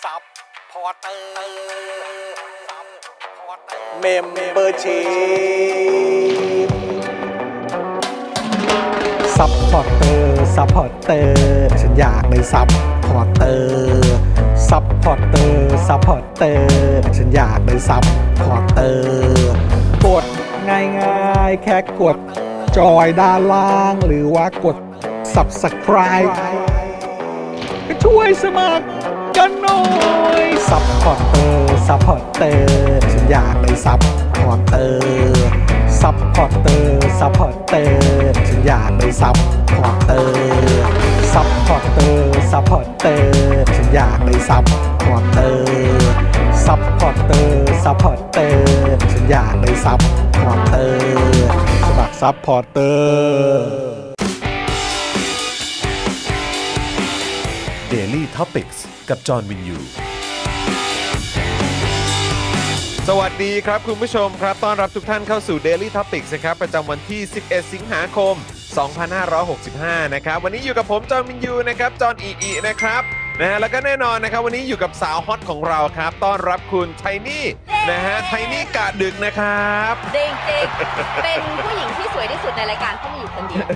ซับพอร์เตอร์เมมเบอร์ชีซับพอร์เตอร์ซับพอร์เตอร์ฉันอยากเป็นซับพอร์เตอร์ซับพอร์เตอร์ซัพพอร์เตอร์ฉันอยากเป็นซับพอร์เตอร์กดง่ายๆแค่กดจอยด้านล่างหรือว่ากด Subscribe ก็ช่วยสมัครกันหน่อยซัพพอร์เตอร์ซัพพอร์เตอร์ฉันอยากเป็นซัพพอร์เตอร์ซัพพอร์เตอร์ซัพพอร์เตอร์ฉันอยากเป็นซัพพอร์เตอร์ซัพพอร์เตอร์ซัพพอร์เตอร์ฉันอยากเป็นซัพพอร์เตอร์ซัพพอร์เตอร์ซัพพอร์เตอร์ฉันอยากเป็นซัพพอร์เตอร์สมัครซัพพอร์เตอร์ Daily Topics กับจอห์นวินยูสวัสดีครับคุณผู้ชมครับต้อนรับทุกท่านเข้าสู่ Daily Topics นะครับประจำวันที่ 11 สิงหาคม 2565 นะครับวันนี้อยู่กับผมจอห์นวินยูนะครับจอห์นอีนะครับแล้วก็แน่นอนนะครับวันนี้อยู่กับสาวฮอตของเราครับต้อนรับคุณไทนี่นะฮะไทนี่กะดึกนะครับจริงๆเป็นผู้หญิงที่สวยที่สุดในรายการเพราะมีอยู่คนเดียว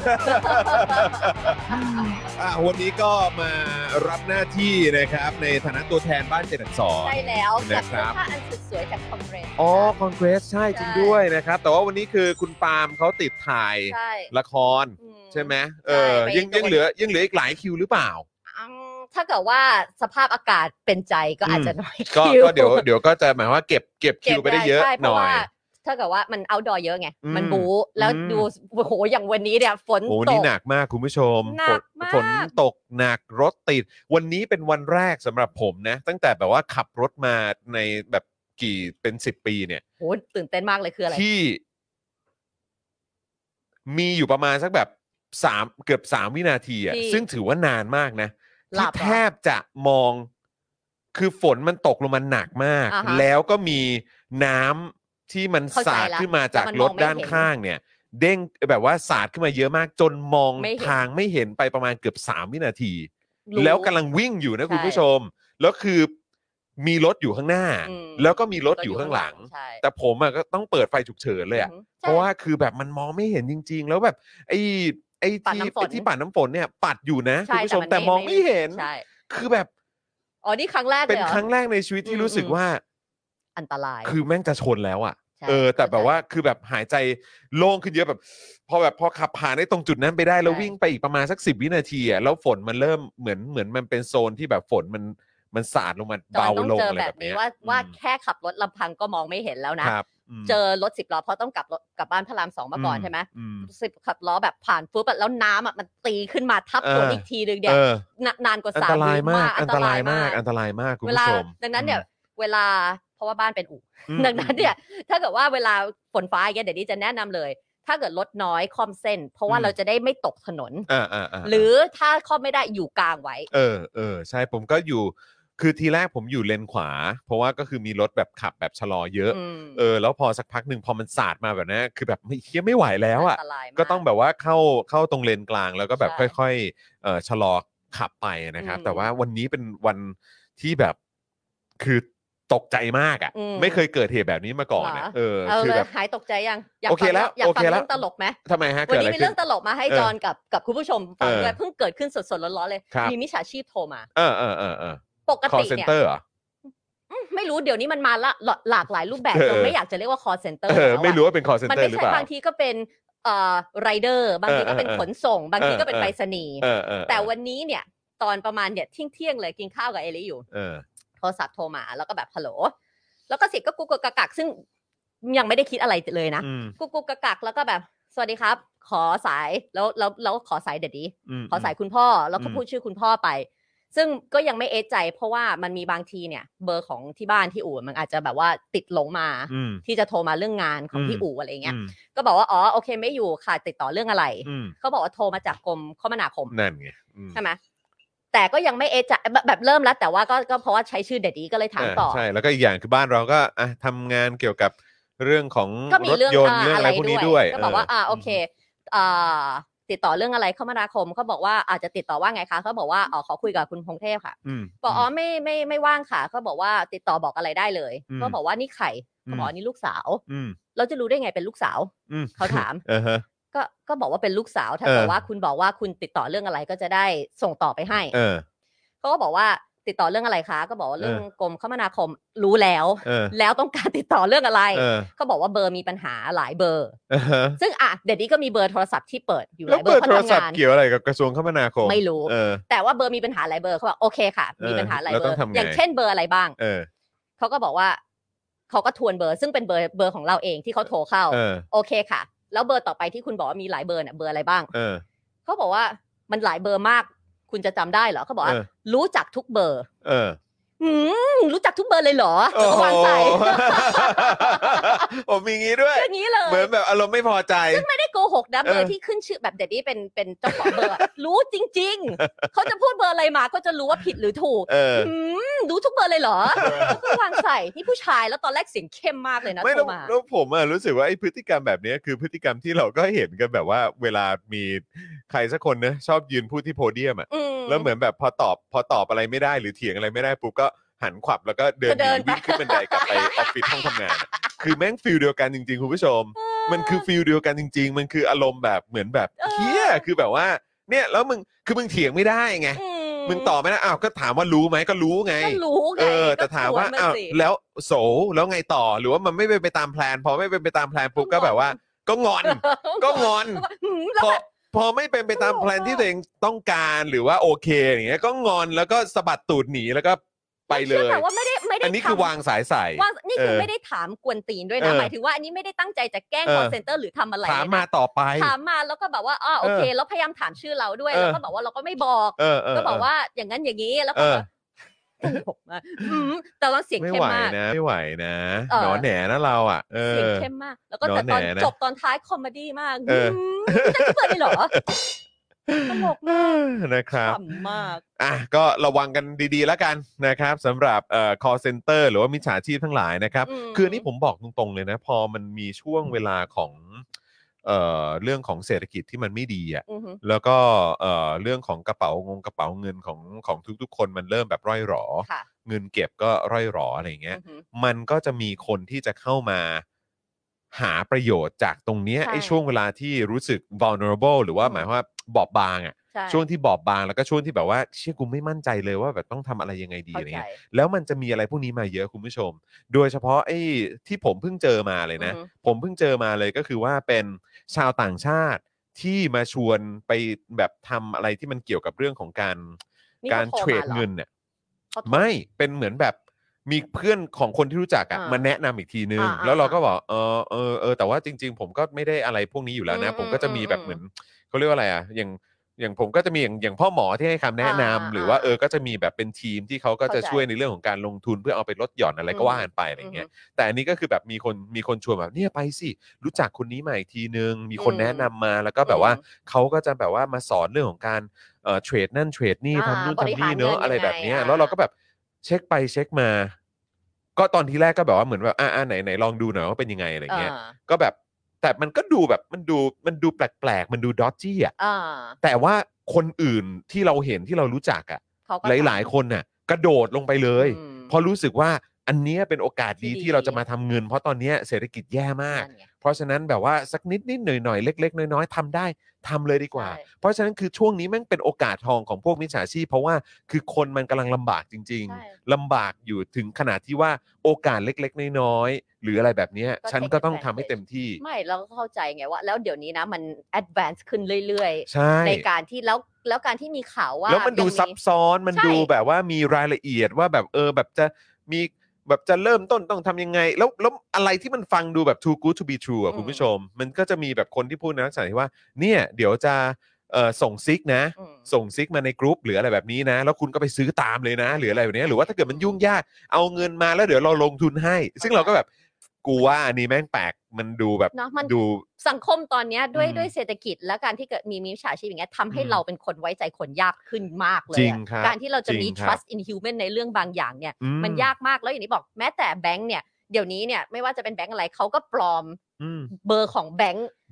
วันนี้ก็มารับหน้าที่นะครับในฐานะตัวแทนบ้านเจนสอนใช่แล้วนะครับผ้าอันสุดสวยจากคอนเกรสคอนเกรสใช่จริงด้วยนะครับแต่ว่าวันนี้คือคุณปาล์มเขาติดถ่ายละครใช่ไหมยังเหลืออีกหลายคิวหรือเปล่าถ้าเกิดว่าสภาพอากาศเป็นใจก็อาจจะน้อยคิวก็เดี๋ยวก็จะหมายว่าเก็บคิวไปได้เยอะหน่อยถ้าเกิดว่ามันเอาท์ดอร์เยอะไงมันบู๊แล้วดูโอ้โหอย่างวันนี้เนี่ยฝนตกนี่หนักมากคุณผู้ชมฝนตกหนักรถติดวันนี้เป็นวันแรกสำหรับผมนะตั้งแต่แบบว่าขับรถมาในแบบกี่เป็น10 ปีเนี่ยโหตื่นเต้นมากเลยคืออะไรที่มีอยู่ประมาณสักแบบเกือบ3 วินาทีอ่ะซึ่งถือว่านานมากนะที่แทบจะมองคือฝนมันตกลงมาหนักมากแล้วก็มีน้ำที่มันสาดขึ้นมาจากรถด้านข้างเนี่ยเด้งแบบว่าสาดขึ้นมาเยอะมากจนมองทางไม่เห็นไปประมาณเกือบ3 วินาทีแล้วกำลังวิ่งอยู่นะคุณผู้ชมแล้วคือมีรถอยู่ข้างหน้าแล้วก็มีรถอยู่ข้างหลังแต่ผมก็ต้องเปิดไฟฉุกเฉินเลยอ่ะเพราะว่าคือแบบมันมองไม่เห็นจริงๆแล้วแบบไอ้ที่ปัดน้ำฝนเนี่ยปัดอยู่นะคุณผู้ชมแต่มองไม่เห็นคือแบบนี่ครั้งแรกเป็นครั้งแรกในชีวิตที่รู้สึกว่าอันตรายคือแม่งจะชนแล้วอ่ะแต่แบบว่าคือแบบหายใจโล่งขึ้นเยอะแบบพอขับผ่านได้ตรงจุดนั้นไปได้แล้ววิ่งไปอีกประมาณสัก10 วินาทีอ่ะแล้วฝนมันเริ่มเหมือนมันเป็นโซนที่แบบฝนมันสาดลงมาเบาลงอะไรแบบนี้ว่าแค่ขับรถลำพังก็มองไม่เห็นแล้วนะเจอรถ10 ล้อเพราะต้องกลับบ้านพระราม 2มาก่อนใช่ไหม10 ขับล้อแบบผ่านฟุตแล้วน้ำมันตีขึ้นมาทับตัวอีกทีนึงเนี่ยนานกว่า3 วิมากอันตรายมากคุณผู้ชมดังนั้นเนี่ยเวลาเพราะว่าบ้านเป็นอู่ดังนั้นเนี่ยถ้าเกิดว่าเวลาฝนฟ้าอย่างเงี้ยเดี๋ยวนี้จะแนะนำเลยถ้าเกิดรถน้อยค่อมเส้นเพราะว่าเราจะได้ไม่ตกถนนหรือถ้าค่อมไม่ได้อยู่กลางไว้ใช่ผมก็อยู่คือทีแรกผมอยู่เลนขวาเพราะว่าก็คือมีรถแบบขับแบบชะลอเยอะแล้วพอสักพักหนึ่งพอมันสาดมาแบบนี้คือแบบไม่ไหวแล้วอ่ะก็ต้องแบบว่าเข้าตรงเลนกลางแล้วก็แบบค่อยๆชะลอขับไปนะครับแต่ว่าวันนี้เป็นวันที่แบบคือตกใจมากอ่ะไม่เคยเกิดเหตุแบบนี้มาก่อนนะคือแบบหายตกใจยังโอเคแล้วอยากฟังเรื่องตลกไหมทำไมฮะวันนี้มีเรื่องตลกมาให้จอนกับคุณผู้ชมฟังด้วยเพิ่งเกิดขึ้นสดๆร้อนๆเลยมีมิจฉาชีพโทรมาปกติเนี่ยไม่รู้เดี๋ยวนี้มันมาหลากหลายรูปแบบไม่อยากจะเรียกว่า call center ไม่รู้ว่าเป็น call center หรือเปล่าบางทีก็เป็นไรเดอร์บางทีก็เป็นขนส่งบางทีก็เป็นไปรษณีย์แต่วันนี้เนี่ยตอนประมาณเนี่ยเที่ยงเลยกินข้าวกับเอลิอยู่โทรศัพท์โทรมาแล้วก็แบบฮัลโหลแล้วก็เสียงก็กุกกักซึ่งยังไม่ได้คิดอะไรเลยนะกุกกักแล้วก็แบบสวัสดีครับขอสายแล้วขอสายเด็ดดีขอสายคุณพ่อแล้วก็พูดชื่อคุณพ่อไปซึ่งก็ยังไม่เอะใจเพราะว่ามันมีบางทีเนี่ยเบอร์ของที่บ้านที่อู่มันอาจจะแบบว่าติดหลงมาที่จะโทรมาเรื่องงานของที่อู่อะไรเงี้ยก็บอกว่าโอเคไม่อยู่ค่ะติดต่อเรื่องอะไรเขาบอกว่าโทรมาจากกรมคมนาคมนั่นไงใช่ไหมแต่ก็ยังไม่เอะใจแบบเริ่มแล้วแต่ว่าก็เพราะว่าใช้ชื่อเด็ดดีก็เลยถามต่อใช่แล้วก็อีกอย่างคือบ้านเราก็ทำงานเกี่ยวกับเรื่องของรถยนต์เรื่องอะไรพวกนี้ด้วยก็บอกว่าโอเคติดต่อเรื่องอะไรคมนาคมเขาบอกว่าอาจจะติดต่อว่าไงคะเขาบอกว่าขอคุยกับคุณพงเทพค่ะบอกไม่ว่างค่ะเขาบอกว่าติดต่อบอกอะไรได้เลยก็บอกว่านี่ใครเขาบอกนี่ลูกสาวเราจะรู้ได้ไงเป็นลูกสาวเขาถามก็บอกว่าเป็นลูกสาวถ้าเกิดว่าคุณบอกว่าคุณติดต่อเรื่องอะไรก็จะได้ส่งต่อไปให้เขาก็บอกว่าติดต่อเรื่องอะไรคะก็บอกว่าเรื่องกรมคมนาคมรู้แล้วแล้วต้องการติดต่อเรื่องอะไรเขาบอกว่าเบอร์มีปัญหาหลายเบอร์ซึ่งเดี๋ยวนี้ก็มีเบอร์โทรศัพท์ที่เปิดอยู่หลายเบอร์เขาทำงานเกี่ยวอะไรกับกระทรวงคมนาคมไม่รู้แต่ว่าเบอร์มีปัญหาหลายเบอร์เขาบอกโอเคค่ะมีปัญหาหลายเบอร์อย่างเช่นเบอร์อะไรบ้างเขาก็บอกว่าเขาก็ทวนเบอร์ซึ่งเป็นเบอร์ของเราเองที่เขาโทรเข้าโอเคค่ะแล้วเบอร์ต่อไปที่คุณบอกว่ามีหลายเบอร์เนี่ยเบอร์อะไรบ้างเขาบอกว่ามันหลายเบอร์มากคุณจะจำได้เหรอเขาบอกว่ารู้จักทุกเบอร์รู้จักทุกเบอร์เลยเหรอจะวางสายผมมีงี้ด้วยอย่างนี้เลยเหมือนแบบอารมณ์ไม่พอใจซึ่งไม่ได้โกหกนะเบอร์ที่ขึ้นชื่อแบบเด็ดนี้เป็นเจ้าของเบอร์รู้จริงๆเขาจะพูดเบอร์อะไรมาก็จะรู้ว่าผิดหรือถูกรู้ทุกเบอร์เลยเหรอก็วางใส่ที่ผู้ชายแล้วตอนแรกเสียงเข้มมากเลยนะโทรมาแล้วผมรู้สึกว่าไอ้พฤติกรรมแบบนี้คือพฤติกรรมที่เราก็เห็นกันแบบว่าเวลามีใครสักคนนะชอบยืนพูดที่โพเดียมแล้วเหมือนแบบพอตอบอะไรไม่ได้หรือเถียงอะไรไม่ได้ปุ๊บก็หันขวับแล้วก็เดินวิ่งขึ้นบันไดกลับไปออฟฟิศห้องทำงานคือแม่งฟีลเดียวกันจริงๆคุณผู้ชมมันคือฟีลเดียวกันจริงๆมันคืออารมณ์แบบเหมือนแบบเฮียคือแบบว่าเนี่ยแล้วมึงเถียงไม่ได้ไงมึงตอบไม่ได้ก็ถามว่ารู้ไหมก็รู้ไงแต่ถามว่าแล้วแล้วไงต่อหรือว่ามันไม่เป็นไปตามแพลนพอไม่เป็นไปตามแพลนปุ๊บก็แบบว่าก็งอนพอไม่เป็นไปตามแพลนที่ตัวเองต้องการหรือว่าโอเคอย่างเงี้ยก็งอนแล้วก็สะบัดตูดหนีแล้วก็ไปเลยแต่ว่าไม่ได้อันนี้คือวางสายใส่นี่คือไม่ได้ถามกวนตีนด้วยนะหมายถึงว่าอันนี้ไม่ได้ตั้งใจจะแกล้ง call center หรือทำอะไรถามมาต่อไปถามมาแล้วก็แบบว่าโอเคแล้วพยายามถามชื่อเราด้วยแล้วก็บอกว่าเราก็ไม่บอกก็บอกว่าอย่างนั้นอย่างนี้แล้วก็แต่ว่าเสียงเข้มมากไม่ไหวนะหนอแหนนะเราเสียงเข้มมากแล้วก็แต่ตอนจบตอนท้ายคอมเมดี้มากจะเปิดได้หรอตลกมากนะครับขำมากก็ระวังกันดีๆแล้วกันนะครับสำหรับcall center หรือว่ามิจฉาชีพทั้งหลายนะครับคือนี่ผมบอกตรงๆเลยนะพอมันมีช่วงเวลาของเรื่องของเศรษฐกิจที่มันไม่ดีแล้วก็เรื่องของกระเป๋าเงินของทุกๆคนมันเริ่มแบบร่อยหรอเงินเก็บก็ร่อยหรออะไรอย่างเงี้ยมันก็จะมีคนที่จะเข้ามาหาประโยชน์จากตรงนี้ไอ้ช่วงเวลาที่รู้สึก vulnerable หรือว่าหมายว่าบอบบางช่วงที่บอบบางแล้วก็ช่วงที่แบบว่าเชื่อกูไม่มั่นใจเลยว่าแบบต้องทำอะไรยังไงดีอะไรเงี้ยแล้วมันจะมีอะไรพวกนี้มาเยอะคุณผู้ชมโดยเฉพาะไอ้ที่ผมเพิ่งเจอมาเลยนะผมเพิ่งเจอมาเลยก็คือว่าเป็นชาวต่างชาติที่มาชวนไปแบบทำอะไรที่มันเกี่ยวกับเรื่องของการเทรดเงินเนี่ยไม่เป็นเหมือนแบบมีเพื่อนของคนที่รู้จักมาแนะนำอีกทีนึงแล้วเราก็บอกแต่ว่าจริงๆผมก็ไม่ได้อะไรพวกนี้อยู่แล้วนะผมก็จะมีแบบเหมือนเขาเรียกว่าอะไรอย่างผมก็จะมีอย่างพ่อหมอที่ให้คำแนะนำหรือว่าก็จะมีแบบเป็นทีมที่เขาก็จะช่วยในเรื่องของการลงทุนเพื่อเอาไปลดหย่อนอะไรก็ว่ากันไปอะไรเงี้ยแต่อันนี้ก็คือแบบมีคนชวนแบบเนี่ยไปสิรู้จักคนนี้มาอีกทีนึงมีคนแนะนำมาแล้วก็แบบว่าเขาก็จะแบบว่ามาสอนเรื่องของการเทรดนั่นเทรดนี่ทำนู่นทำนี่เนอะอะไรแบบนี้แล้วเราก็แบบเช็คไปเช็คมาก็ตอนที่แรกก็แบบว่าเหมือนแบบไหนลองดูหน่อยว่าเป็นยังไงอะไรเงี้ยก็แบบแต่มันก็ดูแบบมันดูแปลกๆมันดูดอจจี้แต่ว่าคนอื่นที่เราเห็นที่เรารู้จักหลายๆคนน่ะกระโดดลงไปเลยเพราะรู้สึกว่าอันนี้เป็นโอกาสดีที่เราจะมาทำเงินเพราะตอนนี้เศรษฐกิจแย่มากเพราะฉะนั้นแบบว่าสักนิดหน่อยเล็กๆน้อยๆทำได้ทำเลยดีกว่าเพราะฉะนั้นคือช่วงนี้แม่งเป็นโอกาสทองของพวกมิจฉาชีพเพราะว่าคือคนมันกำลังลำบากจริงๆลำบากอยู่ถึงขนาดที่ว่าโอกาสเล็กๆน้อยๆหรืออะไรแบบนี้ฉันก็ต้องทำให้เต็มที่ไม่เราก็เข้าใจไงว่าแล้วเดี๋ยวนี้นะมัน advance ขึ้นเรื่อยๆในการที่แล้วการที่มีข่าวว่าแล้วมันดูซับซ้อนมันดูแบบว่ามีรายละเอียดว่าแบบแบบจะมีแบบจะเริ่มต้นต้องทำยังไงแล้วอะไรที่มันฟังดูแบบ too good to be true คุณผู้ชมมันก็จะมีแบบคนที่พูดในลักษณะที่ว่าเนี่ยเดี๋ยวจะส่งซิกนะส่งซิกมาในกรุ๊ปหรืออะไรแบบนี้นะแล้วคุณก็ไปซื้อตามเลยนะหรืออะไรแบบนี้หรือว่าถ้าเกิดมันยุ่งยากเอาเงินมาแล้วเดี๋ยวเราลงทุนให้ซึ่งเราก็แบบกูว่าอันนี้แม่งแปลกมันดูแบบดูสังคมตอนนี้ด้วยเศรษฐกิจและการที่เกิดมีมิจฉาชีพอย่างเงี้ยทำให้เราเป็นคนไว้ใจคนยากขึ้นมากเลยการที่เราจะมี trust in human ในเรื่องบางอย่างเนี่ยมันยากมากแล้วอย่างนี้บอกแม้แต่แบงค์เนี่ยเดี๋ยวนี้เนี่ยไม่ว่าจะเป็นแบงค์อะไรเขาก็ปลอมเบอร์ของแบงค์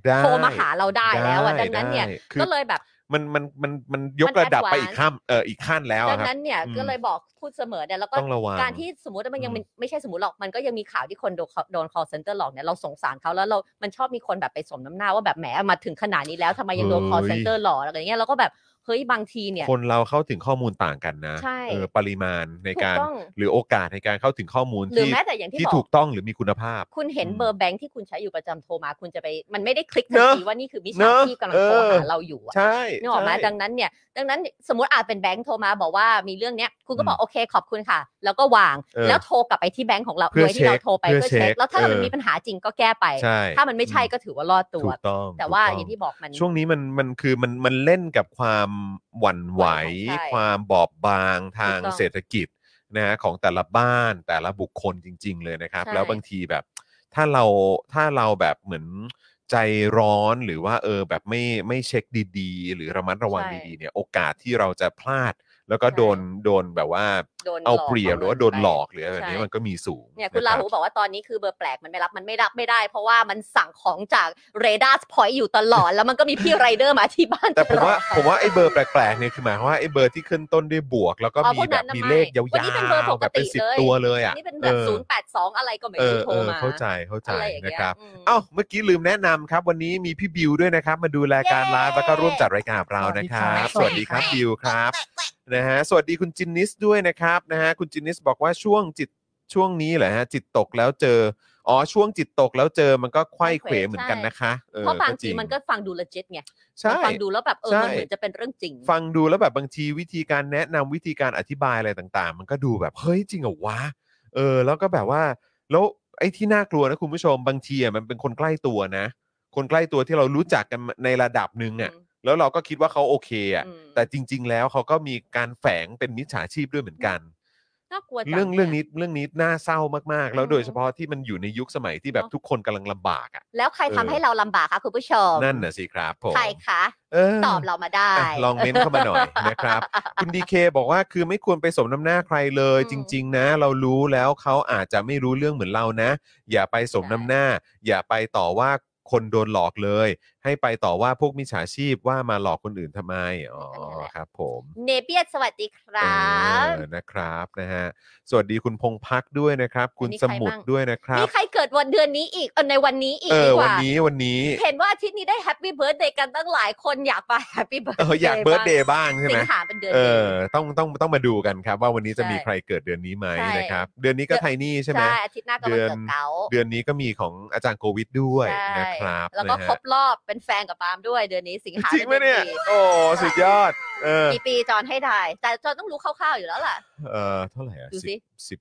โทรมาหาเราได้แล้วดังนั้นเนี่ยก็เลยแบบมันยกระดับไปอีกขั้นแล้วดังนั้นเนี่ยก็เลยบอกพูดเสมอเนี่ยแล้วก็การที่สมมติว่ามันยังไม่ใช่สมมติหรอกมันก็ยังมีข่าวที่คนโดน call center หลอกเนี่ยเราสงสารเขาแล้วมันชอบมีคนแบบไปสมน้ำหน้าว่าแบบแหมมาถึงขนาดนี้แล้วทำไมยังโดน call center หลอกอะไรอย่างเงี้ยเราก็แบบเฮ้ยบางทีเนี่ยคนเราเข้าถึงข้อมูลต่างกันนะปริมาณในการหรือโอกาสในการเข้าถึงข้อมูลที่ถูกต้องหรือมีคุณภาพคุณเห็นเบอร์แบงค์ที่คุณใช้อยู่ประจำโทรมาคุณจะไปมันไม่ได้คลิกทันทีว่านี่คือมิจฉาชีพกำลังโทรหาเราอยู่ใช่นึกออกไหมดังนั้นสมมติอาจเป็นแบงค์โทรมาบอกว่ามีเรื่องเนี้ยคุณก็บอกโอเคขอบคุณค่ะแล้วก็วางแล้วโทรกลับไปที่แบงค์ของเราโดยที่เราโทรไปเพื่อเช็คแล้วถ้ามันมีปัญหาจริงก็แก้ไปถ้ามันไม่ใช่ก็ถือว่ารอดตัวแต่ว่าอย่างที่บอกมันช่วงนี้มันคือมันเล่นกับความหวั่นไหวความบอบบางทางเศรษฐกิจนะฮะของแต่ละบ้านแต่ละบุคคลจริงๆเลยนะครับแล้วบางทีแบบถ้าเราแบบเหมือนใจร้อนหรือว่าแบบไม่เช็คดีๆหรือระมัดระวังดีๆเนี่ยโอกาสที่เราจะพลาดแล้วก็โดนแบบว่าเอาเปรียบหรือว่าโดนหลอกหรืออะไรแบบนี้มันก็มีสูงเนี่ยคุณลาหูบอกว่าตอนนี้คือเบอร์แปลกมันไม่รับไม่ได้เพราะว่ามันสั่งของจากเรดาร์พอยต์อยู่ตลอดแล้วมันก็มีพี่ไรเดอร์มาที่บ้านแต่ผมว่าไอ้เบอร์แปลกๆเนี่ยคือหมายความว่าไอ้เบอร์ที่ขึ้นต้นด้วยบวกแล้วก็มีแบบมีเลขยาวๆแบบเป็น10ตัวเลยอ่ะนี่เป็นแบบ082อะไรก็ไม่รู้โทรมาเข้าใจนะครับเมื่อกี้ลืมแนะนำครับวันนี้มีพี่บิวด้วยนะครับมาดูรายการไลฟ์แล้วก็ร่วมจัดรายการกับเรานะครับสวัสดีครับบิวครับนะฮะสวัสดีคุณจินนิสด้วยนะครับนะฮะคุณจินนิสบอกว่าช่วงนี้แหละฮะจิตตกแล้วเจอช่วงจิตตกแล้วเจอมันก็ไขว้เขวเหมือนกันนะคะเพราะบางทีมันก็ฟังดู legit ไงฟังดูแล้วแบบมันเหมือนจะเป็นเรื่องจริงฟังดูแล้วแบบบางทีวิธีการแนะนำวิธีการอธิบายอะไรต่างๆมันก็ดูแบบเฮ้ยจริงเหรอวะแล้วก็แบบว่าแล้วไอ้ที่น่ากลัวนะคุณผู้ชมบางทีมันเป็นคนใกล้ตัวนะคนใกล้ตัวที่เรารู้จักกันในระดับนึงแล้วเราก็คิดว่าเขาโอเคแต่จริงๆแล้วเขาก็มีการแฝงเป็นมิจฉาชีพด้วยเหมือนกันเรื่องนี้น่าเศร้ามากๆแล้วโดยเฉพาะที่มันอยู่ในยุคสมัยที่แบบทุกคนกำลังลำบากแล้วใครทำให้เราลำบากคะคุณผู้ชมนั่นน่ะสิครับผมใครคะตอบเรามาได้ลองเม้นเข้ามาหน่อยนะครับคุณดีเคบอกว่าคือไม่ควรไปสมน้ำหน้าใครเลยจริงๆนะเรารู้แล้วเขาอาจจะไม่รู้เรื่องเหมือนเรานะอย่าไปสมน้ำหน้าอย่าไปต่อว่าคนโดนหลอกเลยให้ไปต่อว่าพวกมิจฉาชีพว่ามาหลอกคนอื่นทำไมครับผมเนเปียสวัสดีครับนะครับนะฮะสวัสดีคุณพงพักด้วยนะครับคุณสมุดด้วยนะครับมีใครเกิดวันเดือนนี้อีกในวันนี้อีกดีกว่าวันนี้เห็นว่าอาทิตย์นี้ได้แฮปปี้เบิร์ธเดย์กันตั้งหลายคนอยากไปแฮปปี้เบิร์ธอยากเบิร์ธเดย์บ้างใช่ไหมสิงหาเป็นเดือนต้องมาดูกันครับว่าวันนี้จะมีใครเกิดเดือนนี้ไหมนะครับเดือนนี้ก็ไทนี่ใช่ไหมใช่อาทิตย์หน้าก็วันเกิดเก๋าเดือนนี้ก็มีของอาจารย์โควิดด้วยนะครับแล้วก็ครบรอบเป็นแฟนกับปาล์มด้วยเดือนนี้สิงหาจริงไหมเนี่ยโอ้สุดยอดกี่ปีจอนให้ได้แต่จอนต้องรู้คร่าวๆอยู่แล้วล่ะเท่าไหร่อ่ะดูสิ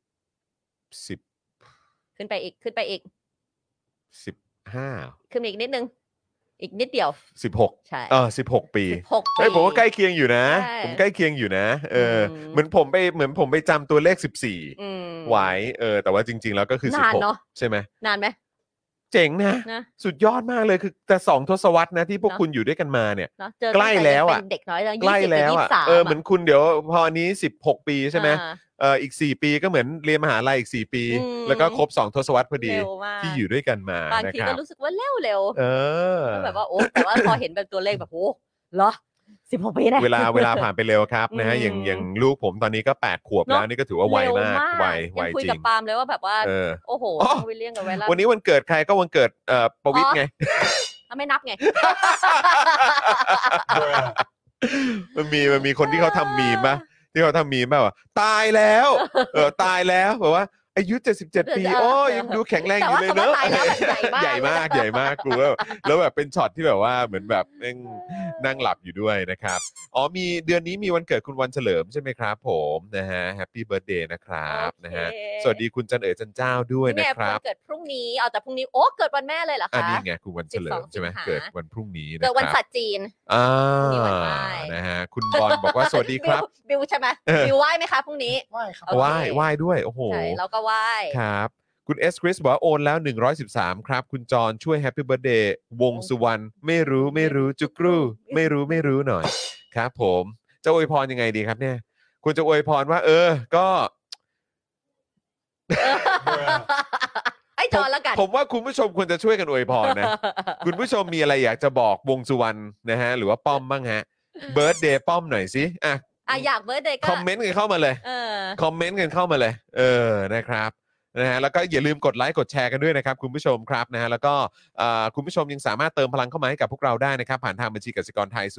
10 ขึ้นไปอีก 15 ขึ้นอีกนิดนึงอีกนิดเดียว 16 ใช่ 16 ปีผมก็ใกล้เคียงอยู่นะผมใกล้เคียงอยู่นะเหมือนผมไปจำตัวเลข14ไว้แต่ว่าจริงๆแล้วก็คือ16ใช่ไหมนานไหมเจ๋งนะสุดยอดมากเลยคือแต่2ทศวรรษนะที่พวกคุณอยู่ด้วยกันมาเนี่ยใกล้แล้วอ่ะเด็กน้อยแล้วใกล้แล้วอ่ะเหมือนคุณเดี๋ยวพออันนี้16 ปีใช่ไหมอีก4 ปีก็เหมือนเรียนมหาลัยอีก4 ปีแล้วก็ครบ2ทศวรรษพอดีที่อยู่ด้วยกันมาบางทีก็รู้สึกว่าเร็วแบบว่าโอ้แต่ว่าพอเห็นแบบตัวเลขแบบโอ้เหรอ16 ปีนะเวลาผ่านไปเร็วครับนะฮะอย่างลูกผมตอนนี้ก็8 ขวบแล้วนี่ก็ถือว่าไวมากไวจริงคุยกับปาล์มเลยว่าแบบว่าโอ้โหวิลเลียมกับไวรัสวันนี้วันเกิดใครก็วันเกิดประวิตรไงไม่นับไงมันมีคนที่เขาทำมีมป่ะที่เขาทำมีมป่ะตายแล้วตายแล้วแบบว่าอายุ77 ปีโอ้ยังดูแข็งแรงอยู่เลยเนอะใหญ่มากกูแล้วแบบเป็นช็อตที่แบบว่าเหมือนแบบนั่งหลับอยู่ด้วยนะครับมีเดือนนี้มีวันเกิดคุณวันเฉลิมใช่ไหมครับผมนะฮะแฮปปี้เบิร์ธเดย์นะครับนะฮะสวัสดีคุณจันจันเจ้าด้วยนะครับเกิดพรุ่งนี้แต่พรุ่งนี้เกิดวันแม่เลยเหรอคะอันนี้ไงคุณวันเฉลิมใช่ไหมเกิดวันพรุ่งนี้เกิดวันศาสตร์จีนนะฮะคุณบอลบอกว่าสวัสดีครับบิวใช่ไหมบิวไหว้ไหมคะพรุ่งนี้ไหว้ครับไหว้ด้วยโอ้โหเราก็ไหว้ครับคุณเอสคริสบอกว่าโอนแล้ว113ครับคุณจอนช่วยแฮปปี้เบิร์ธเดย์วงสุวรรณไม่รู้จุกรูไม่รู้หน่อยครับผมจะอวยพรยังไงดีครับเนี่ยคุณจะอวยพรว่าก็ให้จอนแล้วกันผมว่าคุณผู้ชมควรจะช่วยกันอวยพรนะ คุณผู้ชมมีอะไรอยากจะบอกวงสุวรรณนะฮะหรือว่าป้อมบ้างฮะเบิร์ธเดย์ป้อมหน่อยสิอยากเบิร์ธเดย์ก็คอมเมนต์กันเข้ามาเลยคอมเมนต์กันเข้ามาเลยนะครับนะฮะแล้วก็อย่าลืมกดไลค์กดแชร์กันด้วยนะครับคุณผู้ชมครับนะฮะแล้วก็คุณผู้ชมยังสามารถเติมพลังเข้ามาให้กับพวกเราได้นะครับผ่านทางบัญชีกสิกรไทย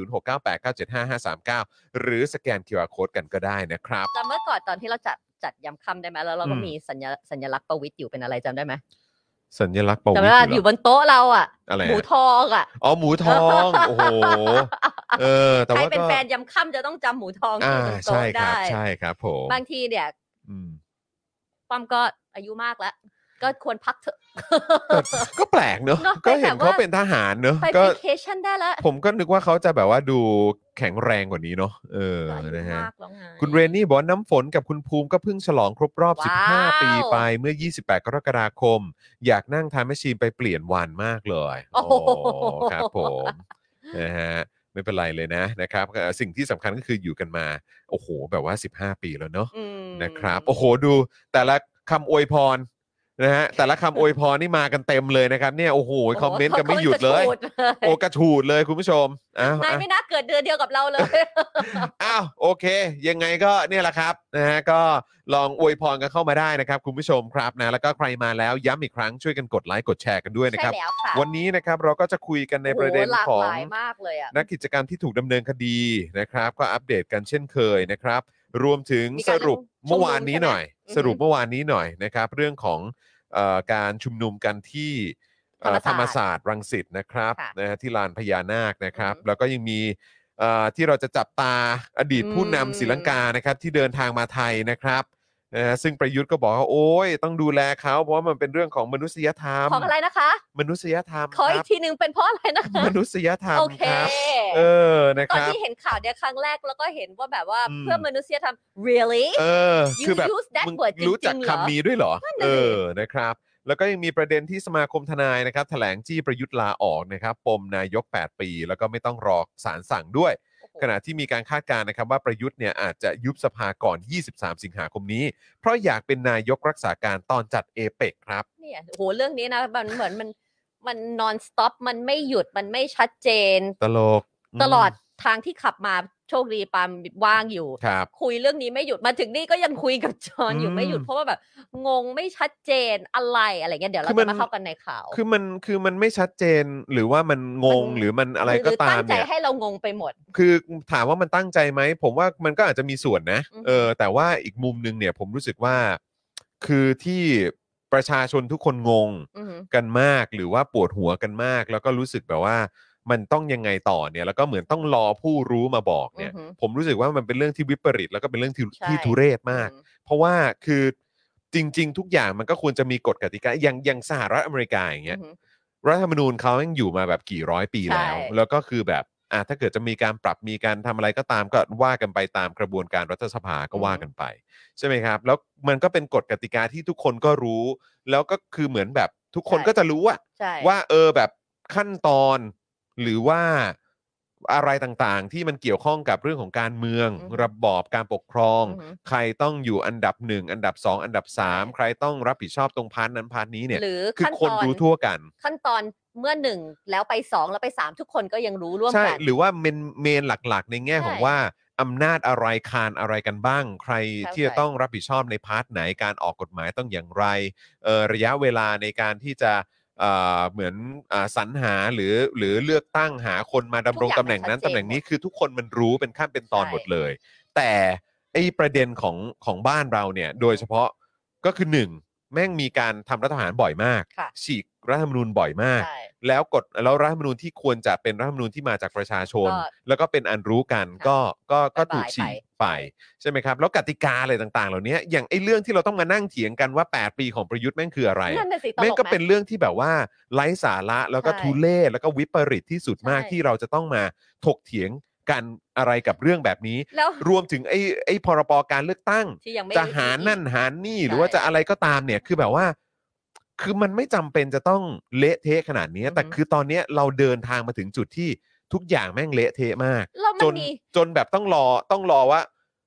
0698975539หรือสแกน QR Code กันก็ได้นะครับจำเมื่อก่อนตอนที่เราจัดยำค่ำได้ไหมแล้วเราก็มีสัญลักษณ์ประวิตรอยู่เป็นอะไรจำได้ไหมสัญลักษณ์ประวิตรอยู่บนโต๊ะเราอ่ะหมูทองอ่ะหมูทองโอ้โหแต่ว่าใครเป็นแฟนยำค่ำจะต้องจำหมูทองที่บนโต๊ะได้ใช่ครับผมบางทีเนี่ยป้อมก็อายุมากแล้วก็ควรพักเถอะก็แปลกเนอะก็เห็นเขาเป็นทหารเนอะก็เคชั่นได้แล้วผมก็นึกว่าเขาจะแบบว่าดูแข็งแรงกว่านี้เนอะนะฮะคุณเรนนี่บอกน้ำฝนกับคุณภูมิก็เพิ่งฉลองครบรอบ15ปีไปเมื่อ28กรกฎาคมอยากนั่งทานแมชชีนไปเปลี่ยนวันมากเลยโอ้ครับผมนะฮะไม่เป็นไรเลยนะครับสิ่งที่สำคัญก็คืออยู่กันมาโอ้โหแบบว่า15ปีแล้วเนอะนะครับโอ้โหดูแต่ละคำอวยพรนะฮะแต่ละคำอวยพรนี่มากันเต็มเลยนะครับเนี่ยโอ้โหคอมเมนต์กันไม่หยุดเลยโอ้กระฉูดเลยคุณผู้ชมนายไม่น่าเกิดเดือนเดียวกับเราเลยโอเคยังไงก็เนี่ยแหละครับนะฮะก็ลองอวยพรกันเข้ามาได้นะครับคุณผู้ชมครับนะแล้วก็ใครมาแล้วย้ำอีกครั้งช่วยกันกดไลค์กดแชร์กันด้วยนะครับวันนี้นะครับเราก็จะคุยกันในประเด็นของนักกิจกรรมที่ถูกดำเนินคดีนะครับก็อัปเดตกันเช่นเคยนะครับรวมถึงสรุปเมื่อวานนี้หน่อยนะครับเรื่องของการชุมนุมกันที่ธรรมศาสตร์รังสิตนะครับนะฮะที่ลานพญานาคนะครับแล้วก็ยังมีที่เราจะจับตาอดีตผู้นำศรีลังกานะครับที่เดินทางมาไทยนะครับซึ่งประยุทธ์ก็บอกว่าโอ้ยต้องดูแลเขาเพราะว่ามันเป็นเรื่องของมนุษยธรรมของอะไรนะคะมนุษยธรรมขออีกทีนึงเป็นเพราะอะไรนะคะมนุษยธรรมครับนะครับตอนที่เห็นข่าวเนี่ยครั้งแรกแล้วก็เห็นว่าแบบว่าเพื่อมนุษยธรรม really คือแบบรู้จักคำนี้ด้วยเหรอนะครับแล้วก็ยังมีประเด็นที่สมาคมทนายนะครับแถลงจี้ประยุทธ์ลาออกนะครับปมนายก8ปีแล้วก็ไม่ต้องรอศาลสั่งด้วยขณะที่มีการคาดการณ์นะครับว่าประยุทธ์เนี่ยอาจจะยุบสภาก่อน23สิงหาคมนี้เพราะอยากเป็นนายกรักษาการตอนจัดเอเปกครับเนี่ยโหเรื่องนี้นะมันเหมือนมัน non stop มันไม่หยุดมันไม่ชัดเจนตลอดทางที่ขับมาโชคดีปาล์มว่างอยู่คุยเรื่องนี้ไม่หยุดมาถึงนี่ก็ยังคุยกับจอนอยู่ไม่หยุดเพราะว่าแบบงงไม่ชัดเจนอะไรเงี้ยเดี๋ยวเราจะมาเข้ากันในข่าวคือมันไม่ชัดเจนหรือว่ามันงงหรือมันอะไรก็ตามเนี่ยตั้งใจให้เรางงไปหมดคือถามว่ามันตั้งใจไหมผมว่ามันก็อาจจะมีส่วนนะแต่ว่าอีกมุมนึงเนี่ยผมรู้สึกว่าคือที่ประชาชนทุกคนงงกันมากหรือว่าปวดหัวกันมากแล้วก็รู้สึกแบบว่ามันต้องยังไงต่อเนี่ยแล้วก็เหมือนต้องรอผู้รู้มาบอกเนี่ยผมรู้สึกว่ามันเป็นเรื่องที่วิปริตแล้วก็เป็นเรื่องที่ทุเรศมากเพราะว่าคือจริงๆทุกอย่างมันก็ควรจะมีกฎกติกาอย่างสหรัฐอเมริกาอย่างเงี้ยรัฐธรรมนูญเขายังอยู่มาแบบกี่ร้อยปีแล้วก็คือแบบถ้าเกิดจะมีการปรับมีการทำอะไรก็ตามก็ว่ากันไปตามกระบวนการรัฐสภาก็ว่ากันไปใช่ไหมครับแล้วมันก็เป็นกฎกติกาที่ทุกคนก็รู้แล้วก็คือเหมือนแบบทุกคนก็จะรู้ว่าแบบขั้นตอนหรือว่าอะไรต่างๆที่มันเกี่ยวข้องกับเรื่องของการเมืองระบอบการปกครองใครต้องอยู่อันดับ1อันดับ2อันดับ3ใครต้องรับผิดชอบตรงพาร์ทนั้นพาร์ทนี้เนี่ยคือคนรู้ทั่วกันขั้นตอนเมื่อ1แล้วไป2แล้วไป3ทุกคนก็ยังรู้ร่วมกันใช่หรือว่าเมนหลักๆในแง่ของว่าอำนาจอะไรคานอะไรกันบ้างใครที่จะต้องรับผิดชอบในพาร์ทไหนการออกกฎหมายต้องอย่างไรระยะเวลาในการที่จะเหมือนสรรหาหรือเลือกตั้งหาคนมาดำรงตำแหน่งนั้นตำแหน่งนี้คือทุกคนมันรู้เป็นขั้นเป็นตอนหมดเลยแต่ไอ้ประเด็นของบ้านเราเนี่ยโดยเฉพาะก็คือ1แม่งมีการทำรัฐประหารบ่อยมากฉีกรัฐธรรมนูญบ่อยมากแล้วรัฐธรรมนูญที่ควรจะเป็นรัฐธรรมนูญที่มาจากประชาชนแล้วก็เป็นอันรู้กันก็ถูกฉีกไปใช่ไหมครับแล้วกติกาอะไรต่างๆเหล่านี้อย่างไอ้เรื่องที่เราต้องมานั่งเถียงกันว่า8ปีของประยุทธ์แม่งคืออะไรแม่งก็เป็นเรื่องที่แบบว่าไร้สาระแล้วก็ทุเรศแล้วก็วิปริตที่สุดมากที่เราจะต้องมาถกเถียงกันอะไรกับเรื่องแบบนี้รวมถึงไอ้พรบการเลือกตั้งจะหานั่นหานี่หรือว่าจะอะไรก็ตามเนี่ยคือแบบว่าคือมันไม่จำเป็นจะต้องเละเทะขนาดนี้แต่คือตอนนี้เราเดินทางมาถึงจุดที่ทุกอย่างแม่งเละเทะมากจนแบบต้องรอว่า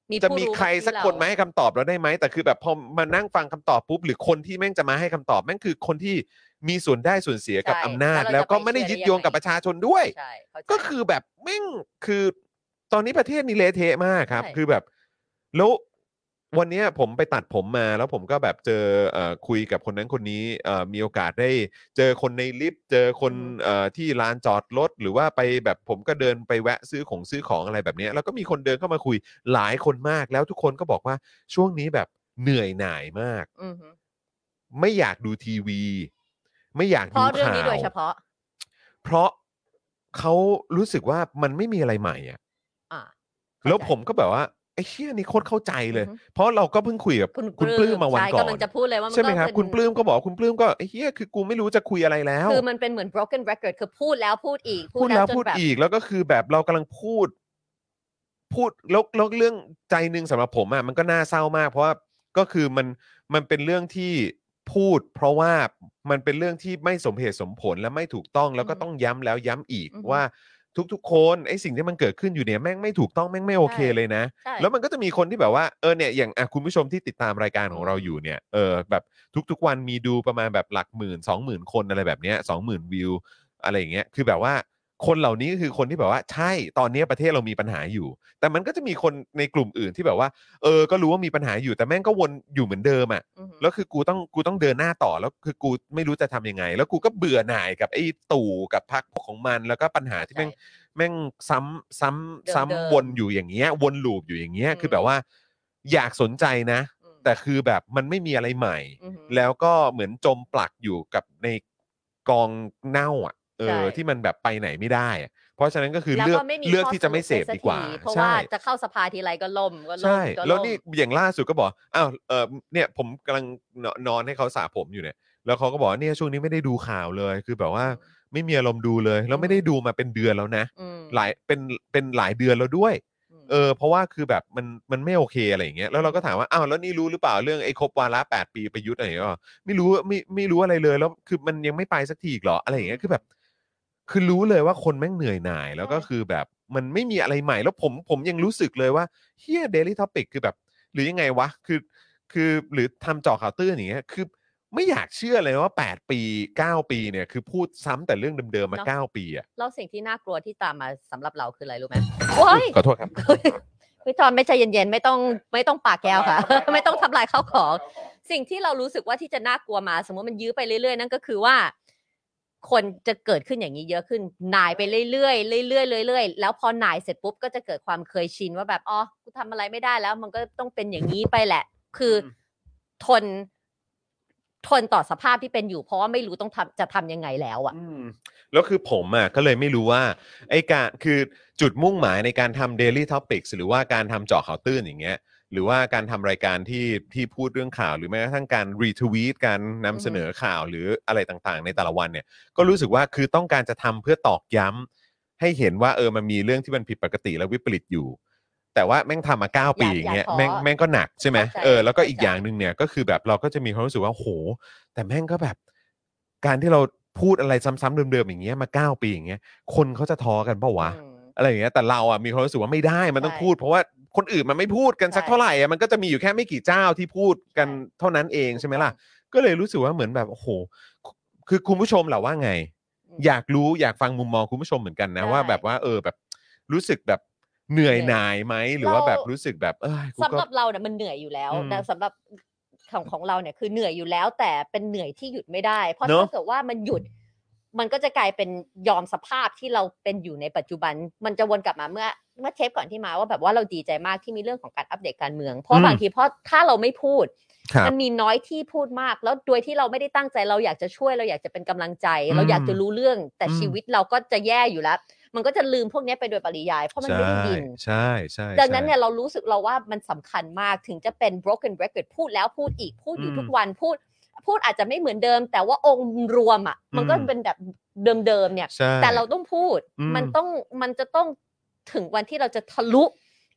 จะมีใครสักคนมาให้คำตอบเราได้ไหมแต่คือแบบพอมานั่งฟังคำตอบปุ๊บหรือคนที่แม่งจะมาให้คำตอบแม่งคือคนที่มีส่วนได้ส่วนเสียกับอำนาจแล้วก็ไม่ได้ยึดโยงกับประชาชนด้วยก็คือแบบแม่งคือตอนนี้ประเทศนี่เละเทะมากครับคือแบบแล้ววันนี้ผมไปตัดผมมาแล้วผมก็แบบเจอคุยกับคนนั้นคนนี้มีโอกาสได้เจอคนในลิฟต์เจอคนที่ลานจอดรถหรือว่าไปแบบผมก็เดินไปแวะซื้อของอะไรแบบนี้แล้วก็มีคนเดินเข้ามาคุยหลายคนมากแล้วทุกคนก็บอกว่าช่วงนี้แบบเหนื่อยหน่ายมากไม่อยากดูทีวีไม่อยากดูข่าวเพราะเรื่องนี้โดยเฉพาะเพราะเขารู้สึกว่ามันไม่มีอะไรใหม่อ่ะแล้วผมก็แบบว่าไอ้เชี่ยนี่โคตรเข้าใจเลยเพราะเราก็เพิ่งคุยกับคุณปลื้มมาวันก่อนกำลังจะพูดเลยว่าใช่ไหมครับคุณปลื้มก็บอกคุณปลื้มก็ไอ้เชี่ยคือกูไม่รู้จะคุยอะไรแล้วคือมันเป็นเหมือน broken record คือพูดแล้วพูดอีกพูดแล้วพูดอีกแล้วก็คือแบบเรากำลังพูดแล้วเรื่องใจนึงสำหรับผมอ่ะมันก็น่าเศร้ามากเพราะว่าก็คือมันเป็นเรื่องที่พูดเพราะว่ามันเป็นเรื่องที่ไม่สมเหตุสมผลและไม่ถูกต้องแล้วก็ต้องย้ำแล้วย้ำอีกว่าทุกคนไอ้สิ่งที่มันเกิดขึ้นอยู่เนี่ยแม่งไม่ถูกต้องแม่งไม่โอเคเลยนะแล้วมันก็จะมีคนที่แบบว่าเนี่ยอย่างคุณผู้ชมที่ติดตามรายการของเราอยู่เนี่ยแบบทุกๆวันมีดูประมาณแบบหลักหมื่น 20,000 คนอะไรแบบเนี้ย 20,000 วิวอะไรอย่างเงี้ยคือแบบว่าคนเหล่านี้คือคนที่แบบว่าใช่ตอนนี้ประเทศเรามีปัญหาอยู่แต่มันก็จะมีคนในกลุ่มอื่นที่แบบว่าก็รู้ว่ามีปัญหาอยู่แต่แม่งก็วนอยู่เหมือนเดิมอ่ะแล้วคือกูต้องเดินหน้าต่อแล้วคือกูไม่รู้จะทำยังไงแล้วกูก็เบื่อหน่ายกับไอ้ตู่กับพรรคของมันแล้วก็ปัญหาที่แม่งซ้ำวนอยู่อย่างเงี้ยวนลูปอยู่อย่างเงี้ยคือแบบว่าอยากสนใจนะแต่คือแบบมันไม่มีอะไรใหม่แล้วก็เหมือนจมปลักอยู่กับในกองเน่าอ่ะที่มันแบบไปไหนไม่ได้เพราะฉะนั้นก็คือเลือกที่จะไม่เสพดีกว่าเพราะว่าจะเข้าสภาทีไรก็ล่มใช่แล้วนี่อย่างล่าสุดก็บอกอ้าวเนี่ยผมกำลังนอนให้เขาสระผมอยู่เนี่ยแล้วเขาก็บอกเนี่ยช่วงนี้ไม่ได้ดูข่าวเลยคือแบบว่าไม่มีอารมณ์ดูเลยแล้วไม่ได้ดูมาเป็นเดือนแล้วนะเป็นหลายเดือนแล้วด้วยเพราะว่าคือแบบมันไม่โอเคอะไรอย่างเงี้ยแล้วเราก็ถามว่าอ้าวแล้วนี่รู้หรือเปล่าเรื่องไอ้ครบวาระ8 ปีประยุทธ์อะไรอย่างเงี้ยไม่รู้อะไรเลยแล้วคือมันยังไม่ไปสักทีอีกเหรออะไรอย่างเงี้ยคือแบบคือรู้เลยว่าคนแม่งเหนื่อยหน่ายแล้วก็คือแบบมันไม่มีอะไรใหม่แล้วผมยังรู้สึกเลยว่าเฮีย Daily Topic คือแบบหรือยังไงวะคือหรือทำเจาะข่าวตื้นอย่างเงี้ยคือไม่อยากเชื่อเลยว่า8 ปี 9 ปีเนี่ยคือพูดซ้ำแต่เรื่องเดิมๆมา9 ปีอ่ะแล้วสิ่งที่น่ากลัวที่ตามมาสำหรับเราคืออะไรรู้ไหมโอ๊ยขอโทษครับพี่จอนไม่ใจเย็นๆไม่ต้องปากแก้วค่ะ ไม่ต้องทำลายข้าวของสิ่งที่เรารู้สึกว่าที่จะน่ากลัวมาสมมติมันยื้อไปเรื่อยๆนั่นก็คือว่าคนจะเกิดขึ้นอย่างนี้เยอะขึ้นนายไปเรื่อยๆเรื่อยๆเรื่อยๆแล้วพอนายเสร็จปุ๊บก็จะเกิดความเคยชินว่าแบบอ๋อกูทำอะไรไม่ได้แล้วมันก็ต้องเป็นอย่างนี้ไปแหละคือทนต่อสภาพที่เป็นอยู่เพราะว่าไม่รู้จะทำยังไงแล้วอ่ะแล้วคือผมอ่ะก็เลยไม่รู้ว่าไอ้การคือจุดมุ่งหมายในการทำ Daily Topics หรือว่าการทำเจาะข่าวตื้นอย่างเงี้ยหรือว่าการทำรายการที่พูดเรื่องข่าวหรือแม้กระทั่งการรีทวีตการนำเสนอข่าวหรืออะไรต่างๆในแต่ละวันเนี่ยก็รู้สึกว่าคือต้องการจะทำเพื่อตอกย้ำให้เห็นว่ามันมีเรื่องที่มันผิดปกติและวิปริตอยู่แต่ว่าแม่งทำมา9 ปีอย่างเงี้ยแม่งก็หนักใช่ไหมแล้วก็อีกอย่างนึงเนี่ยก็คือแบบเราก็จะมีความรู้สึกว่าโหแต่แม่งก็แบบการที่เราพูดอะไรซ้ำๆเดิมๆอย่างเงี้ยมา9 ปีอย่างเงี้ยคนเขาจะท้อกันเปล่าวะอะไรอย่างเงี้ยแต่เราอ่ะมีความรู้สึกว่าไม่ได้มันต้องพูดเพราะว่าคนอื่นมันไม่พูดกันสักเท่าไหร่อ่ะมันก็จะมีอยู่แค่ไม่กี่เจ้าที่พูดกันเท่านั้นเองใช่ไหมล่ะก็เลยรู้สึกว่าเหมือนแบบโอ้โหคือคุณผู้ชมเหล่าว่าไงอยากรู้อยากฟังมุมมองคุณผู้ชมเหมือนกันนะว่าแบบว่าแบบรู้สึกแบบเหนื่อยหน่ายไหมหรือว่าแบบรู้สึกแบบสำหรับเราเนี่ยมันเหนื่อยอยู่แล้วแต่สำหรับของเราเนี่ยคือเหนื่อยอยู่แล้วแต่เป็นเหนื่อยที่หยุดไม่ได้เพราะถ้าเกิดว่ามันหยุดมันก็จะกลายเป็นยอมสภาพที่เราเป็นอยู่ในปัจจุบันมันจะวนกลับมาเมื่อเทปก่อนที่มาว่าแบบว่าเราดีใจมากที่มีเรื่องของการอัปเดตการเมืองเพราะบางทีเพราะถ้าเราไม่พูดมันมีน้อยที่พูดมากแล้วโดยที่เราไม่ได้ตั้งใจเราอยากจะช่วยเราอยากจะเป็นกำลังใจเราอยากจะรู้เรื่องแต่ชีวิตเราก็จะแย่อยู่แล้วมันก็จะลืมพวกนี้ไปโดยปริยายเพราะมันไม่ได้ยินใช่ดังนั้นเนี่ยเรารู้สึกเราว่ามันสำคัญมากถึงจะเป็น broken record พูดแล้วพูดอีกพูดอยู่ทุกวันพูดอาจจะไม่เหมือนเดิมแต่ว่าองค์รวมอ่ะมันก็เป็นแบบเดิมๆเนี่ยแต่เราต้องพูดมันจะต้องถึงวันที่เราจะทะลุไอ้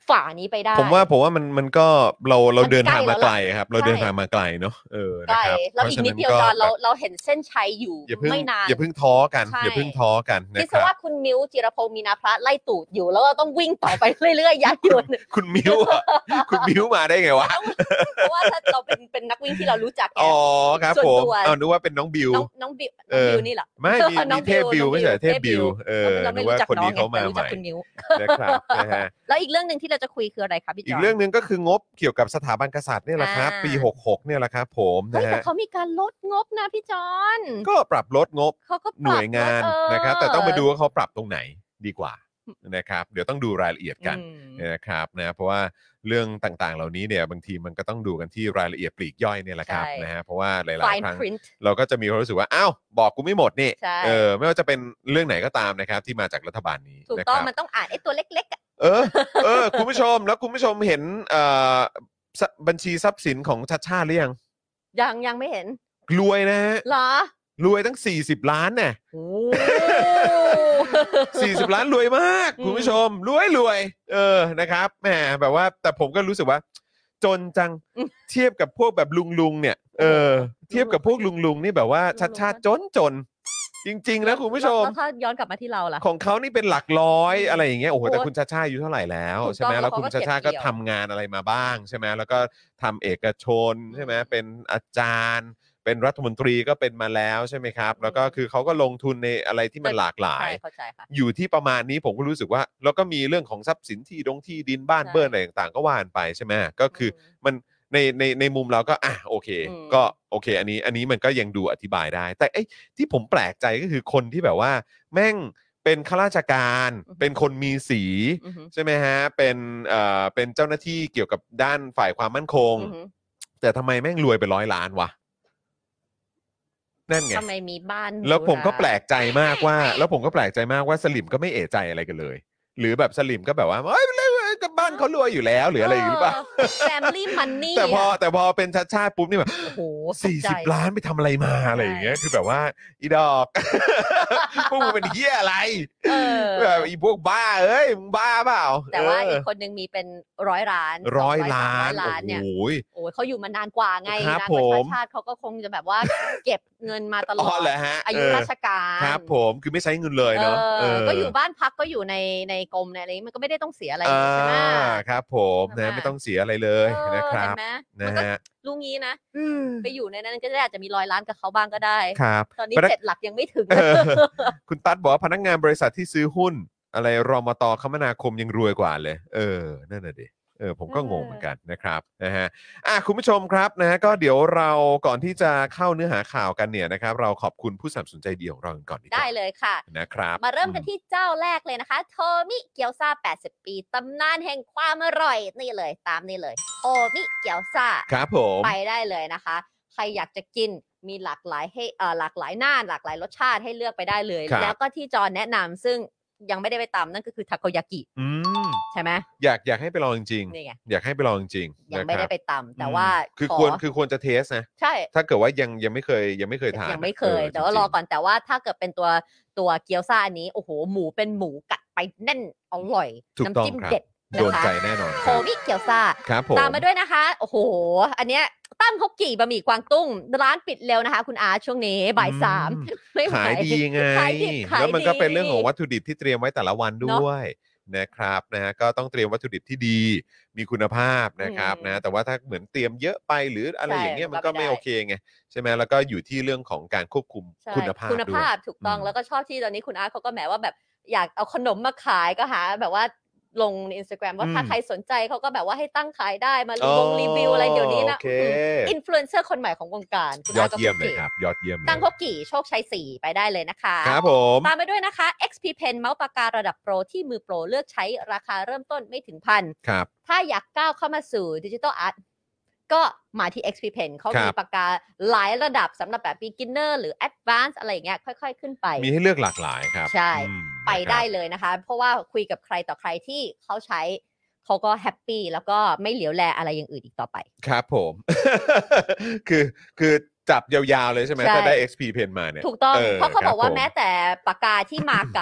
ฝ่านี้ไปได้ผมว่ามันก็เราเดินทางมาไกลครับเราเดินทางมาไกลเนาะนะครับเราอีกนิดเดียวจอนเราเห็นเส้นชัยอยู่ไม่นานอย่าเพิ่งท้อกันอย่าเพิ่งท้อกันคิดซะว่าคุณมิ้วจิรพงษ์มีนาพระไล่ตูดอยู่แล้วเราต้องวิ่งต่อไปเรื่อยๆยัดยนคุณมิ้วคุณมิ้วมาได้ไงวะเพราะว่าถ้าเราเป็นนักวิ่งที่เรารู้จักอ๋อครับผมนึกว่าเป็นน้องบิวน้องบิวนี่แหละไม่มีเทพบิวไม่ใช่เทพบิวนึกว่าคนนี้เขามาใหม่นะครับนะฮะแล้วอีกเรื่องนึงที่เราจะคุยคืออะไรครับพี่จอนอีกเรื่องนึงก็คืองบเกี่ยวกับสถาบันกษัตริย์นี่แหละครับปี66เนี่ยแหละครับผมนะฮะแต่เขามีการลดงบนะพี่จอนก็ปรับลดงบหน่วยงานนะครับแต่ต้องมาดูว่าเขาปรับตรงไหนดีกว่านะครับเดี๋ยวต้องดูรายละเอียดกันนะครับนะเพราะว่าเรื่องต่างๆเหล่านี้เนี่ยบางทีมันก็ต้องดูกันที่รายละเอียดปลีกย่อยเนี่ยแหละครับนะฮะเพราะว่าหลายๆครั้งเราก็จะมีความรู้สึกว่าอ้าวบอกกูไม่หมดนี่ไม่ว่าจะเป็นเรื่องไหนก็ตามนะครับที่มาจากรัฐบาลนี้ถูกต้องมันต้องอ่านไอ้ตัวเล็กๆคุณผู้ชมแล้วคุณผู้ชมเห็นบัญชีทรัพย์สินของชาติหรือยังไม่เห็นรวยนะฮะเหรอรวยตั้ง40ล้านเนี่ย40ล้านรวยมากคุณผู้ชมรวยนะครับแหมแบบว่าแต่ผมก็รู้สึกว่าจนจังเทียบกับพวกแบบลุงเนี่ยเทียบกับพวกลุงนี่แบบว่าชาติจนจริงๆนะคุณผู้ชมถ้าย้อนกลับมาที่เราล่ะของเขานี่เป็นหลักร้อยอะไรอย่างเงี้ยโอ้โหแต่คุณชาติอายุเท่าไหร่แล้วใช่ไหมแล้วคุณชาติก็ทำงานอะไรมาบ้างใช่ไหมแล้วก็ทำเอกชนใช่ไหมเป็นอาจารย์เป็นรัฐมนตรีก็เป็นมาแล้วใช่ไหมครับแล้วก็คือเขาก็ลงทุนในอะไรที่มันหลากหลายอยู่ที่ประมาณนี้ผมก็รู้สึกว่าแล้วก็มีเรื่องของทรัพย์สินที่ดินบ้านเบิ้ลอะไรต่างๆก็ว่านไปใช่ไหมก็คือมันในมุมเราก็โอเคก็โอเคอันนี้มันก็ยังดูอธิบายได้แต่ที่ผมแปลกใจก็คือคนที่แบบว่าแม่งเป็นข้าราชการเป็นคนมีสีใช่ไหมฮะเป็นเจ้าหน้าที่เกี่ยวกับด้านฝ่ายความมั่นคงแต่ทำไมแม่งรวยไป100 ล้านวะนั่นไงทำไมมีบ้านแล้วผมก็แปลกใจมากว่าสลิมก็ไม่เอะใจอะไรกันเลยหรือแบบสลิมก็แบบว่ากับบ้านเขารวยอยู่แล้วหรืออะไรอย่างนี้หรือเปล่า Family Money แต่พอเป็นชาติปุ๊บนี่แบบโอ้โห40 ล้านไปทำอะไรมาอะไรอย่างเงี้ยคือแบบว่าอีดอกพวกมึงเป็นเหี้ยอะไรแบบอีพวกบ้ามึงบ้าเปล่าแต่ว่าอีกคนนึงมีเป็น100 ล้านเนี่ยโอ้ยเขาอยู่มานานกว่าไงงานประชาชาติเขาก็คงจะแบบว่าเก็บเงินมาตลอดอายุราชการครับผมคือไม่ใช้เงินเลยเนาะก็อยู่บ้านพักก็อยู่ในกรมในอะไรมันก็ไม่ได้ต้องเสียอะไรใช่ไหมครับผมนะไม่ต้องเสียอะไรเลยนะครับนะฮะลุงงี้นะไปอยู่ในนั้นก็อาจจะมี100 ล้านกับเขาบ้างก็ได้ครับตอนนี้7 หลักยังไม่ถึงคุณตั๊ดบอกว่าพนักงานบริษัทที่ซื้อหุ้นอะไรรมต.คมนาคมยังรวยกว่าเลยนั่นน่ะดิผมก็งงเหมือนกันนะครับนะฮะคุณผู้ชมครับนะฮะก็เดี๋ยวเราก่อนที่จะเข้าเนื้อหาข่าวกันเนี่ยนะครับเราขอบคุณผู้สนับสนุนใจดีของเราก่อนดีกว่าได้เลยค่ะนะครับมาเริ่มกันที่เจ้าแรกเลยนะคะโทมิเกียวซา80 ปีตำนานแห่งความอร่อยนี่เลยตามนี่เลยโทมิเกียวซาครับผมไปได้เลยนะคะใครอยากจะกินมีหลากหลายให้หลากหลายหน้าหลากหลายรสชาติให้เลือกไปได้เลยแล้วก็ที่จอแนะนำซึ่งยังไม่ได้ไปตำนั่นก็คือทาโกยากิใช่ไหมอยากให้ไปลองจริงๆอยากให้ไปลองจริงยังไม่ได้ไปตำแต่ว่าคือควรจะเทสนะใช่ถ้าเกิดว่ายังไม่เคยทานยังไม่เคยแต่ว่ารอก่อนแต่ว่าถ้าเกิดเป็นตัวเกี๊ยวซ่าอันนี้โอ้โหหมูเป็นหมูกัดไปแน่นอร่อยน้ำจิ้มเด็ดโดนใจแน่นอนโทมิเกี๊ยวซ่าตามมาด้วยนะคะโอ้โหอันเนี้ยตั้มฮกกี่บะหมี่กวางตุ้งร้านปิดเร็วนะคะคุณอาช่วงนี้บ่าย 3 ขายดีไงแล้วมันก็เป็นเรื่องของวัตถุดิบที่เตรียมไว้แต่ละวันด้วยนะครับนะฮะก็ต้องเตรียมวัตถุดิบที่ดีมีคุณภาพนะครับนะแต่ว่าถ้าเหมือนเตรียมเยอะไปหรืออะไรอย่างเงี้ยมันก็ไม่โอเคไงใช่ไหมแล้วก็อยู่ที่เรื่องของการควบคุมคุณภาพถูกต้องแล้วก็ชอบที่ตอนนี้คุณอาเขาก็แหมว่าแบบอยากเอาขนมมาขายก็หาแบบว่าลงใน Instagram ว่าถ้าใครสนใจเขาก็แบบว่าให้ตั้งขายได้มาลงรีวิวอะไรเดี๋ยวนี้นะอินฟลูเอนเซอร์คนใหม่ของวงการยอดเยี่ยมเลยครับยอดเยี่ยมตั้งฮกกี่โชคชัย4ไปได้เลยนะคะครับผมตามไปด้วยนะคะ XP Pen เมาส์ปากการะดับโปรที่มือโปรเลือกใช้ราคาเริ่มต้นไม่ถึง1,000 ครับถ้าอยากก้าวเข้ามาสู่ดิจิทัลอาร์ตก็มาที่ XP Pen เขามีปากกาหลายระดับสำหรับแบบ beginner หรือ advanced อะไรอย่างเงี้ยค่อยๆขึ้นไปมีให้เลือกหลากหลายครับใช่ไปได้เลยนะคะเพราะว่าคุยกับใครต่อใครที่เขาใช้เขาก็แฮปปี้แล้วก็ไม่เหลียวแลอะไรอย่างอื่นอีกต่อไปครับผม คือจับยาวๆเลยใช่ไหมถ้าได้ XP Pen มาเนี่ยถูกต้องเพราะเขาบอกว่าแม้แต่ปากกาที่มากับ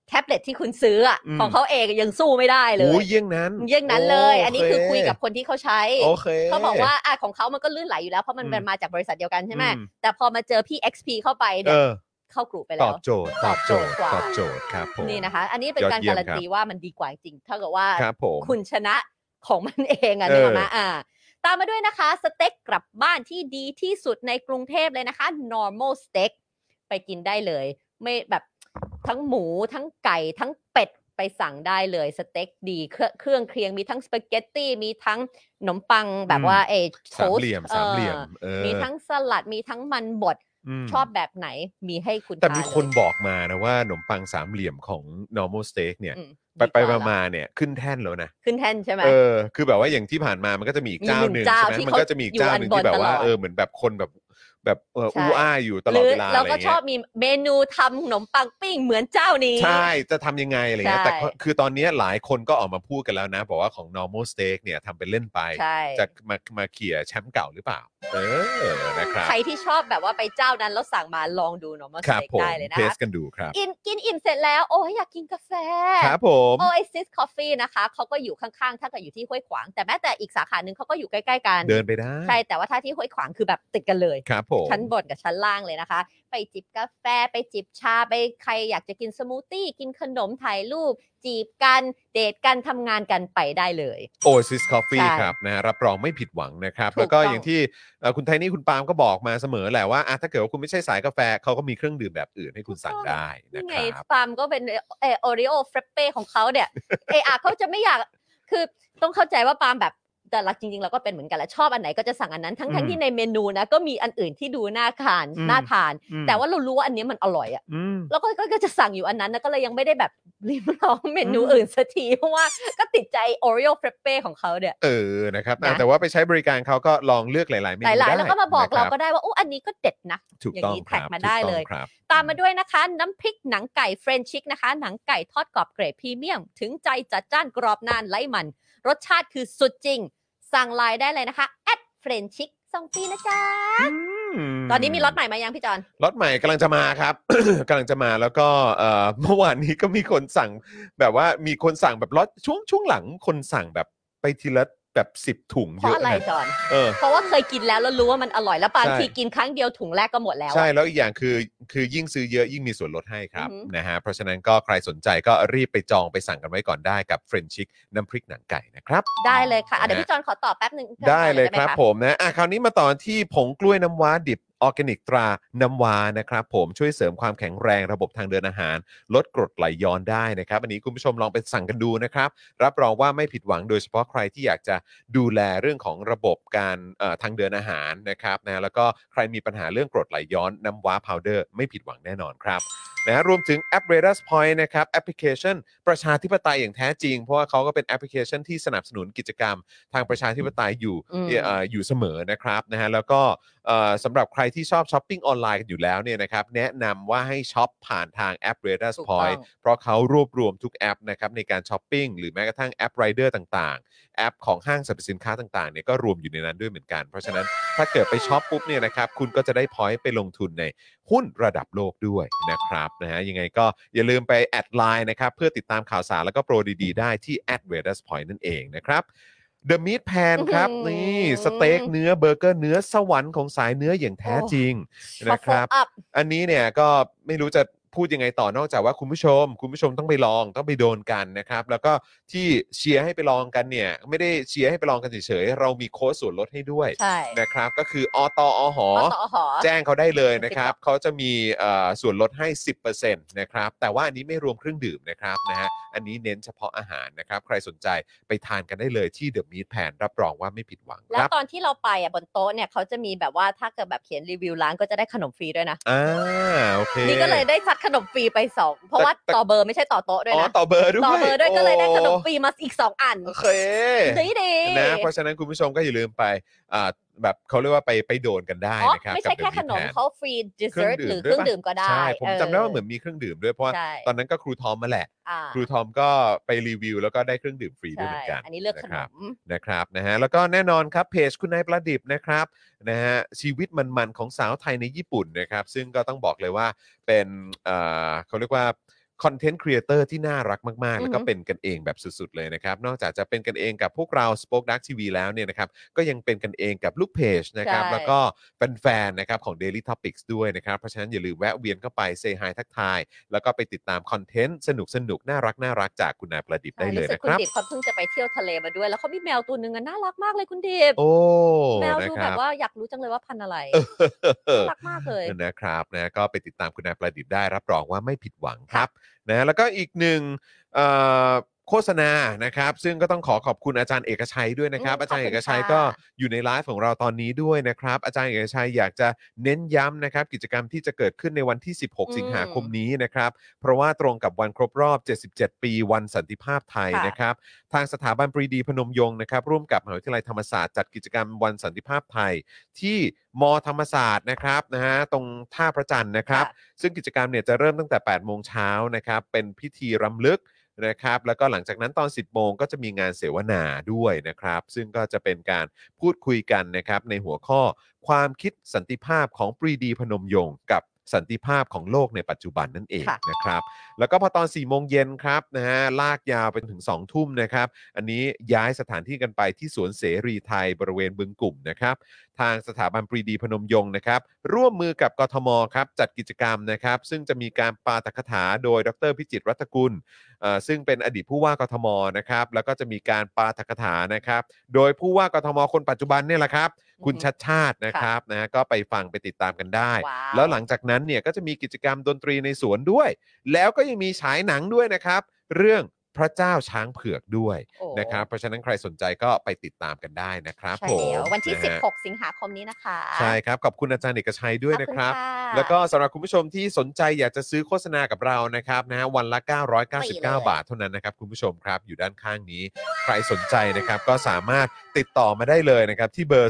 แท็บเล็ตที่คุณซื้ออ่ะของเขาเองยังสู้ไม่ได้เลยโอ้ยเยี่ยงนั้นเลยอันนี้คือคุยกับคนที่เขาใช้เขาบอกว่าของเขามันก็ลื่นไหลอยู่แล้วเพราะมันมาจากบริษัทเดียวกันใช่ไหมแต่พอมาเจอพี่ XP เข้าไปเนี่ยเข้ากลุ่มไปแล้วตอบโจทย์ครับผมนี่นะคะอันนี้เป็นการการันตีว่ามันดีกว่าจริงเท่ากับว่าคุณชนะของมันเองอ่ะนึกออกมั้ยตามมาด้วยนะคะสเต็กกลับบ้านที่ดีที่สุดในกรุงเทพเลยนะคะ normal steak ไปกินได้เลยไม่แบบทั้งหมูทั้งไก่ทั้งเป็ดไปสั่งได้เลยสเต็กดีเครื่องเคียงมีทั้งสปาเกตตี้มีทั้งขนมปังแบบว่าสามเหลี่ยมมีทั้งสลัดมีทั้งมันบดชอบแบบไหนมีให้คุณแต่มีคนบอกมานะว่าขนมปังสามเหลี่ยมของ normal steak เนี่ยไปมาเนี่ยขึ้นแท่นแล้วนะขึ้นแท่นใช่ไหมคือแบบว่าอย่างที่ผ่านมามันก็จะมีอีกเจ้านึงใช่ไหมมันก็จะมีอีกเจ้านึงที่แบบว่าเหมือนแบบคนแบบอู้อ้าอยู่ตลอดเวลาอะไรเงี้ยเราก็ชอบมีเมนูทำขนมปังปิ้งเหมือนเจ้านี้ใช่จะทำยังไงอะไรเงี้ยแต่คือตอนนี้หลายคนก็ออกมาพูดกันแล้วนะบอกว่าของ normal steak เนี่ยทำเป็นเล่นไปจะมาเขี่ยแชมป์เก่าหรือเปล่านะครับใครที่ชอบแบบว่าไปเจ้านั้นแล้วสั่งมาลองดู normal steak ได้เลยนะคะเทสกันดูครับกินอิ่มเสร็จแล้วโอ้ยอยากกินกาแฟครับผม Oasis Coffee นะคะเขาก็อยู่ข้างๆถ้าเกิดอยู่ที่ห้วยขวางแต่แม้แต่อีกสาขานึงเขาก็อยู่ใกล้ๆกันเดินไปได้ใช่แต่ว่าถ้าที่ห้วยขวางคือแบบติดกันเลยครับผมชั้นบนกับชั้นล่างเลยนะคะไปจิบกาแฟไปจิบชาไปใครอยากจะกินสมูทตี้กินขนมถ่ายรูปจีบกันเดทกันทำงานกันไปได้เลย Oasis Coffee ครับนะรับรองไม่ผิดหวังนะครับแล้วก็อย่างที่คุณไทนี่คุณปาล์มก็บอกมาเสมอแหละว่าถ้าเกิดว่าคุณไม่ใช่สายกาแฟเขาก็มีเครื่องดื่มแบบอื่นให้คุณสั่งได้นะครับปาล์มก็เป็นโอริโอเฟรปเป้ของเขาเนี่ยเขาจะไม่อยากคือต้องเข้าใจว่าปาล์มแบบแต่จริงๆเราก็เป็นเหมือนกันแหละชอบอันไหนก็จะสั่งอันนั้นทั้งที่ในเมนูนะก็มีอันอื่นที่ดูน่าทานแต่ว่าเรารู้ว่าอันนี้มันอร่อยอ่ะแล้วก็จะสั่งอยู่อันนั้นนะก็เลยยังไม่ได้แบบริมลองเมนูอื่นสักทีเพราะว่าก็ติดใจ Oreo Frappe ของเขาเนี่ยนะครับแต่ว่าไปใช้บริการเขาก็ลองเลือกหลายๆเมนูได้แล้วก็มาบอกเราก็ได้ว่าอันนี้ก็เด็ดนะอย่างนี้แท็กมาได้เลยตามมาด้วยนะคะน้ำพริกหนังไก่เฟรนชิกนะคะหนังไก่ทอดกรอบเกรดพรีเมียมถึงใจจัดจ้านกรอบนานไร้มันรสชาติคือสุดจริงสั่งไลน์ได้เลยนะคะเฟรนชิกส่งฟรีนะจ๊ะตอนนี้มีล็อตใหม่มายังพี่จอนล็อตใหม่กำลังจะมาครับ กำลังจะมาแล้วก็เมื่อวานนี้ก็มีคนสั่งแบบว่ามีคนสั่งแบบล็อตช่วงหลังคนสั่งแบบไปทีละแบบ10ถุงเยอะนะเพราะอะไรจอนเพราะว่าเคยกินแล้วรู้ว่ามันอร่อยแล้วบางทีกินครั้งเดียวถุงแรกก็หมดแล้วใช่แล้วอีกอย่างคือยิ่งซื้อเยอะยิ่งมีส่วนลดให้ครับนะฮะเพราะฉะนั้นก็ใครสนใจก็รีบไปจองไปสั่งกันไว้ก่อนได้กับเฟรนชิกน้ำพริกหนังไก่นะครับได้เลยค่ะเดี๋ยวพี่จอนขอตอบแป๊บนึงได้เลยครับผมนะคราวนี้มาต่อที่ผงกล้วยน้ำว้าดิบออร์แกนิกตราน้ำว้านะครับผมช่วยเสริมความแข็งแรงระบบทางเดินอาหารลดกรดไหลย้อนได้นะครับอันนี้คุณผู้ชมลองไปสั่งกันดูนะครับรับรองว่าไม่ผิดหวังโดยเฉพาะใครที่อยากจะดูแลเรื่องของระบบการทางเดินอาหารนะครับนะแล้วก็ใครมีปัญหาเรื่องกรดไหลย้อนน้ำว้าพาวเดอร์ไม่ผิดหวังแน่นอนครับนะรวมถึงแอป Radar's Point นะครับแอปพลิเคชันประชาธิปไตยอย่างแท้จริงเพราะว่าเขาก็เป็นแอปพลิเคชันที่สนับสนุนกิจกรรมทางประชาธิปไตยอยู่เสมอนะครับนะฮะแล้วก็สำหรับใครที่ชอบช้อปปิ้งออนไลน์กันอยู่แล้วเนี่ยนะครับแนะนำว่าให้ช็อปผ่านทางแอป Radar's Point เพราะเขารวบรวมทุกแอปนะครับในการช้อปปิ้งหรือแม้กระทั่งแอป Rider ต่างๆแอปของห้างสรรพสินค้าต่างๆเนี่ยก็รวมอยู่ในนั้นด้วยเหมือนกันเพราะฉะนั้นถ้าเกิดไปช็อปปุ๊บเนี่ยนะครับคุณก็จะได้ point ไปลงทุนในหุ้นระดับโลกด้วยนะครับนะฮะยังไงก็อย่าลืมไปแอดไลน์นะครับเพื่อติดตามข่าวสารแล้วก็โปรดีๆได้ที่ @Radar's Point นั่นเองนะครับ The Meat Pan ครับนี่สเต็กเนื้อเบอร์เกอร์เนื้อสวรรค์ของสายเนื้ออย่างแท้จริงนะครับอันนี้เนี่ยก็ไม่รู้จะพูดยังไงต่อนอกจากว่าคุณผู้ชมต้องไปลองต้องไปโดนกันนะครับแล้วก็ที่เชียร์ให้ไปลองกันเนี่ยไม่ได้เชียร์ให้ไปลองกันเฉยๆเรามีโค้ดส่วนลดให้ด้วยนะครับก็คืออตอหแจ้งเขาได้เลยนะครับเขาจะมีส่วนลดให้ 10% นะครับแต่ว่าอันนี้ไม่รวมเครื่องดื่มนะครับนะฮะอันนี้เน้นเฉพาะอาหารนะครับใครสนใจไปทานกันได้เลยที่ The Meat Pan รับรองว่าไม่ผิดหวังแล้วตอนที่เราไปบนโต๊ะเนี่ยเขาจะมีแบบว่าถ้าเกิดแบบเขียนรีวิวร้านก็จะได้ขนมฟรีด้วยนะโอเคนี่ก็เลยได้ซัดขนมฟรีไป2เพราะว่าต่อเบอร์ไม่ใช่ต่อโต๊ะด้วยนะต่อเบอร์ด้วยก็เลยได้ขนมฟรีมาอีก2อันโอเคดีนะเพราะฉะนั้นคุณผู้ชมก็อย่าลืมไปแบบเขาเรียกว่าไปโดนโดนได้นะครับไม่ใช่แค่ขนมเขาฟรีดิเซอร์ทหรือเครื่องดื่มก็ได้ใช่ผมจำได้ว่าเหมือนมีเครื่องดื่มด้วยเพราะว่าตอนนั้นก็ครูทอมมาแหละครูทอมก็ไปรีวิวแล้วก็ได้เครื่องดื่มฟรีด้วยเหมือนกันอันนี้เลือกขนมนะครับนะฮะแล้วก็แน่นอนครับเพจคุณนายประดิษฐ์นะครับนะฮะชีวิตมันๆของสาวไทยในญี่ปุ่นนะครับซึ่งก็ต้องบอกเลยว่าเป็นเขาเรียกว่าคอนเทนต์ครีเอเตอร์ที่น่ารักมากๆแล้วก็เป็นกันเองแบบสุดๆเลยนะครับนอกจากจะเป็นกันเองกับพวกเรา Spoke Dark TV แล้วเนี่ยนะครับก็ยังเป็นกันเองกับลูกเพจนะครับแล้วก็เป็นแฟนนะครับของ Daily Topics ด้วยนะครับเพราะฉะนั้นอย่าลืมแวะเวียนเข้าไปเซฮายทักทายแล้วก็ไปติดตามคอนเทนต์สนุกๆน่ารักจากคุณนายประดิษฐ์ได้เลยนะครับคุณดิบเขาเพิ่งจะไปเที่ยวทะเลมาด้วยแล้วเขามีแมวตัวนึงน่ารักมากเลยคุณดิบโอ้แมวดูแบบว่าอยากรู้จังเลยว่าพันธุ์อะไรน่ารักมากเลยนะครับนะก็ไปติดตามคุณนายประดิษฐ์ได้รับรองว่าไม่ผิดหวังครับนะแล้วก็อีกหนึ่งโฆษณานะครับซึ่งก็ต้องขอบคุณอาจารย์เอกชัยด้วยนะครับอาจารย์เอกชัยก็อยู่ในไลฟ์ของเราตอนนี้ด้วยนะครับอาจารย์เอกชัยอยากจะเน้นย้ำนะครับกิจกรรมที่จะเกิดขึ้นในวันที่16สิงหาคมนี้นะครับเพราะว่าตรงกับวันครบรอบ77ปีวันสันติภาพไทยนะครับทางสถาบันปรีดีพนมยงค์นะครับร่วมกับมหาวิทยาลัยธรรมศาสตร์จัดกิจกรรมวันสันติภาพไทยที่มธรรมศาสตร์นะครับนะฮะตรงท่าพระจันทร์นะครับซึ่งกิจกรรมเนี่ยจะเริ่มตั้งแต่8 โมงเช้านะครับเป็นพิธีรำลึกนะครับแล้วก็หลังจากนั้นตอน10 โมงก็จะมีงานเสวนาด้วยนะครับซึ่งก็จะเป็นการพูดคุยกันนะครับในหัวข้อความคิดสันติภาพของปรีดีพนมยงค์กับสันติภาพของโลกในปัจจุบันนั่นเองนะครับแล้วก็พอตอน4 โมงเย็นครับนะฮะลากยาวไปถึง2 ทุ่มนะครับอันนี้ย้ายสถานที่กันไปที่สวนเสรีไทยบริเวณบึงกลุ่มนะครับทางสถาบันปรีดีพนมยงค์นะครับร่วมมือกับกทมครับจัดกิจกรรมนะครับซึ่งจะมีการปาฐกถาโดยดร.พิจิตรรัตนกุลซึ่งเป็นอดีตผู้ว่ากทมนะครับแล้วก็จะมีการปาฐกถานะครับโดยผู้ว่ากทมคนปัจจุบันเนี่ยแหละครับคุณชัดชาตินะครับนะก็ไปฟังไปติดตามกันได้แล้วหลังจากนั้นเนี่ยก็จะมีกิจกรรมดนตรีในสวนด้วยแล้วก็ยังมีฉายหนังด้วยนะครับเรื่องพระเจ้าช้างเผือกด้วยนะครับเพราะฉะนั้นใครสนใจก็ไปติดตามกันได้นะครับผมวันที่16สิงหาคมนี้นะคะใช่ครับขอบคุณอาจารย์เอกชัยด้วยนะครับแล้วก็สำหรับคุณผู้ชมที่สนใจอยากจะซื้อโฆษณากับเรานะครับนะฮะวันละ999 บาทเท่านั้นนะครับคุณผู้ชมครับอยู่ด้านข้างนี้ใครสนใจนะครับก็สามารถติดต่อมาได้เลยนะครับที่เบอร์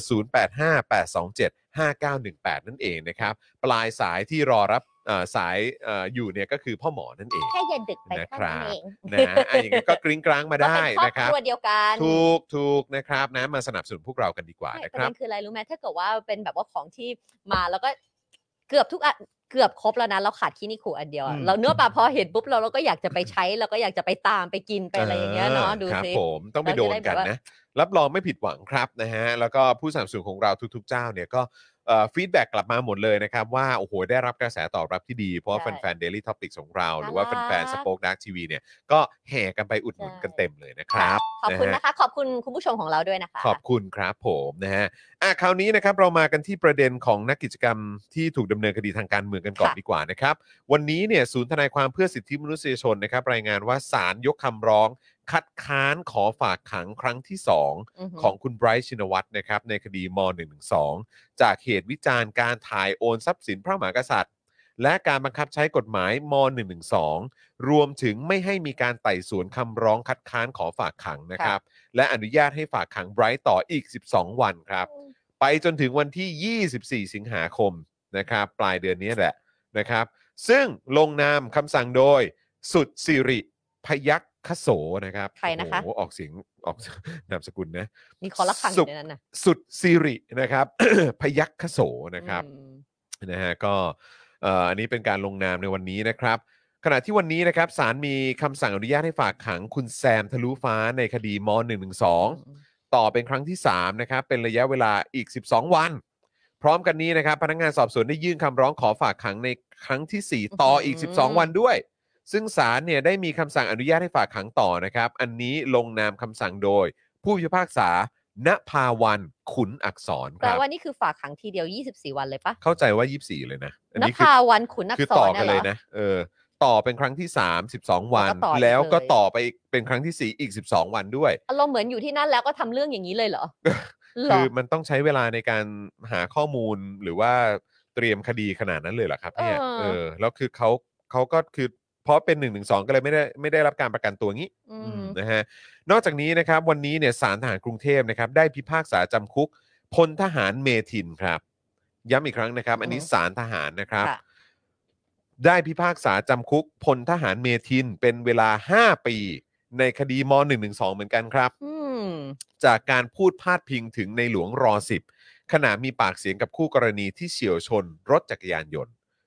0858275918นั่นเองนะครับปลายสายที่รอรับสายอยู่เนี่ยก็คือพ่อหมอนั่นเองแค่อย่าดึกไปนะครับนะอย่างงี้ก็กริ้งกลางมาได้นะครับครอบครัวเดียวกันถูกนะครับนะมาสนับสนุนพวกเรากันดีกว่านะครับประเด็นคืออะไรรู้ไหมถ้าเกิดว่าเป็นแบบว่าของที่มาแล้วก็เกือบทุกอันเกือบครบแล้วนะเราขาดคินิคุอันเดียวเราเนื้อปลาพอเห็นปุ๊บเราก็อยากจะไปใช้เราก็อยากจะไปตามไปกินไปอะไรอย่างเงี้ยเนาะดูสิครับผมต้องไปโดนกันนะรับรองไม่ผิดหวังครับนะฮะแล้วก็ผู้สนับสนุนของเราทุกๆเจ้าเนี่ยก็ฟีดแบ็กกลับมาหมดเลยนะครับว่าโอ้โหได้รับกระแสตอบรับที่ดีเพราะว่าแฟนๆ Daily Topics ของเราหรือว่าแฟนๆ Spoke Dark TV เนี่ยก็แห่กันไปอุดหนุนกันเต็มเลยนะครับขอบคุณนะคะขอบคุณคุณผู้ชมของเราด้วยนะคะขอบคุณครับผมนะฮะคราวนี้นะครับเรามากันที่ประเด็นของนักกิจกรรมที่ถูกดำเนินคดีทางการเมืองกันก่อนดีกว่านะครับวันนี้เนี่ยศูนย์ทนายความเพื่อสิทธิมนุษยชนนะครับรายงานว่าศาลยกคำร้องคัดค้านขอฝากขังครั้งที่2ของคุณไบรท์ชินวัตรนะครับในคดีม.112 จากเหตุวิจารณ์การถ่ายโอนทรัพย์สินพระมหากษัตริย์และการบังคับใช้กฎหมายม.112 รวมถึงไม่ให้มีการไต่สวนคำร้องคัดค้านขอฝากขังนะครับและอนุญาตให้ฝากขังไบรท์ต่ออีก12 วันครับไปจนถึงวันที่24สิงหาคมนะครับปลายเดือนนี้แหละนะครับซึ่งลงนามคำสั่งโดยสุดสิริพยัคฆโสนะครับใครนะคะออกเสียงออกนามสกุลนะมีคอละครังอยู่ในนั้นนะสุดสิรินะครับ พยัคฆโสนะครับนะฮะก็อันนี้เป็นการลงนามในวันนี้นะครับขณะที่วันนี้นะครับศาลมีคำสั่งอนุญาตให้ฝากขังคุณแซมทะลุฟ้าในคดีม.112 ต่อเป็นครั้งที่3นะครับเป็นระยะเวลาอีก12 วันพร้อมกันนี้นะครับพนักงานสอบสวนได้ยื่นคำร้องขอฝากขังในครั้งที่4ต่ออีก12 วันด้วยซึ่งศาลเนี่ยได้มีคำสั่งอนุญาตให้ฝากขังต่อนะครับอันนี้ลงนามคำสั่งโดยผู้พิพากษาณภาวันขุนอักษรครับแต่ว่านี่คือฝากขังทีเดียว24 วันเลยปะเข้าใจว่า24เลยนะอันนี้ณภาวันขุนอักษรคือต่อกันเลยนะต่อเป็นครั้งที่3 12 วันแล้วก็ต่อไปเป็นครั้งที่4อีก12 วันด้วยเราเหมือนอยู่ที่นั่นแล้วก็ทำเรื่องอย่างนี้เลยเหรอคือมันต้องใช้เวลาในการหาข้อมูลหรือว่าเตรียมคดีขนาดนั้นเลยเหรอครับเนี่ยแล้วคือเขาก็คือเพราะเป็น112ก็เลยไม่ได้รับการประกันตัวงี้นะฮะนอกจากนี้นะครับวันนี้เนี่ยศาลทหารกรุงเทพนะครับได้พิพากษาจำคุกพลทหารเมทินครับย้ำอีกครั้งนะครับอันนี้ศาลทหารนะครับได้พิพากษาจำคุกพลทหารเมทินเป็นเวลา5 ปีในคดีม.112 เหมือนกันครับจากการพูดพาดพิงถึงในหลวงร.10ขณะมีปากเสียงกับคู่กรณีที่เฉี่ยวชนรถจักรยานยนต์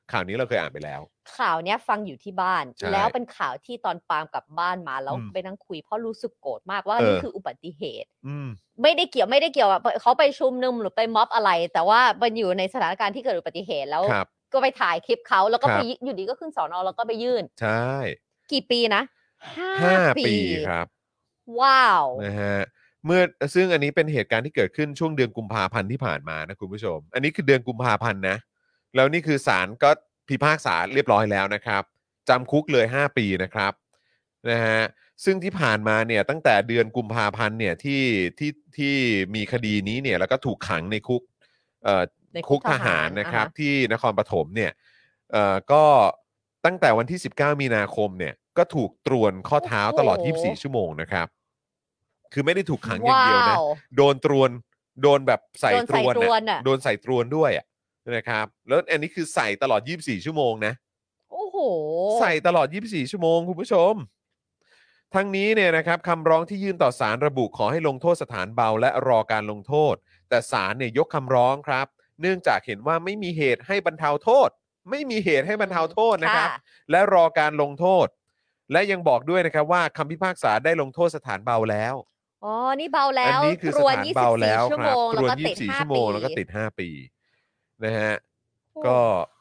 ข่าวนี้เราเคยอ่านไปแล้วข่าวเนี้ยฟังอยู่ที่บ้านแล้วเป็นข่าวที่ตอนปาล์มกลับบ้านมาแล้วไปนั่งคุยเพราะรู้สึกโกรธมากว่านี่คืออุบัติเหตุไม่ได้เกี่ยวเขาไปชุมนุมหรือไปม็อบอะไรแต่ว่ามันอยู่ในสถานการณ์ที่เกิดอุบัติเหตุแล้วก็ไปถ่ายคลิปเขาแล้วก็ไปอยู่ดีก็ขึ้นสน.แล้วก็ไปยื่นใช่กี่ปีนะ 5 ปีครับว้าวนะฮะซึ่งอันนี้เป็นเหตุการณ์ที่เกิดขึ้นช่วงเดือนกุมภาพันธ์ที่ผ่านมานะคุณผู้ชมอันนี้คือเดือนกุมภาพันธ์นะแล้วนี่คือศาลก็พิพากษาเรียบร้อยแล้วนะครับจำคุกเลย5 ปีนะครับนะฮะซึ่งที่ผ่านมาเนี่ยตั้งแต่เดือนกุมภาพันธ์เนี่ยที่มีคดีนี้เนี่ยแล้วก็ถูกขังในคุกทหารนะครับที่นครปฐมเนี่ยก็ตั้งแต่วันที่19 มีนาคมเนี่ยก็ถูกตรวนข้อเท้าตลอด24 ชั่วโมงนะครับคือไม่ได้ถูกขังอย่างเดียวนะโดนตรวนโดนแบบใส่ตรวนโดนใส่ตรวนด้วยนะครับแล้วอันนี้คือใส่ตลอด24 ชั่วโมงนะโอ้โหใส่ตลอด24 ชั่วโมงคุณผู้ชมทั้งนี้เนี่ยนะครับคำร้องที่ยื่นต่อศาลระบุขอให้ลงโทษสถานเบาและรอการลงโทษแต่ศาลเนี่ยยกคำร้องครับเนื่องจากเห็นว่าไม่มีเหตุให้บรรเทาโทษไม่มีเหตุให้บรรเทาโทษนะครับและรอการลงโทษและยังบอกด้วยนะครับว่าคำพิพากษาได้ลงโทษสถานเบาแล้วอ๋อนี่เบาแล้วอันนี้คือสถานเบาแล้วครับตรวน 24 ชั่วโมงแล้วก็ติด5 ปีนะฮะก็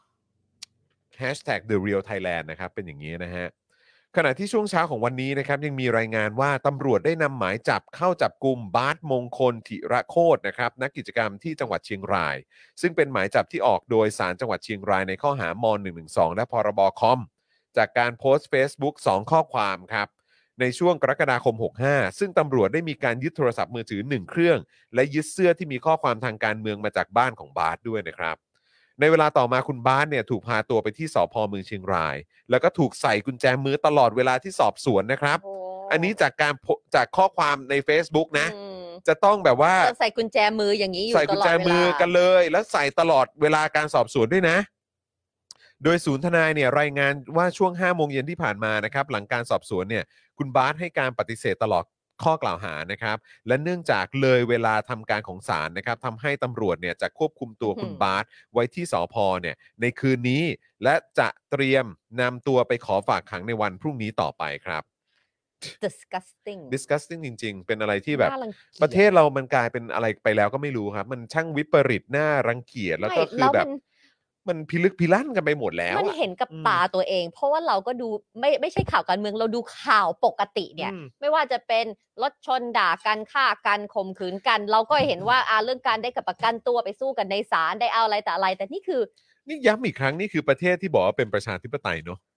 #The Real Thailand นะครับเป็นอย่างนี้นะฮะขณะที่ช่วงเช้าของวันนี้นะครับยังมีรายงานว่าตำรวจได้นำหมายจับเข้าจับกุมบาสมงคลธิระโคตรนะครับนักกิจกรรมที่จังหวัดเชียงรายซึ่งเป็นหมายจับที่ออกโดยศาลจังหวัดเชียงรายในข้อหาม.112 และพรบคอมจากการโพสต์ Facebook 2 ข้อความครับในช่วงกรกฎาคม65ซึ่งตำรวจได้มีการยึดโทรศัพท์มือถือ1 เครื่องและยึดเสื้อที่มีข้อความทางการเมืองมาจากบ้านของบาสด้วยนะครับในเวลาต่อมาคุณบาสเนี่ยถูกพาตัวไปที่สภ.เมืองเชียงรายแล้วก็ถูกใส่กุญแจมือตลอดเวลาที่สอบสวนนะครับอันนี้จากข้อความใน Facebook นะจะต้องแบบว่าใส่กุญแจมืออย่างนี้อยู่ตลอดเวลาใส่กุญแจมือกันเลยแล้วใส่ตลอดเวลาการสอบสวนด้วยนะโดยศูนย์ทนายเนี่ยรายงานว่าช่วง 5 โมงเย็นที่ผ่านมานะครับหลังการสอบสวนเนี่ยคุณบาสให้การปฏิเสธตลอดข้อกล่าวหานะครับและเนื่องจากเลยเวลาทำการของศาลนะครับทำให้ตำรวจเนี่ยจะควบคุมตัวคุณบาสไว้ที่สภ.เนี่ยในคืนนี้และจะเตรียมนำตัวไปขอฝากขังในวันพรุ่งนี้ต่อไปครับ disgusting จริงๆเป็นอะไรที่แบบประเทศเรามันกลายเป็นอะไรไปแล้วก็ไม่รู้ครับมันช่างวิปริตน่ารังเกียจแล้วก็คือแบบมันพิลึกพิลั่นกันไปหมดแล้วมันเห็นกับตาตัวเองเพราะว่าเราก็ดูไม่ใช่ข่าวการเมืองเราดูข่าวปกติเนี่ยไม่ว่าจะเป็นรถชนด่ากันฆ่ากันข่มขืนกันเราก็เห็นว่าเรื่องการได้กับประกันตัวไปสู้กันในศาลได้เอาอะไรแต่อะไรแต่นี่คือนี่ย้ำอีกครั้งนี่คือประเทศที่บอกว่าเป็นประชาธิปไตยเนาะ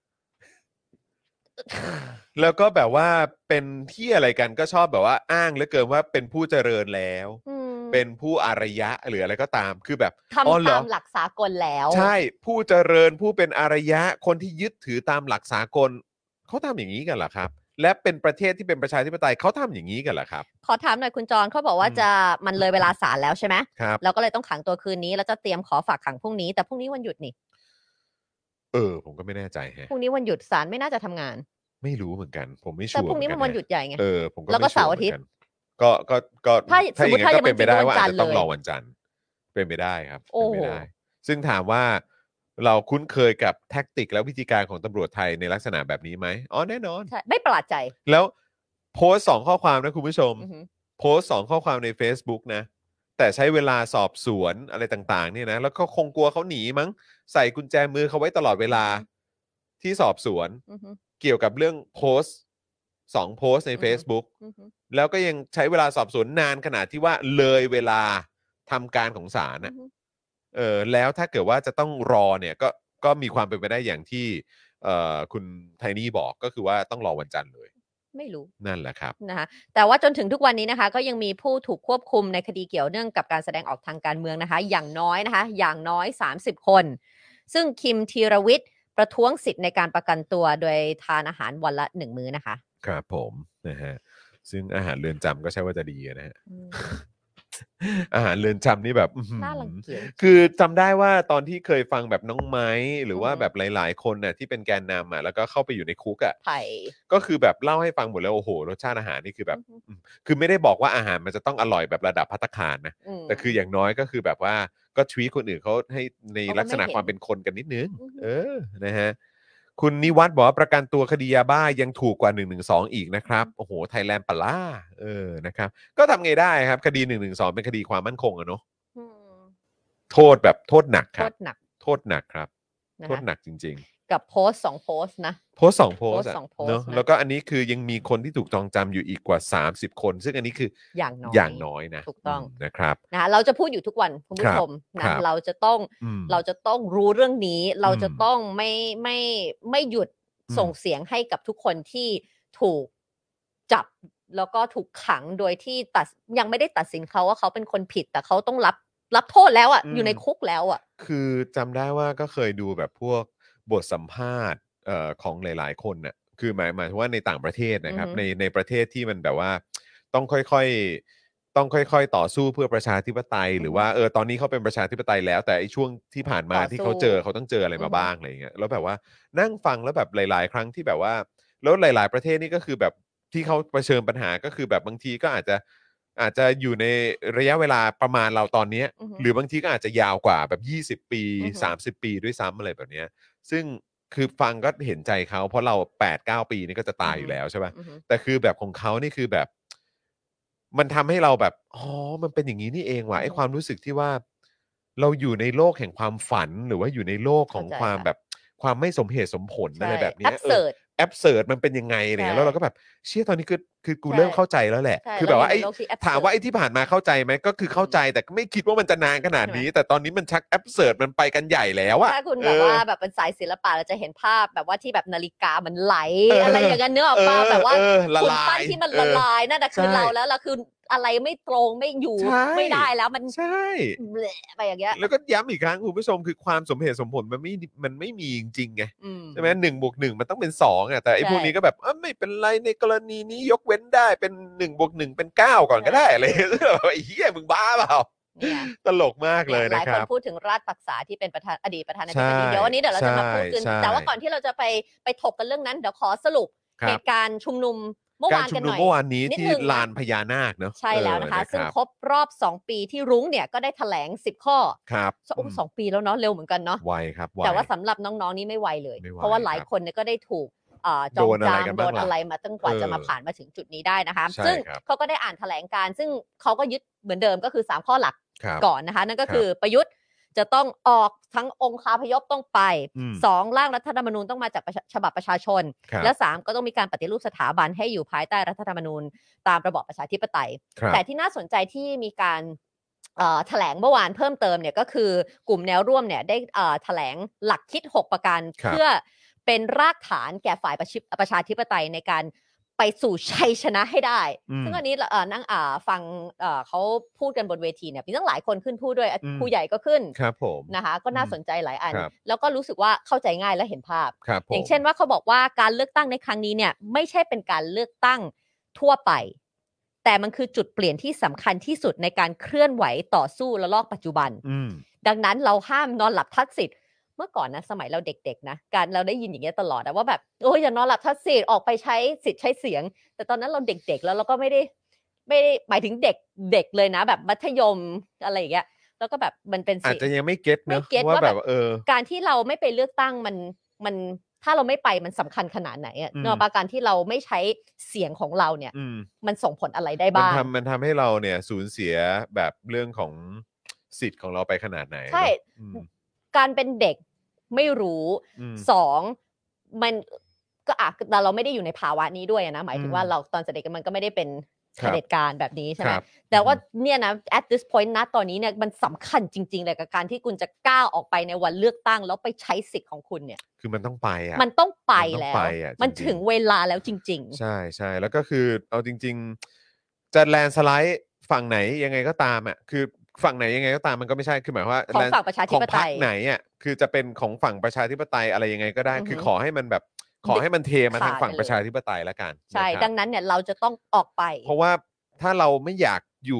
แล้วก็แบบว่าเป็นที่อะไรกันก็ชอบแบบว่าอ้างเหลือเกินว่าเป็นผู้เจริญแล้วเป็นผู้อารยะหรืออะไรก็ตามคือแบบทำตามหลักสากลแล้วใช่ผู้เจริญผู้เป็นอารยะคนที่ยึดถือตามหลักสากลเขาทำอย่างนี้กันเหรอครับและเป็นประเทศที่เป็นประชาธิปไตยเขาทำอย่างนี้กันเหรอครับขอถามหน่อยคุณจรเขาบอกว่ามันเลยเวลาศาลแล้วใช่ไหมครับแล้วก็เลยต้องขังตัวคืนนี้แล้วจะเตรียมขอฝากขังพรุ่งนี้แต่พรุ่งนี้วันหยุดนี่ผมก็ไม่แน่ใจฮะพรุ่งนี้วันหยุดศาลไม่น่าจะทำงานไม่รู้เหมือนกันผมไม่ชัวร์แต่พรุ่งนี้มันวันหยุดใหญ่ไงผมก็แล้วก็เสาร์อาทิตย์ก็ถ้าอย่างนั้นก็เป็นไปได้ว่าอาจจะต้องรอวันจันทร์เป็นไปได้ครับเป็นไปได้ซึ่งถามว่าเราคุ้นเคยกับแท็กติกและวิธีการของตำรวจไทยในลักษณะแบบนี้ไหมแน่นอนใช่ไม่ประหลาดใจแล้วโพสต์2 ข้อความนะคุณผู้ชมโพสต์2 ข้อความใน Facebook นะแต่ใช้เวลาสอบสวนอะไรต่างๆเนี่ยนะแล้วก็คงกลัวเขาหนีมั้งใส่กุญแจมือเขาไว้ตลอดเวลาที่สอบสวนเกี่ยวกับเรื่องโพสต์2 โพสต์ใน Facebook แล้วก็ยังใช้เวลาสอบสวนนานขนาดที่ว่าเลยเวลาทำการของศาลนะแล้วถ้าเกิดว่าจะต้องรอเนี่ยก็มีความเป็นไปได้อย่างที่คุณไทนี่บอกก็คือว่าต้องรอวันจันทร์เลยไม่รู้นั่นแหละครับนะคะแต่ว่าจนถึงทุกวันนี้นะคะก็ยังมีผู้ถูกควบคุมในคดีเกี่ยวเนื่องกับการแสดงออกทางการเมืองนะคะอย่างน้อย30 คนซึ่งคิมธีรวิทย์ประท้วงสิทธิ์ในการประกันตัวโดยทานอาหารวันละ1 มื้อนะคะครับผมนะฮะซึ่งอาหารเรือนจำก็ใช่ว่าจะดีนะฮะอาหารเรือนจำนี่แบบน่ารังเกียจคือจำได้ว่าตอนที่เคยฟังแบบน้องไม้หรือว่าแบบหลายๆคนน่ะที่เป็นแกนนำแล้วก็เข้าไปอยู่ในคุกก็คือแบบเล่าให้ฟังหมดแล้วโอ้โหรสชาติอาหารนี่คือแบบคือไม่ได้บอกว่าอาหารมันจะต้องอร่อยแบบระดับภัตตาคารนะแต่คืออย่างน้อยก็คือแบบว่าก็ทวีตคนอื่นเขาให้ในลักษณะความเป็นคนกันนิดนึงนะฮะคุณนิวัฒน์บอกว่าประกันตัวคดียาบ้ายังถูกกว่า112อีกนะครับโอ้โหไทยแลนด์ปะล่านะครับก็ทำไงได้ครับคดี112เป็นคดีความมั่นคงอะเนาะโทษแบบโทษหนักครับโทษหนักครับโทษหนักจริงๆกับโพสต์2โพสต์นะโพสต์2โพสต์เนาะแล้วก็อันนี้คือยังมีคนที่ถูกจองจำอยู่อีกกว่า30คนซึ่งอันนี้คืออย่างน้อยนะถูกต้องนะครับนะเราจะพูดอยู่ทุกวันคุณผู้ชมนะเราจะต้องรู้เรื่องนี้เราจะต้องไม่หยุดส่งเสียงให้กับทุกคนที่ถูกจับแล้วก็ถูกขังโดยที่ยังไม่ได้ตัดสินเขาว่าเขาเป็นคนผิดแต่เขาต้องรับโทษแล้วอ่ะอยู่ในคุกแล้วอ่ะคือจำได้ว่าก็เคยดูแบบพวกบทสัมภาษณ์ของหลายๆคนน่ะคือหมายถึงว่าในต่างประเทศนะครับในประเทศที่มันแบบว่าต้องค่อยๆต่อสู้เพื่อประชาธิปไตยหรือว่าตอนนี้เขาเป็นประชาธิปไตยแล้วแต่ไอ้ช่วงที่ผ่านมาที่เขาต้องเจออะไรมาบ้างอะไรอย่างเงี้ยแล้วแบบว่านั่งฟังแล้วแบบหลายๆครั้งที่แบบว่าแล้วหลายๆประเทศนี่ก็คือแบบที่เขาเผชิญปัญหาก็คือแบบบางทีก็อาจจะอยู่ในระยะเวลาประมาณเราตอนนี้หรือบางทีก็อาจจะยาวกว่าแบบ20ปี30ปีด้วยซ้ำอะไรแบบนี้ซึ่งคือฟังก็เห็นใจเขาเพราะเรา8-9ปีนี่ก็จะตายอยู่แล้วใช่ป่ะแต่คือแบบของเขานี่คือแบบมันทำให้เราแบบอ๋อมันเป็นอย่างนี้นี่เองว่ะไอ้ความรู้สึกที่ว่าเราอยู่ในโลกแห่งความฝันหรือว่าอยู่ในโลกของความแบบความไม่สมเหตุสมผลอะไรแบบนี้แอบเสิร์ตมันเป็นยังไงเนี่ยแล้วเราก็แบบเชี่ยตอนนี้คือกูเริ่มเข้าใจแล้วแหละคือแบบว่าไอ้ถามว่าไอ้ที่ผ่านมาเข้าใจไหมก็คือเข้าใจแต่ไม่คิดว่ามันจะนานขนาดนี้แต่ตอนนี้มันชักแอบเสิร์ตมันไปกันใหญ่แล้วอะถ้าคุณแบบว่าแบบเป็นสายศิลปะเราจะเห็นภาพแบบว่าที่แบบนาฬิกามันไหลอะไรอย่างนั้นเนื้อออกมาแบบว่าคุณปั้นที่มันละลายนั่นน่ะคือเราแล้วคืออะไรไม่ตรงไม่อยู่ไม่ได้แล้วมันใช่ไปอย่างเงี้ยแล้วก็ย้ำอีกครั้งคุณผู้ชมคือความสมเหตุสมผลมันไม่มีจริงๆไงใช่ไหม1+1มันต้องเป็น2อ่ะแต่ไอ้พวกนี้ก็แบบไม่เป็นไรในกรณีนี้ยกเว้นได้เป็น1+1เป็น9ก่อนก็ได้อะไรไอ้เหี้ยมึงบ้าเปล่าตลกมากเลยนะครับหลายคนพูดถึงราชปักษาที่เป็นอดีตประธานาธิบดีเดี๋ยววันนี้เดี๋ยวเราจะมาพูดกันแต่ว่าก่อนที่เราจะไปถกกันเรื่องนั้นเดี๋ยวขอสรุปเหตุการณ์ชุมนุมเมื่อวานกันหน่อยเมื่อวานนี้ที่ลานพญานาคเนอะใช่แล้วนะคะซึ่งครบรอบ2ปีที่รุ้งเนี่ยก็ได้แถลง10ข้อครับ 2 ปีแล้วเนาะเร็วเหมือนกันเนาะไวครับแต่ว่าสำหรับน้องๆนี่ไม่ไวเลยเพราะว่าหลายคนเนี่ยก็ได้ถูกจองจำโดนอะไรมาตั้งกว่าจะมาผ่านมาถึงจุดนี้ได้นะคะซึ่งเขาก็ได้อ่านแถลงการซึ่งเขาก็ยึดเหมือนเดิมก็คือ3ข้อหลักก่อนนะคะนั่นก็คือประยุทธ์จะต้องออกทั้งองคาพยพต้องไป2ร่างรัฐธรรมนูญต้องมาจากฉบับประชาชนและ3ก็ต้องมีการปฏิรูปสถาบันให้อยู่ภายใต้รัฐธรรมนูญตามระบอบประชาธิปไตยแต่ที่น่าสนใจที่มีการแถลงเมื่อวานเพิ่มเติมเนี่ยก็คือกลุ่มแนวร่วมเนี่ยได้แถลงหลักคิด6ประการเพื่อเป็นรากฐานแก่ฝ่ายประชาธิปไตยในการไปสู่ชัยชนะให้ได้ซึ่งอันนี้นั่งฟังเขาพูดกันบนเวทีเนี่ยมีตั้งหลายคนขึ้นพูดด้วยผู้ใหญ่ก็ขึ้นครับผมนะคะก็น่าสนใจหลายอันแล้วก็รู้สึกว่าเข้าใจง่ายและเห็นภาพออย่างเช่นว่าเขาบอกว่าการเลือกตั้งในครั้งนี้เนี่ยไม่ใช่เป็นการเลือกตั้งทั่วไปแต่มันคือจุดเปลี่ยนที่สำคัญที่สุดในการเคลื่อนไหวต่อสู้ระลอกปัจจุบันดังนั้นเราห้ามนอนหลับทัดสิทธิ์เมื่อก่อนนะสมัยเราเด็กๆนะการเราได้ยินอย่างเงี้ยตลอดว่าแบบโอ้ยอย่านอนหลับทัดสิทธิ์ออกไปใช้สิทธิ์ใช้เสียงแต่ตอนนั้นเราเด็กๆแล้วเราก็ไม่ได้หมายถึงเด็กเลยนะแบบมัธยมอะไรอย่างเงี้ยแล้วก็แบบมันเป็นอาจจะยังไม่เก็ตเนอะว่าแบบการที่เราไม่ไปเลือกตั้งมันถ้าเราไม่ไปมันสำคัญขนาดไหนอ่ะเนอะการที่เราไม่ใช้เสียงของเราเนี่ยมันส่งผลอะไรได้บ้างมันทำให้เราเนี่ยสูญเสียแบบเรื่องของสิทธิ์ของเราไปขนาดไหนใช่การเป็นเด็กไม่รู้2มันก็แต่เราไม่ได้อยู่ในภาวะนี้ด้วยนะหมายถึงว่าเราตอนเด็กมันก็ไม่ได้เป็นเผด็จการแบบนี้ใช่ไหมแต่ว่าเนี่ยนะ at this point นะตอนนี้เนี่ยมันสำคัญจริงๆเลยกับการที่คุณจะก้าวออกไปในวันเลือกตั้งแล้วไปใช้สิทธิ์ของคุณเนี่ยคือมันต้องไปอ่ะมันต้องไปแล้วมันถึงเวลาแล้วจริงๆใช่ใช่แล้วก็คือเอาจริงๆจะแลนสไลด์ฝั่งไหนยังไงก็ตามอ่ะคือฝั่งไหนยังไงก็ตามมันก็ไม่ใช่คือหมายว่าของฝั่งประชาธิปไตยไหนอ่ะคือจะเป็นของฝั่งประชาธิปไตยอะไรยังไงก็ได้คือขอให้มันแบบขอให้มันเทมาทางฝั่งประชาธิปไตยแล้วกันใช่ดังนั้นเนี่ยเราจะต้องออกไปเพราะว่าถ้าเราไม่อยากอยู่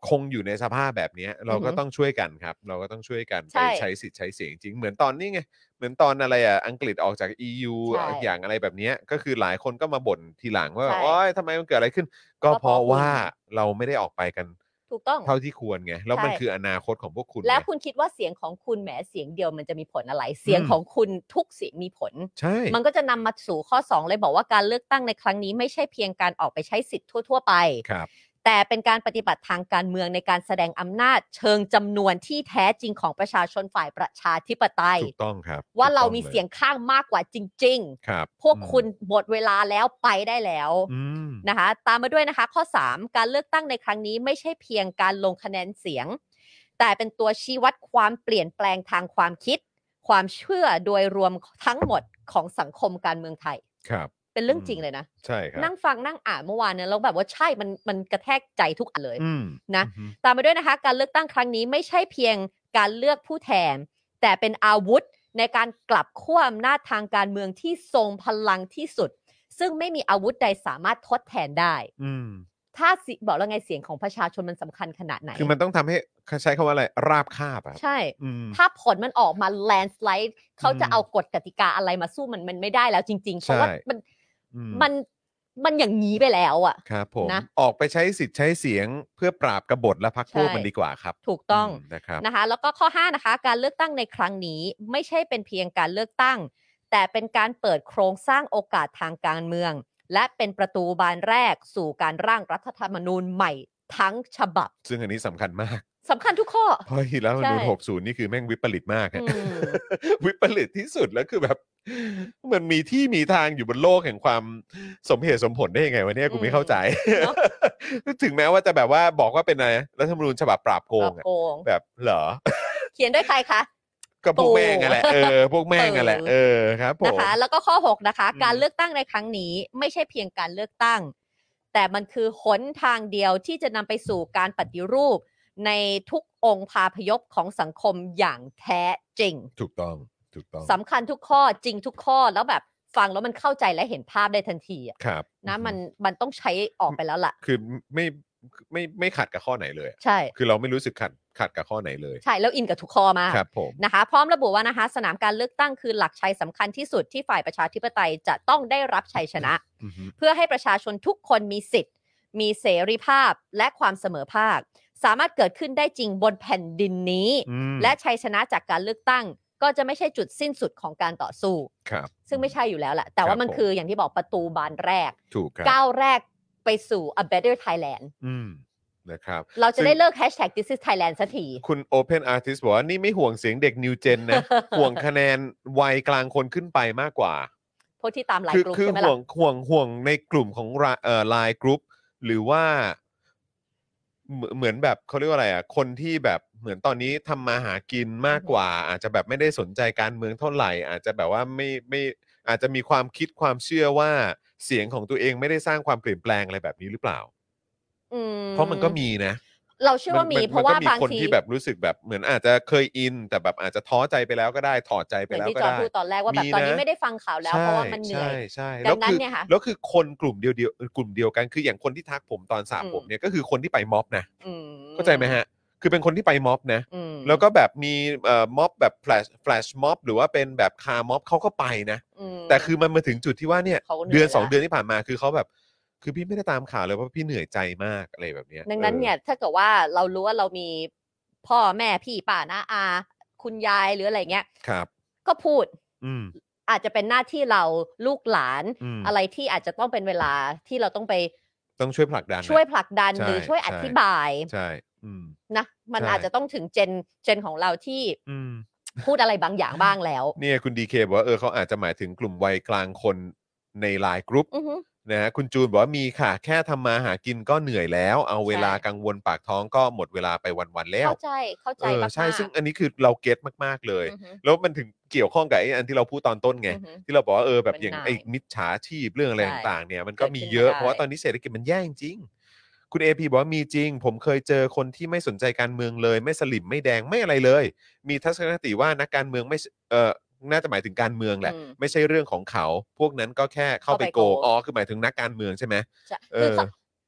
คงอยู่ในสภาพแบบนี้เราก็ต้องช่วยกันครับเราก็ต้องช่วยกันไปใช้สิทธิ์ใช้เสียงจริงเหมือนตอนนี้ไงเหมือนตอนอะไรอังกฤษออกจาก EU อย่างอะไรแบบนี้ก็คือหลายคนก็มาบ่นทีหลังว่าโอ๊ยทำไมมันเกิดอะไรขึ้นก็เพราะว่าเราไม่ได้ออกไปกันถูกต้องเท่าที่ควรไงแล้วมันคืออนาคตของพวกคุณแล้วคุณคิดว่าเสียงของคุณแหมเสียงเดียวมันจะมีผลอะไรเสียงของคุณทุกเสียงมีผลใช่มันก็จะนำมาสู่ข้อ2เลยบอกว่าการเลือกตั้งในครั้งนี้ไม่ใช่เพียงการออกไปใช้สิทธิ์ทั่วๆไปแต่เป็นการปฏิบัติทางการเมืองในการแสดงอำนาจเชิงจำนวนที่แท้จริงของประชาชนฝ่ายประชาธิปไตยถูกต้องครับว่าเรามีเสียงข้างมากกว่าจริงๆพวกคุณหมดเวลาแล้วไปได้แล้วนะคะตามมาด้วยนะคะข้อ3การเลือกตั้งในครั้งนี้ไม่ใช่เพียงการลงคะแนนเสียงแต่เป็นตัวชี้วัดความเปลี่ยนแปลงทางความคิดความเชื่อโดยรวมทั้งหมดของสังคมการเมืองไทยครับเป็นเรื่องจริงเลยนะใช่ครับนั่งฟังนั่งอ่านเมื่อวานเนี่ยแล้วแบบว่าใช่มันกระแทกใจทุกอันเลยนะตามมาด้วยนะคะการเลือกตั้งครั้งนี้ไม่ใช่เพียงการเลือกผู้แทนแต่เป็นอาวุธในการกลับขั้วอำนาจทางการเมืองที่ทรงพลังที่สุดซึ่งไม่มีอาวุธใดสามารถทดแทนได้ถ้าบอกแล้วไงเสียงของประชาชนมันสำคัญขนาดไหนคือมันต้องทำให้ใช้คำว่าอะไรราบคาบอ่ะใช่ถ้าผลมันออกมาแลนด์สไลด์เขาจะเอากฎกติกาอะไรมาสู้มันไม่ได้แล้วจริงๆเพราะว่ามันอย่างนี้ไปแล้วอ่ะครับผมนะออกไปใช้สิทธิ์ใช้เสียงเพื่อปราบกบฏและพรรคพวกมันดีกว่าครับถูกต้องนะครับนะคะแล้วก็ข้อ5นะคะการเลือกตั้งในครั้งนี้ไม่ใช่เป็นเพียงการเลือกตั้งแต่เป็นการเปิดโครงสร้างโอกาสทางการเมืองและเป็นประตูบานแรกสู่การร่างรัฐธรรมนูญใหม่ทั้งฉบับซึ่งอันนี้สำคัญมากสำคัญทุกข้อเพราะที่แล้วรัฐธรรมนูญ60นี่คือแม่งวิปริตมากวิปริตที่สุดแล้วคือแบบมันมีที่มีทางอยู่บนโลกแห่งความสมเหตุสมผลได้ยังไงวะเนี่ยกูไม่เข้าใจถึงแม้ว่าจะแบบว่าบอกว่าเป็นอะไรรัฐธรรมนูญฉบับปราบโกงแบบเหรอเขียนด้วยใครคะก็พวกแม่งแหละพวกแม่งแหละครับผมนะคะแล้วก็ข้อ6นะคะการเลือกตั้งในครั้งนี้ไม่ใช่เพียงการเลือกตั้งแต่มันคือหนทางเดียวที่จะนำไปสู่การปฏิรูปในทุกองค์พาพยพของสังคมอย่างแท้จริงถูกต้องสำคัญทุกข้อจริงทุกข้อแล้วแบบฟังแล้วมันเข้าใจและเห็นภาพได้ทันทีอ่ะนะมันต้องใช้ออกไปแล้วล่ะคือไม่ขัดกับข้อไหนเลยใช่คือเราไม่รู้สึกขัดกับข้อไหนเลยใช่แล้วอินกับทุกข้อมากครับผมนะคะพร้อมระบุว่านะคะสนามการเลือกตั้งคือหลักชัยสำคัญที่สุดที่ฝ่ายประชาธิปไตยจะต้องได้รับชัยชนะเพื่อให้ประชาชนทุกคนมีสิทธิ์มีเสรีภาพและความเสมอภาคสามารถเกิดขึ้นได้จริงบนแผ่นดินนี้และชัยชนะจากการเลือกตั้งก็จะไม่ใช่จุดสิ้นสุดของการต่อสู้ซึ่งไม่ใช่อยู่แล้วแหละแต่ว่ามันคืออย่างที่บอกประตูบานแรกก้าวแรกไปสู่ a better Thailand นะครับเราจะได้เลิก #This is Thailand สักทีคุณ Open Artist บอกว่านี่ไม่ห่วงเสียงเด็ก New Gen นะ ห่วงคะแนนวัยกลางคนขึ้นไปมากกว่าพวกที่ตามไลน์กลุ่มใช่ไหมล่ะห่วงในกลุ่มของไลน์กลุ่มหรือว่าเหมือนแบบเขาเรียกว่าอะไรอ่ะคนที่แบบเหมือนตอนนี้ทำมาหากินมากกว่าอาจจะแบบไม่ได้สนใจการเมืองเท่าไหร่อาจจะแบบว่าไม่อาจจะมีความคิดความเชื่อว่าเสียงของตัวเองไม่ได้สร้างความเปลี่ยนแปลงอะไรแบบนี้หรือเปล่าเพราะมันก็มีนะเราเชื่อว่ามีเพราะว่าบางทีคนที่แบบรู้สึกแบบเหมือนอาจจะเคยอินแต่แบบอาจจะท้อใจไปแล้วก็ได้ถอดใจไปแล้วก็ได้ที่จอพูดตอนแรกว่าแบบตอนนี้ไม่ได้ฟังข่าวแล้วเพราะว่ามันเหนื่อยใช่ดังนั้นเนี่ยค่ะแล้วคือคนกลุ่มเดียวกันคืออย่างคนที่ทักผมตอนสระผมเนี่ยก็คือคนที่ไปม็อบนะเข้าใจไหมฮะคือเป็นคนที่ไปม็อบนะแล้วก็แบบมีม็อบแบบแฟลชม็อบหรือว่าเป็นแบบคาร์ม็อบเขาก็ไปนะแต่คือมันมาถึงจุดที่ว่าเนี่ยเดือน2 เดือนที่ผ่านมาคือเขาแบบคือพี่ไม่ได้ตามข่าวเลยเพราะพี่เหนื่อยใจมากอะไรแบบนี้ดังนั้นเนี่ยถ้าเกิดว่าเรารู้ว่าเรามีพ่อแม่พี่ป้าน้าอาคุณยายหรืออะไรเงี้ยครับก็พูดอาจจะเป็นหน้าที่เราลูกหลานอะไรที่อาจจะต้องเป็นเวลาที่เราต้องช่วยผลักดันหรือช่วยอธิบายใช่นะมันอาจจะต้องถึงเจนของเราที่พูดอะไรบางอย่างบ้างแล้วเนี่ยคุณดีเคบอกว่าเขาอาจจะหมายถึงกลุ่มวัยกลางคนในไลน์กรุ๊ปนะฮะคุณจูนบอกว่ามีค่ะแค่ทำมาหากินก็เหนื่อยแล้วเอาเวลากังวลปากท้องก็หมดเวลาไปวันๆแล้วเข้าใจมากใช่ซึ่งอันนี้คือเราเก็ตมากๆเลยแล้วมันถึงเกี่ยวข้องกับไอ้อันที่เราพูดตอนต้นไงที่เราบอกว่าแบบอย่างไอ้มิจฉาชีพเรื่องอะไรต่างๆเนี่ยมันก็มีเยอะเพราะว่าตอนนี้เศรษฐกิจมันแย่จริงคุณ AP บอกว่ามีจริงผมเคยเจอคนที่ไม่สนใจการเมืองเลยไม่สลิมไม่แดงไม่อะไรเลยมีทัศนคติว่านักการเมืองไม่น่าจะหมายถึงการเมืองแหละไม่ใช่เรื่องของเขาพวกนั้นก็แค่เข้าไปโกงคือหมายถึงนักการเมืองใช่ไหม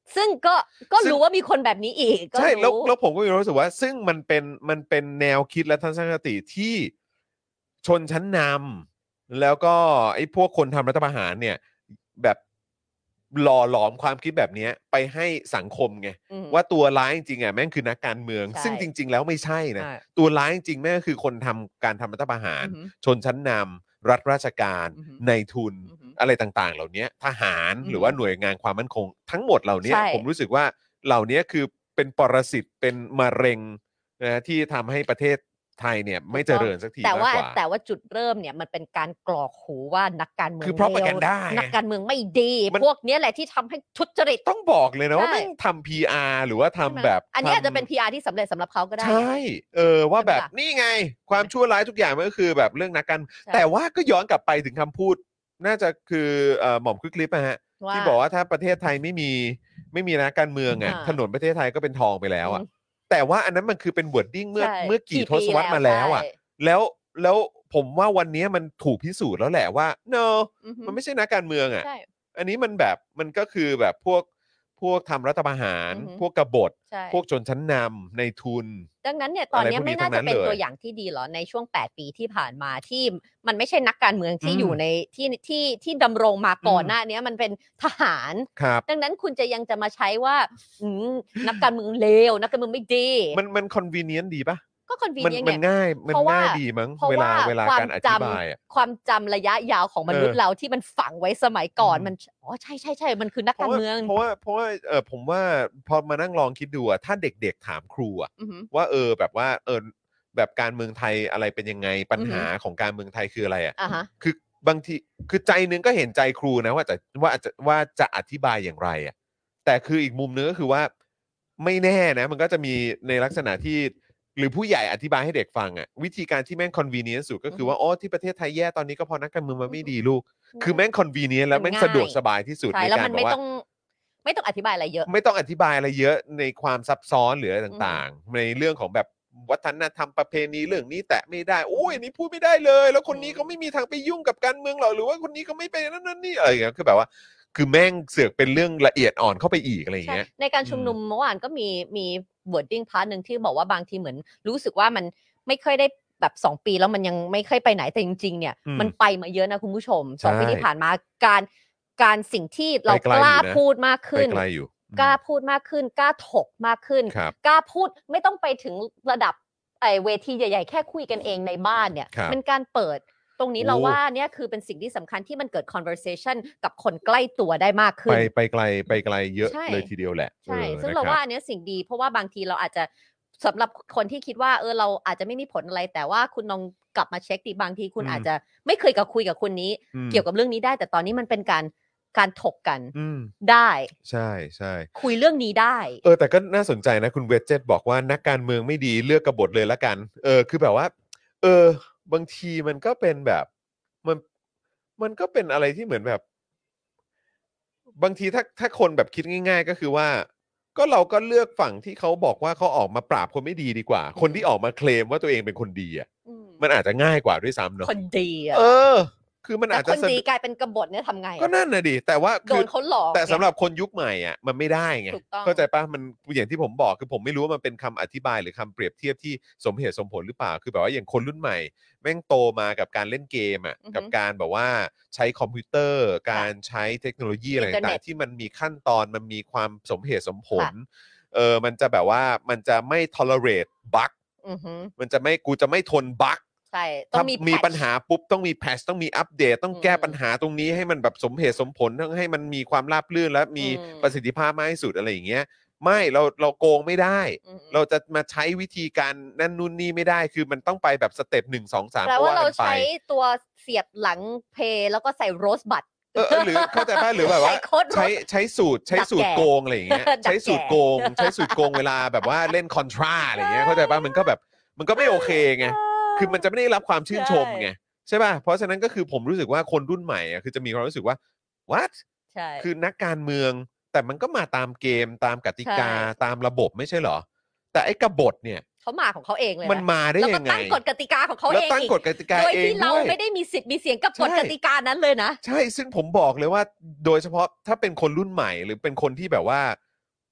ซึ่งก็รู้ว่ามีคนแบบนี้อีกใช่แล้วผมก็มีรู้สึกว่าซึ่งมันเป็นแนวคิดและทัศนคติที่ชนชั้นนำแล้วก็ไอ้พวกคนทำรัฐประหารเนี่ยแบบหล่อหลอมความคิดแบบนี้ไปให้สังคมไงว่าตัวร้ายจริงๆอ่ะแม่งคือนักการเมืองซึ่งจริงๆแล้วไม่ใช่นะตัวร้ายจริงๆแม่งคือคนทำการทำรัฐประหารชนชั้นนำรัฐราชการนายทุนอะไรต่างๆเหล่านี้ทหารหรือว่าหน่วยงานความมั่นคงทั้งหมดเหล่านี้ผมรู้สึกว่าเหล่านี้คือเป็นปรสิตเป็นมะเร็งนะที่ทำให้ประเทศไทยเนี่ยไม่เจริญสักทีมากกว่าแต่ว่าจุดเริ่มเนี่ยมันเป็นการกรอกหูว่านักการเมืองคือ propaganda นักการเมืองไม่ดีพวกนี้แหละที่ทำให้ทุจริตต้องบอกเลยนะว่าไม่ทำ PR หรือว่าทำแบบอันนี้อาจจะเป็น PR ที่สำเร็จสำหรับเขาก็ได้ใช่ว่าแบบนี่ไงความชั่วร้ายทุกอย่างมันก็คือแบบเรื่องนักการแต่ว่าก็ย้อนกลับไปถึงคำพูดน่าจะคือหม่อมคลิปนะฮะที่บอกว่าถ้าประเทศไทยไม่มีนักการเมืองอ่ะถนนประเทศไทยก็เป็นทองไปแล้วอ่ะแต่ว่าอันนั้นมันคือเป็น wording เมื่อกี่ทศวรรษมาแล้วอ่ะแล้วผมว่าวันนี้มันถูกพิสูจน์แล้วแหละว่า no มันไม่ใช่นักการเมืองอ่ะอันนี้มันแบบมันก็คือแบบพวกทำรัฐประหารพวกกบฏพวกชนชั้นนำในทุนดังนั้นเนี่ยตอนนี้ไม่น่าจะเป็นตัวอย่างที่ดีหรอในช่วง8ปีที่ผ่านมาที่มันไม่ใช่นักการเมืองที่อยู่ในที่ดำรงมาก่อนหน้านี้มันเป็นทหารดังนั้นคุณยังจะมาใช้ว่านักการเมืองเลวนักการเมืองไม่ดีมัน convenient ดีปะก็ convenient มันง่ายดีมั้งเวลาการอธิบายความจำระยะยาวของมนุษย์เราที่มันฝังไว้สมัยก่อนมันใช่มันคือนักการเมืองเพราะว่าผมว่าพอมานั่งลองคิดดูถ้าเด็กๆถามครูว่าแบบว่าแบบการเมืองไทยอะไรเป็นยังไงปัญหาของการเมืองไทยคืออะไรคือบางทีคือใจนึงก็เห็นใจครูนะว่าจะอธิบายอย่างไรแต่คืออีกมุมนึงก็คือว่าไม่แน่นะมันก็จะมีในลักษณะที่หรือผู้ใหญ่อธิบายให้เด็กฟังวิธีการที่แม่ง convenient สุดก็คือว่าที่ประเทศไทยแย่ตอนนี้ก็พอนักการเมืองมันไม่ดีลูกคือแม่ง convenient แล้วแม่งสะดวกสบายที่สุดในการบอกว่าไม่ต้องอธิบายอะไรเยอะไม่ต้องอธิบายอะไรเยอะในความซับซ้อนหรืออะไรต่างๆในเรื่องของแบบวัฒนธรรมประเพณีเรื่องนี้แตะไม่ได้โอ้ยนี่พูดไม่ได้เลยแล้วคนนี้เขาไม่มีทางไปยุ่งกับการเมืองหรอกหรือว่าคนนี้เขาไม่ไปนั่นนี่อะไรอย่างเงี้ยคือแบบว่าคือแม่งเสือกเป็นเรื่องละเอียดอ่อนเข้าไปอีกอะไรอย่างเงี้ยในการชุมนุมเมื่อวานก็มีwording part นึงที่บอกว่าบางทีเหมือนรู้สึกว่ามันไม่ค่อยได้แบบ2ปีแล้วมันยังไม่ค่อยไปไหนแต่จริงๆเนี่ยมันไปมาเยอะนะคุณผู้ชม2ปีที่ผ่านมาการสิ่งที่เรากล้าพูดมากขึ้นกล้าพูดมากขึ้นกล้าถกมากขึ้นกล้าพูดไม่ต้องไปถึงระดับเวทีใหญ่ๆแค่คุยกันเองในบ้านเนี่ยเป็นการเปิดตรงนี้เราว่าเนี่ยคือเป็นสิ่งที่สำคัญที่มันเกิด conversation กับคนใกล้ตัวได้มากขึ้นไปไกลเยอะเลยทีเดียวแหละใช่ซึ่งเราว่าอันนี้สิ่งดีเพราะว่าบางทีเราอาจจะสำหรับคนที่คิดว่าเราอาจจะไม่มีผลอะไรแต่ว่าคุณลองกลับมาเช็คดีบางทีคุณอาจจะไม่เคยคุยกับคนนี้เกี่ยวกับเรื่องนี้ได้แต่ตอนนี้มันเป็นการถกกันได้ใช่คุยเรื่องนี้ได้แต่ก็น่าสนใจนะคุณเวจเจตบอกว่านักการเมืองไม่ดีเลือกกบฏเลยละกันคือแบบว่าบางทีมันก็เป็นแบบมันก็เป็นอะไรที่เหมือนแบบบางทีถ้าคนแบบคิดง่ายๆก็คือว่าก็เราก็เลือกฝั่งที่เขาบอกว่าเขาออกมาปราบคนไม่ดีดีกว่าคนที่ออกมาเคลมว่าตัวเองเป็นคนดีมันอาจจะง่ายกว่าด้วยซ้ำเนอะคนดีคือมันอาจจะคนดีกลายเป็นกบฏเนี่ยทำไงก็นั่นน่ะดิแต่ว่าโดนเขาหลอกแต่สำหรับคนยุคใหม่มันไม่ได้ไงเข้าใจป่ะมันอย่างที่ผมบอกคือผมไม่รู้ว่ามันเป็นคำอธิบายหรือคำเปรียบเทียบที่สมเหตุสมผลหรือเปล่าคือแบบว่าอย่างคนรุ่นใหม่แม่งโตมากับการเล่นเกมกับการแบบว่าใช้คอมพิวเตอร์การใช้เทคโนโลยีอะไรต่างๆที่มันมีขั้นตอนมันมีความสมเหตุสมผลมันจะแบบว่ามันจะไม่ tolerate bug มันจะไม่กูจะไม่ทนบั๊กถ้ามีปัญหาปุ๊บต้องมีแพทช์ต้องมีอัปเดตต้องแก้ปัญหาตรงนี้ให้มันแบบสมเหตุสมผลต้องให้มันมีความราบรื่นและมีประสิทธิภาพมากที่สุดอะไรอย่างเงี้ยไม่เราโกงไม่ได้เราจะมาใช้วิธีการนั่นนู่นนี่ไม่ได้คือมันต้องไปแบบสเต็ป1 2 3 แปลว่าเราใช้ตัวเสียบหลังเพย์แล้วก็ใส่โรสบัตหรือเข้าใจป่ะหรือแบบว่าใช้สูตรโกงอะไรอย่างเงี้ยใช้สูตรโกงเวลาแบบว่าเล่นคอนทราอะไรอย่างเงี้ยเข้าใจป่ะมันก็แบบมันก็ไม่โอเคไงคือมันจะไม่ได้รับความชื่นชมไงใช่ป่ะเพราะฉะนั้นก็คือผมรู้สึกว่าคนรุ่นใหม่คือจะมีความรู้สึกว่า what คือนักการเมืองแต่มันก็มาตามเกมตามกติกาตามระบบไม่ใช่เหรอแต่ไอ้กบฏเนี่ยเขามาของเขาเองเลยมันมาได้ยังไงแล้วก็ตั้งกฎกติกาของเขาเองแล้วตั้งกฎกติกาเองโดยที่เราไม่ได้มีสิทธิ์มีเสียงกับกฎกติกานั้นเลยนะใช่ซึ่งผมบอกเลยว่าโดยเฉพาะถ้าเป็นคนรุ่นใหม่หรือเป็นคนที่แบบว่า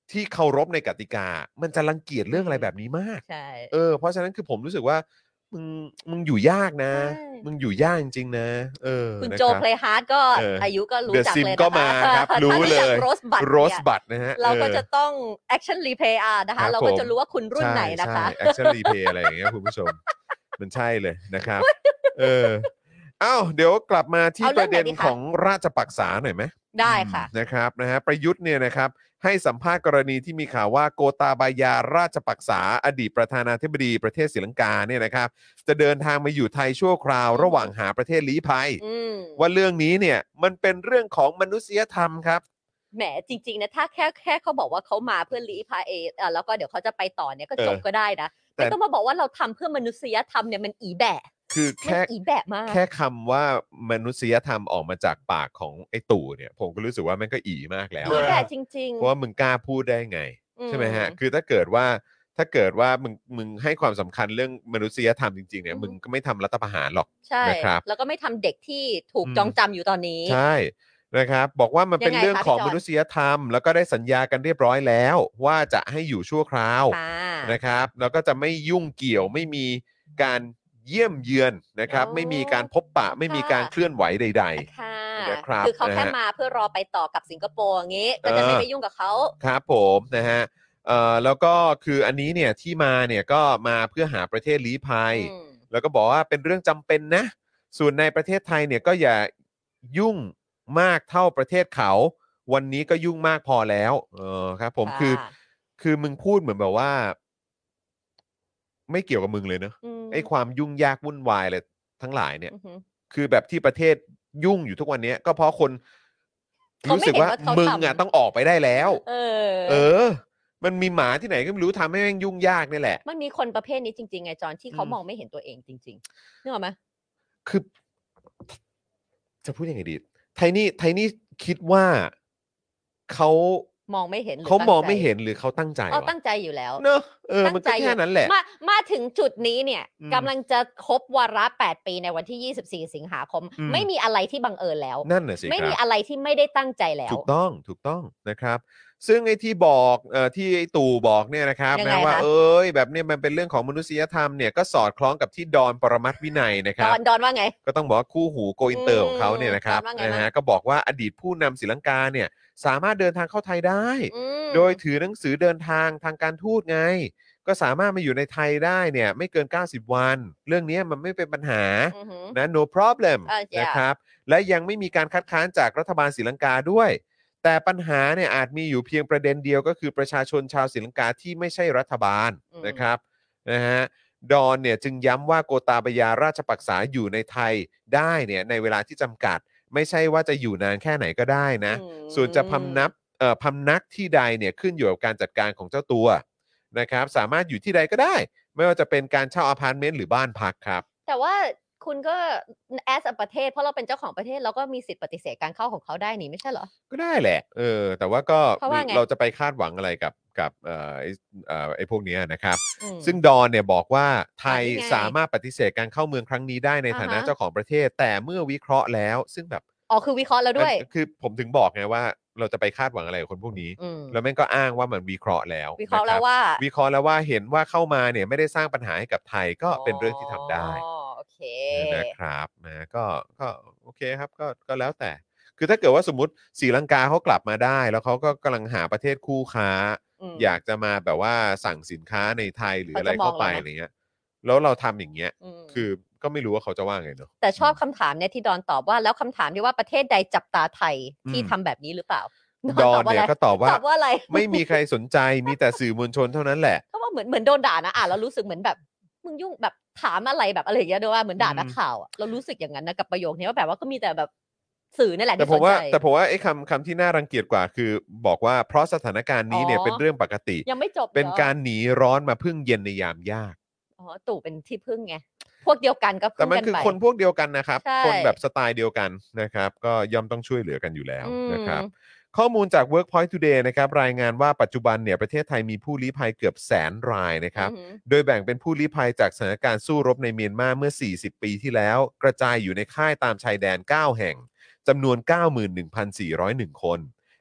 ที่เคารพในกติกามันจะรังเกียจเรื่องอะไรแบบนี้มากใช่เพราะฉะนั้นคือผมรู้สึกว่ามึงอยู่ยากนะมึงอยู่ยากจริงๆนะคุณโจเพลย์ฮาร์ดก็อายุก็รู้จักเลยนะคะก็มาครับรู้เลยโรสบัตนะฮะเราก็จะต้องแอคชั่นรีเพย์นะคะเราก็จะรู้ว่าคุณรุ่นไหนนะคะแอคชั่นรีเพย์อะไรอย่างเงี้ยคุณผู้ชมมันใช่เลยนะครับเดี๋ยวกลับมาที่ประเด็นของราชปักษาหน่อยไหมได้ค่ะนะครับประยุทธ์เนี่ยนะครับให้สัมภาษณ์กรณีที่มีข่าวว่าโกตาบายาราชปักษาอดีตประธานาธิบดีประเทศศรีลังกาเนี่ยนะครับจะเดินทางมาอยู่ไทยชั่วคราวระหว่างหาประเทศลี้ภัยว่าเรื่องนี้เนี่ยมันเป็นเรื่องของมนุษยธรรมครับแหมจริงๆนะถ้าแค่เขาบอกว่าเขามาเพื่อลี้ภัยแล้วก็เดี๋ยวเขาจะไปต่อเนี่ยก็จบก็ได้นะไม่ต้องมาบอกว่าเราทำเพื่อมนุษยธรรมเนี่ยมันอีแบะคือแค่อีแบบมากแค่คำว่ามนุษยธรรมออกมาจากปากของไอ้ตู่เนี่ยผมก็รู้สึกว่ามันก็อีมากแล้วอีแบบจริงๆเพราะว่ามึงกล้าพูดได้ไงใช่ไหมฮะคือถ้าเกิดว่ามึงให้ความสำคัญเรื่องมนุษยธรรมจริงๆเนี่ยมึงก็ไม่ทำรัฐประหารหรอกนะครับแล้วก็ไม่ทำเด็กที่ถูกจองจำอยู่ตอนนี้ใช่นะครับบอกว่ามันเป็นเรื่องของมนุษยธรรมแล้วก็ได้สัญญากันเรียบร้อยแล้วว่าจะให้อยู่ชั่วคราวนะครับแล้วก็จะไม่ยุ่งเกี่ยวไม่มีการเยี่ยมเยือนนะครับไม่มีการพบปะไม่มีการเคลื่อนไหวใดๆนะครับคือเขาแค่มาเพื่อรอไปต่อกับสิงคโปร์อย่างงี้ก็จะไม่ไปยุ่งกับเขาครับผมนะฮะแล้วก็คืออันนี้เนี่ยที่มาเนี่ยก็มาเพื่อหาประเทศลี้ภัยแล้วก็บอกว่าเป็นเรื่องจำเป็นนะส่วนในประเทศไทยเนี่ยก็อย่ายุ่งมากเท่าประเทศเขาวันนี้ก็ยุ่งมากพอแล้วครับผมคือมึงพูดเหมือนแบบว่าไม่เกี่ยวกับมึงเลยเนอะไอ้ความยุ่งยากวุ่นวายเลยทั้งหลายเนี่ยคือแบบที่ประเทศยุ่งอยู่ทุกวันนี้ก็เพราะคนรู้สึกว่ามึงอ่ะต้องออกไปได้แล้วมันมีหมาที่ไหนก็ไม่รู้ทำให้แม่งยุ่งยากนี่แหละมันมีคนประเภทนี้จริงๆไงจอนที่เขามองไม่เห็นตัวเองจริงๆนึกออกไหมคือจะพูดยังไงดีไทนี่คิดว่าเขามองไม่เห็นเขามองไม่เห็นหรือเขาตั้งใจตั้งใจอยู่แล้วเนอะมันก็แค่นั้นแหละมาถึงจุดนี้เนี่ยกำลังจะครบวาระ8 ปีในวันที่24 สิงหาคมไม่มีอะไรที่บังเอิญแล้วนั่นน่ะสิไม่มีอะไรที่ไม่ได้ตั้งใจแล้วถูกต้องนะครับซึ่งไอ้ที่บอกที่ไอ้ตู่บอกเนี่ยนะครับนะว่าแบบนี้มันเป็นเรื่องของมนุษยธรรมเนี่ยก็สอดคล้องกับที่ดอนปรมัตถ์วินัยนะครับดอนว่าไงก็ต้องบอกว่าคู่หูโกอินเตอร์ของเขาเนี่ยนะครับนะฮะก็บอกว่าอดีตผู้นำศรีลังกาเนี่ยสามารถเดินทางเข้าไทยได้โดยถือหนังสือเดินทางทางการทูตไงก็สามารถมาอยู่ในไทยได้เนี่ยไม่เกิน90วันเรื่องนี้มันไม่เป็นปัญหานะ no problem นะครับและยังไม่มีการคัดค้านจากรัฐบาลศรีลังกาด้วยแต่ปัญหาเนี่ยอาจมีอยู่เพียงประเด็นเดียวก็คือประชาชนชาวศรีลังกาที่ไม่ใช่รัฐบาลนะครับนะฮะดอนเนี่ยจึงย้ำว่าโกตาบายาราชปักษาอยู่ในไทยได้เนี่ยในเวลาที่จำกัดไม่ใช่ว่าจะอยู่นานแค่ไหนก็ได้นะส่วนจะพำนักที่ใดเนี่ยขึ้นอยู่กับการจัดการของเจ้าตัวนะครับสามารถอยู่ที่ใดก็ได้ไม่ว่าจะเป็นการเช่าอพาร์ตเมนต์หรือบ้านพักครับแต่ว่าคุณก็แอสประเทศเพราะเราเป็นเจ้าของประเทศเราก็มีสิทธิ์ปฏิเสธการเข้าของเขาได้นี่ไม่ใช่เหรอก็ได้แหละแต่ว่าก็เราจะไปคาดหวังอะไรกับไอ้พวกนี้นะครับซึ่งดอนเนี่ยบอกว่าไทยสามารถปฏิเสธการเข้าเมืองครั้งนี้ได้ในฐานะเจ้าของประเทศแต่เมื่อวิเคราะห์แล้วซึ่งแบบคือวิเคราะห์แล้วด้วยคือผมถึงบอกไงว่าเราจะไปคาดหวังอะไรกับคนพวกนี้แล้วแม่งก็อ้างว่ามันวิเคราะห์แล้ววิเคราะห์แล้วว่าเห็นว่าเข้ามาเนี่ยไม่ได้สร้างปัญหาให้กับไทยก็เป็นเรื่องที่ทำได้โอเคนะครับนะก็โอเคครับก็แล้วแต่คือถ้าเกิดว่าสมมติศรีลังกาเขากลับมาได้แล้วเขาก็กำลังหาประเทศคู่ค้าอยากจะมาแบบว่าสั่งสินค้าในไทยหรืออะไรเข้าไปอะไรเงี้ยแล้วเราทำอย่างเงี้ยคือก็ไม่รู้ว่าเขาจะว่าไงเนาะแต่ชอบคำถามเนี่ยที่ดอนตอบว่าแล้วคำถามที่ว่าประเทศใดจับตาไทยที่ทำแบบนี้หรือเปล่าดอนเนี่ยก็ตอบว่าอะไรไม่มีใครสนใจมีแต่สื่อมวลชนเท่านั้นแหละก็ว่าเหมือนโดนด่านะแล้วรู้สึกเหมือนแบบมึงยุ่งแบบถามอะไรแบบอะไรอย่างเงี้ยด้วยว่าเหมือนด่านักข่าวเรารู้สึกอย่างนั้นนะกับประโยคนี้ว่าแบบว่าก็มีแต่แบบสื่อนั่นแหละแต่ผมว่าไอ้คำที่น่ารังเกียจกว่าคือบอกว่าเพราะสถานการณ์นี้เนี่ยเป็นเรื่องปกติยังไม่จบเป็นการหนีร้อนมาพึ่งเย็นในยามยากตู่เป็นที่พึ่งไงพวกเดียวกันก็พึ่งกันไปแต่มันคือคนพวกเดียวกันนะครับคนแบบสไตล์เดียวกันนะครับก็ย่อมต้องช่วยเหลือกันอยู่แล้วนะครับข้อมูลจาก Workpoint Today นะครับรายงานว่าปัจจุบันเนี่ยประเทศไทยมีผู้ลี้ภัยเกือบ100,000 รายนะครับโดยแบ่งเป็นผู้ลี้ภัยจากสถานการณ์สู้รบในเมียนมาเมื่อ40ปีที่แล้วกระจายอยู่ในค่ายตามชายแดน9แห่งจำนวน 91,401 คน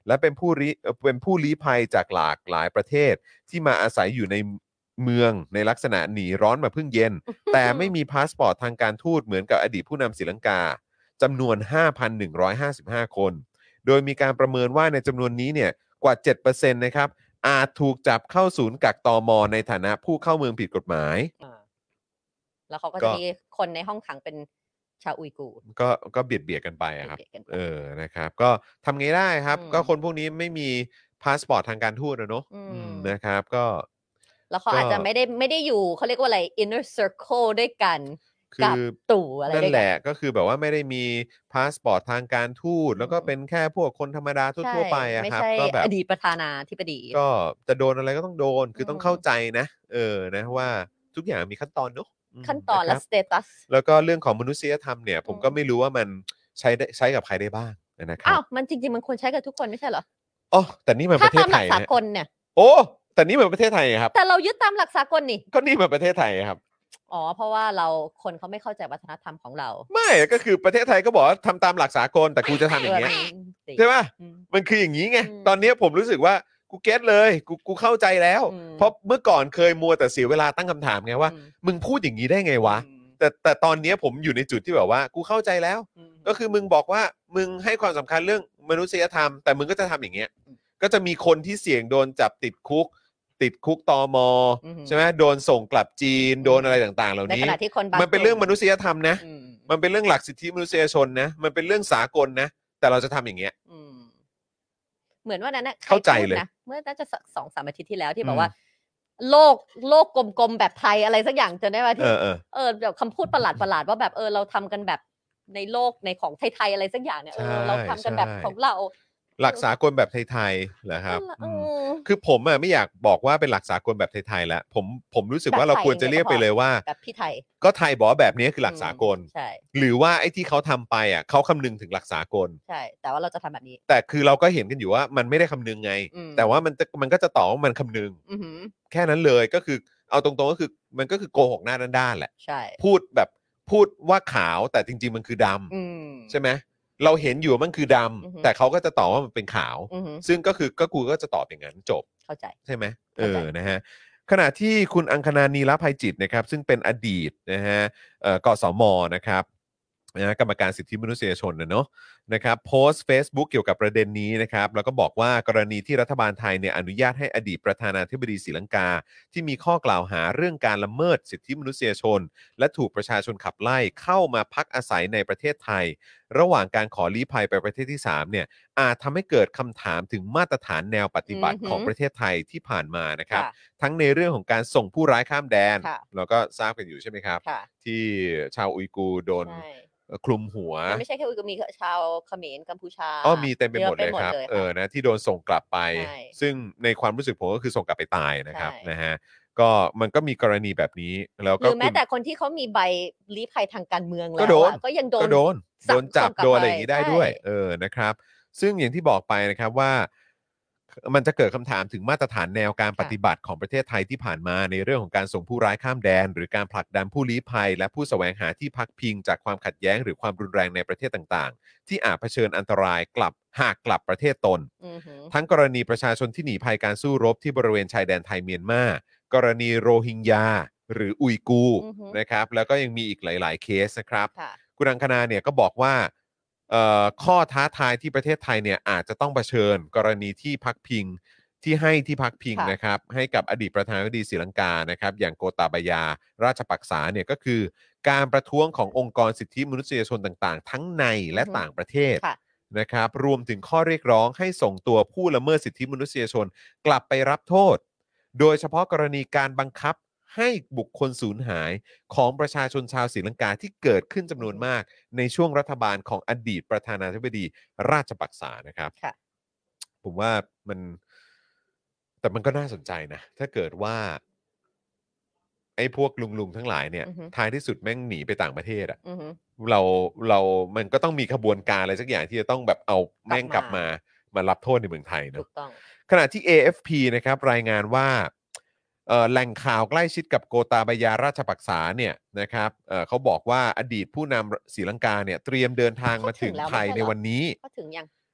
และเป็นผู้ลี้ภัยจากหลากหลายประเทศที่มาอาศัยอยู่ในเมืองในลักษณะหนีร้อนมาพึ่งเย็น แต่ไม่มีพาสปอร์ตทางการทูตเหมือนกับอดีตผู้นำศรีลังกาจำนวน 5,155 คน โดยมีการประเมินว่าในจำนวนนี้เนี่ยกว่า 7% นะครับอาจถูกจับเข้าศูนย์กักตม.ในฐานะผู้เข้าเมืองผิดกฎหมายแล้วเขาก็จะมีคนในห้องขังเป็นชาวอุยกูร์ก็เบียดกันไปครับนะครับก็ทำไงได้ครับก็คนพวกนี้ไม่มีพาสปอร์ตทางการทูตเนอะนะครับก็แล้วเขาอาจจะไม่ได้อยู่เขาเรียกว่าอะไร inner circle ด้วยกันกับตู่อะไรนั่นแหละก็คือแบบว่าไม่ได้มีพาสปอร์ตทางการทูตแล้วก็เป็นแค่พวกคนธรรมดาทั่วไปอะครับก็แบบอดีตประธานาธิบดีก็จะโดนอะไรก็ต้องโดนคือต้องเข้าใจนะนะว่าทุกอย่างมีขั้นตอนเนอะขั้นตอนและสเตตัสแล้วก็เรื่องของมนุษยธรรมเนี่ยผมก็ไม่รู้ว่ามันใช้กับใครได้บ้างนะครับอ้าวมันจริงๆมันควรใช้กับทุกคนไม่ใช่เหรออ๋อแต่นี่มันประเทศไทยถ้าตามหลักสากลเนี่ยโอ้แต่นี่มันประเทศไทยครับแต่เรายึดตามหลักสากลนี่ก็นี่มันประเทศไทยครับอ๋อเพราะว่าคนเขาไม่เข้าใจวัฒนธรรมของเราไม่ก็คือประเทศไทยก็บอกว่าทำตามหลักสากลแต่กูจะทำอย่างเงี้ยใช่ป่ะมันคืออย่างนี้ไงตอนนี้ผมรู้สึกว่ากูเก็ตเลยกูเข้าใจแล้วเพราะเมื่อก่อนเคยมัวแต่เสียเวลาตั้งคำถามไงว่ามึงพูดอย่างนี้ได้ไงวะแต่ตอนนี้ผมอยู่ในจุดที่แบบว่ากูเข้าใจแล้วก็คือมึงบอกว่ามึงให้ความสำคัญเรื่องมนุษยธรรมแต่มึงก็จะทำอย่างเงี้ยก็จะมีคนที่เสี่ยงโดนจับติดคุกตม.ใช่ไหมโดนส่งกลับจีนโดนอะไรต่างๆเหล่านี้มันเป็นเรื่องมนุษยธรรมนะมันเป็นเรื่องหลักสิทธิมนุษยชนนะมันเป็นเรื่องสากลนะแต่เราจะทำอย่างเงี้ยเหมือนว่านั้นนะเข้าใจเลยนะเมื่อน่าจะ 2-3 อาทิตย์ที่แล้วที่บอกว่าโลกกลมๆแบบไทยอะไรสักอย่างจนได้ว่าที่แบบคำพูดประหลาดว่าแบบเราทำกันแบบในโลกในของไทยๆอะไรสักอย่างเนี่ยเราทำกันแบบของเราหลักสากลแบบไทยๆเหรอครับคือผมไม่อยากบอกว่าเป็นหลักสากลแบบไทยๆแล้วผมรู้สึกว่าเราควรจะเรียกไปเลยว่าแบบพี่ไทยก็ไทยบอกว่าแบบนี้คือหลักสากลใช่หรือว่าไอ้ที่เขาทำไปเขาคำนึงถึงหลักสากลใช่แต่ว่าเราจะทำแบบนี้แต่คือเราก็เห็นกันอยู่ว่ามันไม่ได้คำนึงไงแต่ว่ามันก็จะตอบว่ามันคำนึงแค่นั้นเลยก็คือเอาตรงๆก็คือมันก็คือโกหกหน้าด้านๆแหละใช่พูดว่าขาวแต่จริงๆมันคือดำใช่ไหมเราเห็นอยู่ว่ามันคือดำแต่เขาก็จะตอบว่ามันเป็นขาวซึ่งก็คือกูก็จะตอบอย่างนั้นจบเข้าใจใช่ไหมนะฮะขณะที่คุณอังคณานีรภัยจิตนะครับซึ่งเป็นอดีตนะฮะกสมนะครับกรรมการสิทธิมนุษยชนนะครับโพสต์ Facebook เกี่ยวกับประเด็นนี้นะครับแล้วก็บอกว่ากรณีที่รัฐบาลไทยเนี่ยอนุญาตให้อดีตประธานาธิบดีศรีลังกาที่มีข้อกล่าวหาเรื่องการละเมิดสิทธิมนุษยชนและถูกประชาชนขับไล่เข้ามาพักอาศัยในประเทศไทยระหว่างการขอลี้ภัยไปประเทศที่3เนี่ยอาจทำให้เกิดคำถามถึงมาตรฐานแนวปฏิบัติของประเทศไทยที่ผ่านมานะครับทั้งในเรื่องของการส่งผู้ร้ายข้ามแดนเราก็ทราบกันอยู่ใช่ไหมครับที่ชาวอุยกูร์โดนคลุมหัวไม่ใช่แค่อุยกูร์มีชาวเขมรกัมพูชามีเต็มไปหมดเลยครับนะที่โดนส่งกลับไปซึ่งในความรู้สึกผมก็คือส่งกลับไปตายนะครับนะฮะก็มันก็มีกรณีแบบนี้แล้วก็หรือแม้แต่คนที่เขามีใบลี้ภัยทางการเมืองแล้วก็ยังโดนจับโดนอะไรอย่างนี้ได้ด้วยนะครับซึ่งอย่างที่บอกไปนะครับว่ามันจะเกิดคำถามถึงมาตรฐานแนวการปฏิบัติของประเทศไทยที่ผ่านมาในเรื่องของการส่งผู้ร้ายข้ามแดนหรือการผลักดันผู้ลี้ภัยและผู้แสวงหาที่พักพิงจากความขัดแย้งหรือความรุนแรงในประเทศต่างๆที่อาจเผชิญอันตรายหากกลับประเทศตนทั้งกรณีประชาชนที่หนีภัยการสู้รบที่บริเวณชายแดนไทยเมียนมากรณีโรฮิงญาหรืออุยกูร์นะครับแล้วก็ยังมีอีกหลายๆเคสนะครับคุณอังคณาเนี่ยก็บอกว่าข้อท้าทายที่ประเทศไทยเนี่ยอาจจะต้องเผชิญกรณีที่พักพิงนะครับให้กับอดีตประธานาธิบดีศรีลังกานะครับอย่างโกตาบายาราชปักษาเนี่ยก็คือการประท้วงขององค์กรสิทธิมนุษยชนต่างๆทั้งในและต่างประเทศนะครับรวมถึงข้อเรียกร้องให้ส่งตัวผู้ละเมิดสิทธิมนุษยชนกลับไปรับโทษโดยเฉพาะกรณีการบังคับให้บุคคลสูญหายของประชาชนชาวศรีลังกาที่เกิดขึ้นจำนวนมากในช่วงรัฐบาลของอดีตประธานาธิบดีราชปักษานะครับผมว่าแต่มันก็น่าสนใจนะถ้าเกิดว่าไอ้พวกลุงทั้งหลายเนี่ยท้ายที่สุดแม่งหนีไปต่างประเทศอ่ะเรามันก็ต้องมีขบวนการอะไรสักอย่างที่จะต้องแบบเอาแม่งกลับมารับโทษในเมืองไทยเนอะขณะที่ AFP นะครับรายงานว่าแหล่งข่าวใกล้ชิดกับโกตาบายาราชปักษาเนี่ยนะครับเขาบอกว่าอดีตผู้นำศรีลังกาเนี่ยเตรียมเดินทางมาถึงไทยในวันนี้ก็ถึงยัง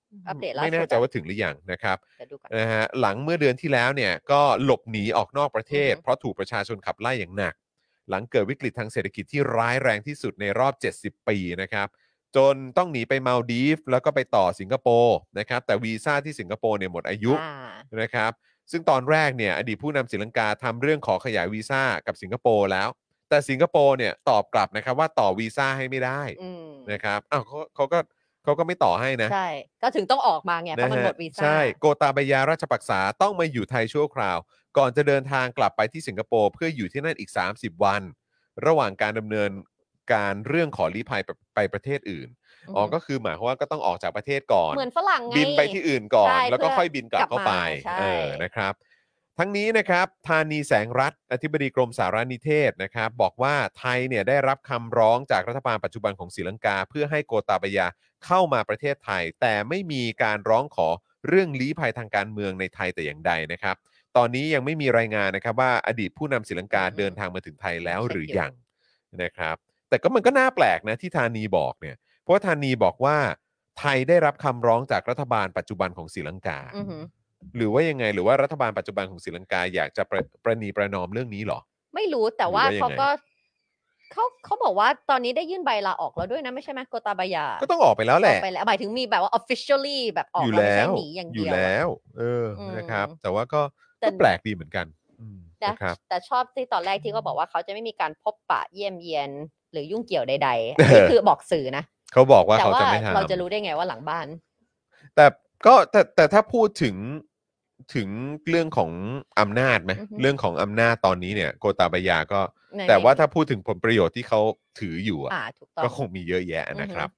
อัปเดตล่าสุดไม่แน่ใจว่าถึงหรือยังนะครับดูก่อนนะฮะหลังเมื่อเดือนที่แล้วเนี่ยก็หลบหนีออกนอกประเทศเพราะถูกประชาชนขับไล่อย่างหนักหลังเกิดวิกฤตทางเศรษฐกิจที่ร้ายแรงที่สุดในรอบ70ปีนะครับจนต้องหนีไปมาลดีฟแล้วก็ไปต่อสิงคโปร์นะครับแต่วีซ่าที่สิงคโปร์เนี่ยหมดอายุนะครับซึ่งตอนแรกเนี่ยอดีตผู้นำศรีลังกาทำเรื่องขอขยายวีซ่ากับสิงคโปร์แล้วแต่สิงคโปร์เนี่ยตอบกลับนะครับว่าต่อวีซ่าให้ไม่ได้นะครับอ้าวเขาก็ไม่ต่อให้นะใช่ก็ถึงต้องออกมาไงเพราะมันหมดวีซ่าใช่โกตาบายาราชปักษาต้องมาอยู่ไทยชั่วคราวก่อนจะเดินทางกลับไปที่สิงคโปร์เพื่ออยู่ที่นั่นอีก30วันระหว่างการดำเนินการเรื่องขอลี้ภัยไปประเทศอื่นก็คือหมายความว่าก็ต้องออกจากประเทศก่อนเหมือนฝรั่งไงบินไปที่อื่นก่อนแล้วก็ค่อยบินกลับเข้าไปนะครับทั้งนี้นะครับธานีแสงรัตน์อธิบดีกรมสารนิเทศนะครับบอกว่าไทยเนี่ยได้รับคำร้องจากรัฐบาลปัจจุบันของศรีลังกาเพื่อให้โกตาบายาเข้ามาประเทศไทยแต่ไม่มีการร้องขอเรื่องลี้ภัยทางการเมืองในไทยแต่อย่างใดนะครับตอนนี้ยังไม่มีรายงานนะครับว่าอดีตผู้นำศรีลังกาเดินทางมาถึงไทยแล้วหรือยังนะครับแต่ก็มันก็น่าแปลกนะที่ธานีบอกเนี่ยเพราะว่าธานีบอกว่าไทยได้รับคำร้องจากรัฐบาลปัจจุบันของศรีลังกาหรือว่ายังไงหรือว่ารัฐบาลปัจจุบันของศรีลังกาอยากจะประนีประนอมเรื่องนี้หรอไม่รู้แต่ว่าเขาบอกว่าตอนนี้ได้ยื่นใบลาออกแล้วด้วยนะไม่ใช่ไหมโกตาบายาก็ต้องออกไปแล้วแหละไปแล้วหมายถึงมีแบบว่า officially แบบออกแล้วไม่ใช่หนีอย่างเดียวอยู่แล้วนะครับแต่ว่าก็แปลกดีเหมือนกันนะครับแต่ชอบที่ตอนแรกที่เขาบอกว่าเขาจะไม่มีการพบปะเยี่ยมเยียนหรือยุ่งเกี่ยวใดๆอันนี้คือบอกสื่อนะเขาบอกว่าเขาจะไม่ทำเราจะรู้ได้ไงว่าหลังบ้านแต่ถ้าพูดถึงเรื่องของอำนาจไหมเรื่องของอำนาจตอนนี้เนี่ยโกตาบายาก็แต่ว่าถ้าพูดถึงผลประโยชน์ที่เขาถืออยู่ก็คงมีเยอะแยะนะครับ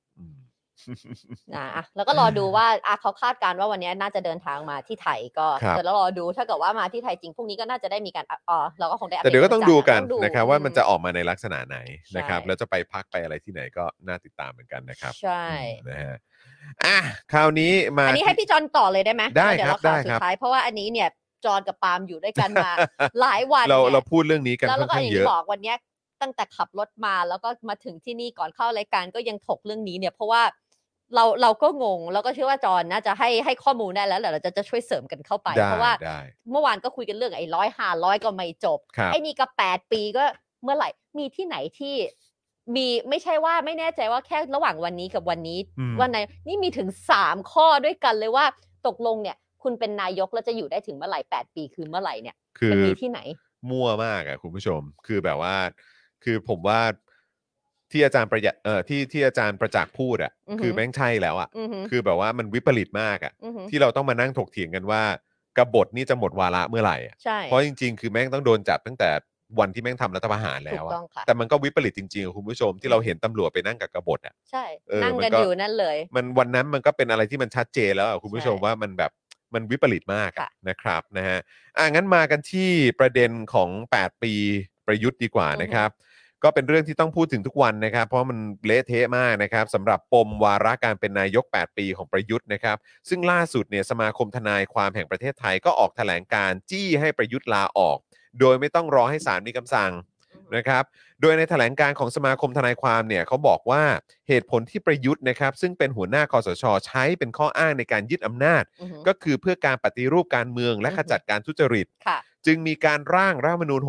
แล้วก็รอดูว่าเขาคาดการณ์ว่าวันนี้น่าจะเดินทางมาที่ไทยก็แต่เรารอดูถ้าเกิดว่ามาที่ไทยจริงพรุ่งนี้ก็น่าจะได้มีการเราก็คงได้แต่เดี๋ยวก็ต้องดูกันนะครับว่ามันจะออกมาในลักษณะไหนนะครับแล้วจะไปพักไปอะไรที่ไหนก็น่าติดตามเหมือนกันนะครับใช่นะฮะคราวนี้มาอันนี้ให้พี่จอนต่อเลยได้ไหมได้เดี๋ยวเราข่าวสุดท้ายเพราะว่าอันนี้เนี่ยจอนกับปาล์มอยู่ด้วยกันมาหลายวันเราพูดเรื่องนี้กันค่อนข้างเยอะแล้วก็อย่างที่บอกวันนี้ตั้งแต่ขับรถมาแล้วก็มาถึงที่นี่ก่อนเข้ารายการก็ยังถกเรื่องนี้เนี่ยเพราะว่าเราก็งงแล้วก็เชื่อว่าจอนน่าจะให้ข้อมูลได้แล้วแหละเราจะช่วยเสริมกันเข้าไปเพราะว่าเมื่อวานก็คุยกันเรื่องไอ้100-500ก็ไม่จบไอ้นี่ก็8 ปีก็เมื่อไหร่มีที่ไหนที่มีไม่ใช่ว่าไม่แน่ใจว่าแค่ระหว่างวันนี้กับวันนี้วันไหนนี่มีถึง3ข้อด้วยกันเลยว่าตกลงเนี่ยคุณเป็นนายกแล้วจะอยู่ได้ถึงเมื่อไหร่8 ปีคือเมื่อไหร่เนี่ยมันมีที่ไหนมั่วมากอ่ะคุณผู้ชมคือแบบว่าคือผมว่าที่อาจารย์ที่อาจารย์ประจักษ์พูดอ่ะคือแม่งใช่แล้วอ่ะคือแบบว่ามันวิปริตมากอ่ะที่เราต้องมานั่งถกเถียงกันว่ากบฏนี่จะหมดวาระเมื่อไหร่อ่ะเพราะจริงๆคือแม่งต้องโดนจับตั้งแต่วันที่แม่งทำรัฐประหารแล้วอ่ะแต่มันก็วิปริตจริงๆคุณผู้ชมที่เราเห็นตำรวจไปนั่งกับกบฏอ่ะใช่นั่งกันอยู่นั่นเลยมันวันนั้นมันก็เป็นอะไรที่มันชัดเจนแล้วอ่ะคุณผู้ชมว่ามันแบบมันวิปริตมากนะครับนะฮะงั้นมากันที่ประเด็นของ8 ปีประยุทธ์ดีกว่านะครับก็เป็นเรื่องที่ต้องพูดถึงทุกวันนะครับเพราะมันเละเทะมากนะครับสำหรับปมวาระการเป็นนายก8 ปีของประยุทธ์นะครับซึ่งล่าสุดเนี่ยสมาคมทนายความแห่งประเทศไทยก็ออกแถลงการจี้ให้ประยุทธ์ลาออกโดยไม่ต้องรอให้ศาลมีคำสั่งนะครับโดยในแถลงการของสมาคมทนายความเนี่ยเขาบอกว่าเหตุผลที่ประยุทธ์นะครับซึ่งเป็นหัวหน้าคสช.ใช้เป็นข้ออ้างในการยึดอำนาจก็คือเพื่อการปฏิรูปการเมืองและขจัดการทุจริตจึงมีการร่างรัฐธรรมนูญ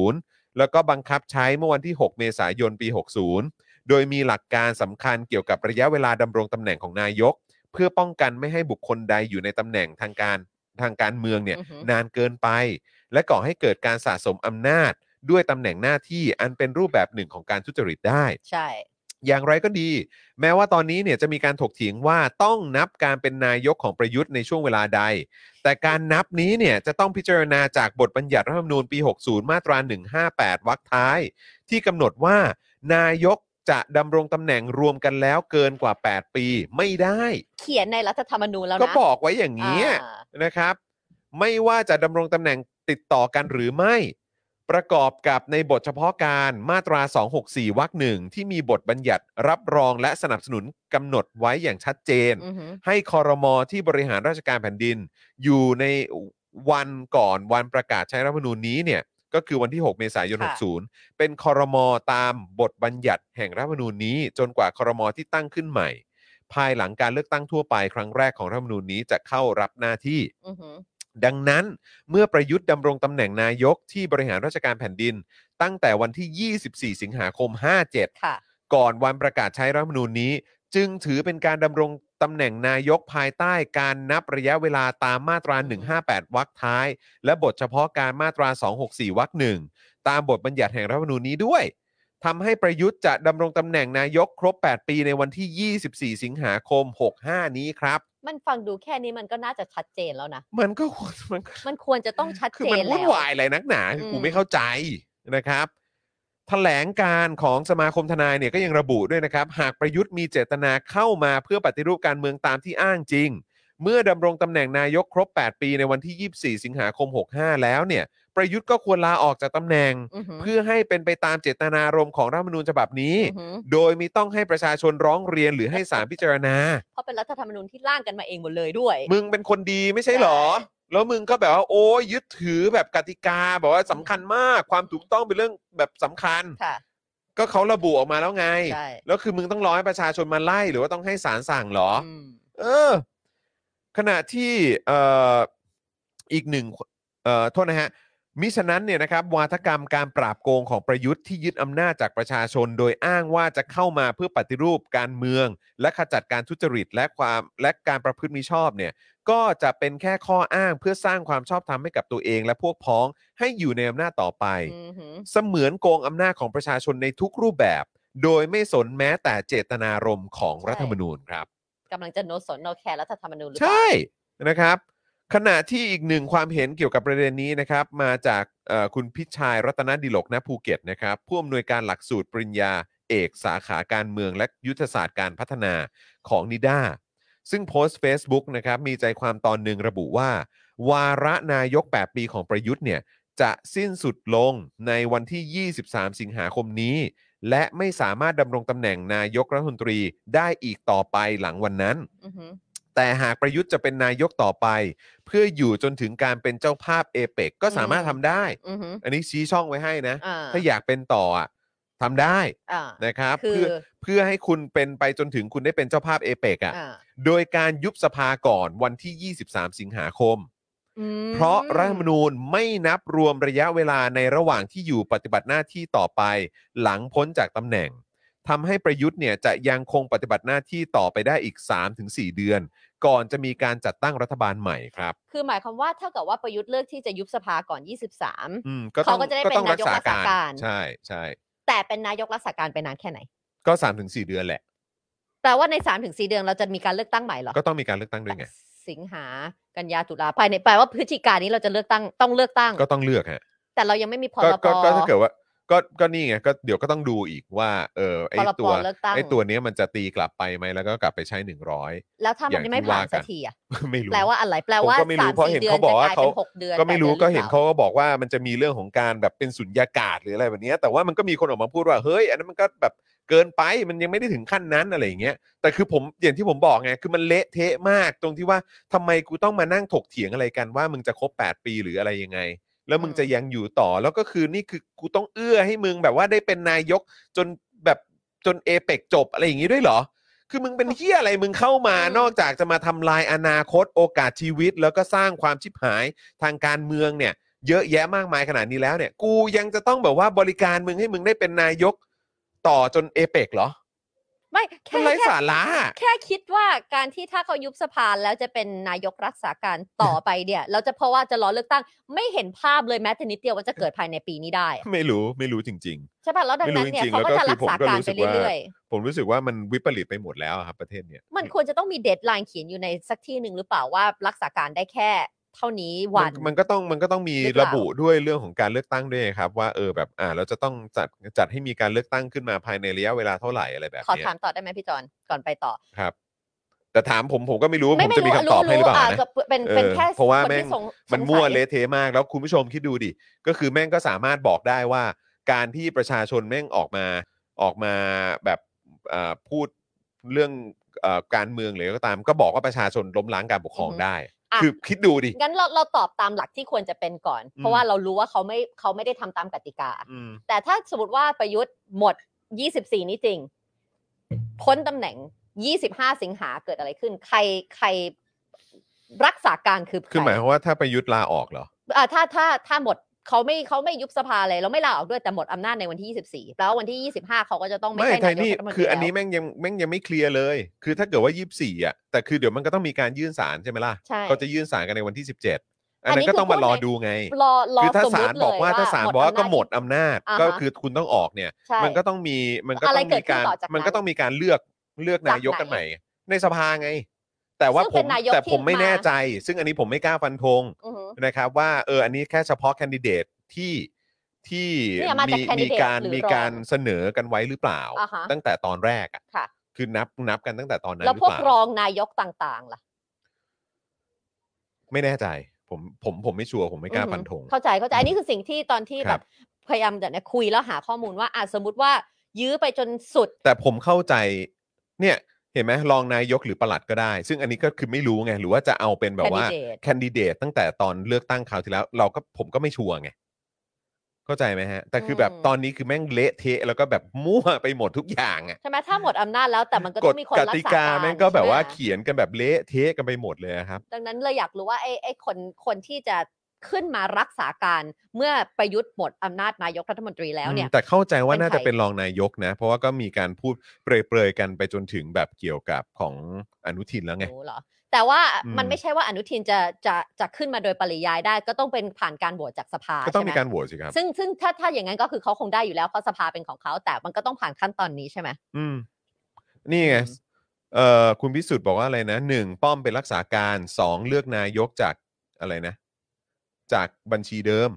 60แล้วก็บังคับใช้เมื่อวันที่6 เมษายนปี60โดยมีหลักการสำคัญเกี่ยวกับระยะเวลาดำรงตำแหน่งของนายกเพื่อป้องกันไม่ให้บุคคลใดอยู่ในตำแหน่งทางการเมืองเนี่ยนานเกินไปและก่อให้เกิดการสะสมอำนาจด้วยตำแหน่งหน้าที่อันเป็นรูปแบบหนึ่งของการทุจริตได้ใช่อย่างไรก็ดีแม้ว่าตอนนี้เนี่ยจะมีการถกเถียงว่าต้องนับการเป็นนายกของประยุทธ์ในช่วงเวลาใดแต่การนับนี้เนี่ยจะต้องพิจารณาจากบทบัญญัติรัฐธรรมนูญปี60มาตรา158วรรคท้ายที่กำหนดว่านายกจะดำรงตำแหน่งรวมกันแล้วเกินกว่า8 ปีไม่ได้เขียนในรัฐธรรมนูญแล้วนะก็บอกไว้อย่างนี้นะครับไม่ว่าจะดำรงตำแหน่งติดต่อกันหรือไม่ประกอบกับในบทเฉพาะการมาตรา264วรรคหนึ่งที่มีบทบัญญัติรับรองและสนับสนุนกำหนดไว้อย่างชัดเจนให้ครม.ที่บริหารราชการแผ่นดินอยู่ในวันก่อนวันประกาศใช้รัฐธรรมนูญนี้เนี่ยก็คือวันที่6 เมษายน60เป็นครม.ตามบทบัญญัติแห่งรัฐธรรมนูญนี้จนกว่าครม.ที่ตั้งขึ้นใหม่ภายหลังการเลือกตั้งทั่วไปครั้งแรกของรัฐธรรมนูญนี้จะเข้ารับหน้าที่ดังนั้นเมื่อประยุทธ์ดำรงตำแหน่งนายกที่บริหารราชการแผ่นดินตั้งแต่วันที่24สิงหาคม57ก่อนวันประกาศใช้รัฐธรรมนูญนี้จึงถือเป็นการดำรงตำแหน่งนายกภายใต้การนับระยะเวลาตามมาตรา158วรรคท้ายและบทเฉพาะการมาตรา264วรรคหนึ่งตามบทบัญญัติแห่งรัฐธรรมนูญนี้ด้วยทำให้ประยุทธ์จะดำรงตำแหน่งนายกครบ8ปีในวันที่24สิงหาคม65นี้ครับมันฟังดูแค่นี้มันก็น่าจะชัดเจนแล้วนะมันควรจะต้องชัดเจนแล้วคือมันวุ่นวายอะไรนักหนากูไม่เข้าใจนะครับแถลงการของสมาคมทนายเนี่ยก็ยังระบุด้วยนะครับหากประยุทธ์มีเจตนาเข้ามาเพื่อปฏิรูปการเมืองตามที่อ้างจริงเมื่อดำรงตำแหน่งนายกครบ8ปีในวันที่24สิงหาคม65แล้วเนี่ยประยุทธ์ก็ควรลาออกจากตำแหน่งเพื่อให้เป็นไปตามเจตนารมณ์ของรัฐธรรมนูญฉบับนี้โดยมิต้องให้ประชาชนร้องเรียนหรือให้ศาลพิจารณาเพราะเป็นรัฐธรรมนูญที่ร่างกันมาเองหมดเลยด้วยมึงเป็นคนดีไม่ใช่หรอแล้วมึงก็แบบว่าโอ้ยยึดถือแบบกติกาแบบว่าสำคัญมากความถูกต้องเป็นเรื่องแบบสำคัญก็เขาระบุออกมาแล้วไงแล้วคือมึงต้องรอให้ประชาชนมาไล่หรือว่าต้องให้ศาลสั่งหรอขณะที่อีกหนึ่งโทษนะฮะมิฉะนั้นเนี่ยนะครับวาทกรรมการปราบโกงของประยุทธ์ที่ยึดอำนาจจากประชาชนโดยอ้างว่าจะเข้ามาเพื่อปฏิรูปการเมืองและขจัดการทุจริตและการประพฤติมิชอบเนี่ยก็จะเป็นแค่ข้ออ้างเพื่อสร้างความชอบธรรมให้กับตัวเองและพวกพ้องให้อยู่ในอำนาจต่อไปเสมือนโกงอำนาจของประชาชนในทุกรูปแบบโดยไม่สนแม้แต่เจตนารมณ์ของรัฐธรรมนูญครับกำลังจะโนสนโนแคร์รัฐธรรมนูญหรือเปล่าใช่นะครับขณะที่อีกหนึ่งความเห็นเกี่ยวกับประเด็นนี้นะครับมาจากคุณพิชัยรัตนดิลกณภูเก็ตนะครับผู้อำนวยการหลักสูตรปริญญาเอกสาขาการเมืองและยุทธศาสตร์การพัฒนาของนิด้าซึ่งโพสต์ Facebook นะครับมีใจความตอนหนึ่งระบุว่าวาระนายก8ปีของประยุทธ์เนี่ยจะสิ้นสุดลงในวันที่23สิงหาคมนี้และไม่สามารถดำรงตำแหน่งนายกรัฐมนตรีได้อีกต่อไปหลังวันนั้นแต่หากประยุทธ์จะเป็นนายกต่อไปเพื่ออยู่จนถึงการเป็นเจ้าภาพเอเปกก็สามารถทำได้อันนี้ชี้ช่องไว้ให้นะถ้าอยากเป็นต่อทำได้นะครับเพื่อให้คุณเป็นไปจนถึงคุณได้เป็นเจ้าภาพเอเปกโดยการยุบสภาก่อนวันที่23สิงหาคมเพราะรัฐธรรมนูญไม่นับรวมระยะเวลาในระหว่างที่อยู่ปฏิบัติหน้าที่ต่อไปหลังพ้นจากตำแหน่งทำให้ประยุทธ์เนี่ยจะยังคงปฏิบัติหน้าที่ต่อไปได้อีก 3-4 เดือนก่อนจะมีการจัดตั้งรัฐบาลใหม่ครับคือหมายความว่าถ้าเกิดว่าประยุทธ์เลือกที่จะยุบสภาก่อน23เขาก็จะได้เป็นนายกรักษาการใช่ใช่แต่เป็นนายกรักษาการไปนานแค่ไหนก็ 3-4 เดือนแหละแปลว่าใน 3-4 เดือนเราจะมีการเลือกตั้งใหม่เหรอก็ต้องมีการเลือกตั้งด้วยไงสิงหากันยาตุลาภายในแปลว่าพฤศจิกายนนี้เราจะเลือกตั้งต้องเลือกตั้งก็ต้องเลือกฮะแต่เรายังไม่มีพรบก็ถ้าเกิดว่าก็นี่ไงก็เดี๋ยวก็ต้องดูอีกว่าไอ้ตัวนี้มันจะตีกลับไปไหมแล้วก็กลับไปใช้100 แล้วถ้ามันไม่ผ่านสักทีไม่รู้แปลว่าอะไรแปลว่าก็ไม่รู้เพราะเห็นเขาบอกว่าเขาก็ไม่รู้ก็เห็นเขาก็บอกว่ามันจะมีเรื่องของการแบบเป็นสุญญากาศหรืออะไรแบบนี้แต่ว่ามันก็มีคนออกมาพูดว่าเฮ้ยอันนั้นมันก็แบบเกินไปมันยังไม่ได้ถึงขั้นนั้นอะไรอย่างเงี้ยแต่คือผมอย่างที่ผมบอกไงคือมันเละเทะมากตรงที่ว่าทำไมกูต้องมานั่งถกเถียงอะไรกันว่ามึงจะครบ8ปีหรืออะไรยังไงแล้วมึงจะยังอยู่ต่อแล้วก็คือนี่คือกูต้องเอื้อให้มึงแบบว่าได้เป็นนายกจนเอเปกจบอะไรอย่างงี้ด้วยเหรอคือมึงเป็นเหี้ยอะไรมึงเข้ามานอกจากจะมาทำลายอนาคตโอกาสชีวิตแล้วก็สร้างความชิบหายทางการเมืองเนี่ยเยอะแยะมากมายขนาดนี้แล้วเนี่ยกูยังจะต้องแบบว่าบริการมึงให้มึงได้เป็นนายกต่อจนเอเปกเหรอไม่แค่ไร้สาระแค่คิดว่าการที่ถ้าเขายุบสภาแล้วจะเป็นนายกรักษาการต่อไปเนี่ยเราจะเพราะว่าจะรอเลือกตั้งไม่เห็นภาพเลยแม้แต่นิดเดียวว่าจะเกิดภายในปีนี้ได้ไม่รู้จริงๆใช่ป่ะแล้วดังนั้นเนี่ยเขาก็จะรักษาการไปเรื่อยๆผมรู้สึกว่ามันวิปริตไปหมดแล้วครับประเทศเนี่ยมันควรจะต้องมีเดดไลน์เขียนอยู่ในสักที่นึงหรือเปล่าว่ารักษาการได้แค่เท่านี้วันมันก็ต้องมีระบุด้วยเรื่องของการเลือกตั้งด้วยครับว่าแบบเราจะต้องจัดให้มีการเลือกตั้งขึ้นมาภายในระยะเวลาเท่าไหร่อะไรแบบนี้ขอถามต่อได้ไหมพี่จอนก่อนไปต่อครับแต่ถามผมก็ไม่รู้ว่าผมจะมีคำตอบให้หรือเปล่านะเป็นแค่เพราะว่าแม่งมันมั่วเละเทะมากแล้วคุณผู้ชมคิดดูดิก็คือแม่งก็สามารถบอกได้ว่าการที่ประชาชนแม่งออกมาแบบพูดเรื่องการเมืองหรือก็ตามก็บอกว่าประชาชนล้มล้างการปกครองได้คือคิดดูดิงั้นเราตอบตามหลักที่ควรจะเป็นก่อนเพราะว่าเรารู้ว่าเขาไม่ได้ทำตามกติกาแต่ถ้าสมมติว่าประยุทธ์หมด24นี้จริงพ้นตำแหน่ง 25 สิงหาเกิดอะไรขึ้นใครรักษาการคือหมายความว่าถ้าประยุทธ์ลาออกเหรอถ้าหมดเขาไม่ยุบสภาเลยแล้วไม่ลาออกด้วยแต่หมดอำนาจในวันที่24แล้ววันที่25เขาก็จะต้องไม่ใช่นายกรัฐมนตรีคืออันนี้แม่งยังไม่เคลียร์เลยคือถ้าเกิดว่า24อ่ะแต่คือเดี๋ยวมันก็ต้องมีการยื่นศาลใช่ไหมล่ะเขาจะยื่นศาลกันในวันที่17อันนั้นก็ต้องมารอดูไงคือถ้าศาลบอกว่าก็หมดอำนาจก็คือคุณต้องออกเนี่ยมันก็ต้องมีการเลือกนายกกันใหม่ในสภาไงแต่ผมไม่แน่ใจซึ่งอันนี้ผมไม่กล้าฟันธงนะครับว่าอันนี้แค่เฉพาะแคนดิเดตที่มีการเสนอกันไว้หรือเปล่าตั้งแต่ตอนแรกอ่ะคือนับกันตั้งแต่ตอนนั้นแล้วพวกรองนายกต่างๆล่ะไม่แน่ใจผมไม่ชัวร์ผมไม่กล้าฟันธงเข้าใจอันนี้คือสิ่งที่ตอนที่แบบพยายามจะคุยแล้วหาข้อมูลว่าสมมติว่ายื้อไปจนสุดแต่ผมเข้าใจเนี่ยเห็นไหมรองนายกหรือปลัดก็ได้ซึ่งอันนี้ก็คือไม่รู้ไงหรือว่าจะเอาเป็นแบบว่าแคนดิเดตตั้งแต่ตอนเลือกตั้งคราวที่แล้วผมก็ไม่ชัวร์ไงเข้าใจไหมฮะแต่คือแบบตอนนี้คือแม่งเละเทะแล้วก็แบบมั่วไปหมดทุกอย่างอ่ะใช่ไหมถ้าหมดอำนาจแล้วแต่มันก็ต้องมีคนรักษาการกติกาแม่งก็แบบว่าเขียนกันแบบเละเทะกันไปหมดเลยครับดังนั้นเลยอยากรู้ว่าไอ้คนที่จะขึ้นมารักษาการเมื่อประยุทธ์หมดอำนาจนายกรัฐมนตรีแล้วเนี่ยแต่เข้าใจว่าน่าจะเป็นรองนายกนะเพราะว่าก็มีการพูดเปรยๆกันไปจนถึงแบบเกี่ยวกับของอนุทินแล้วไงแต่ว่ามันไม่ใช่ว่าอนุทินจะขึ้นมาโดยปริยายได้ก็ต้องเป็นผ่านการโหวตจากสภาก็ต้องมีการโหวตสิครับซึ่งถ้าอย่างนั้นก็คือเขาคงได้อยู่แล้วเพราะสภาเป็นของเขาแต่มันก็ต้องผ่านขั้นตอนนี้ใช่ไหมนี่ไงคุณพิสุทธิ์บอกว่าอะไรนะ1ป้อมเป็นรักษาการ2เลือกนายกจากอะไรนะจากบัญชีเดิม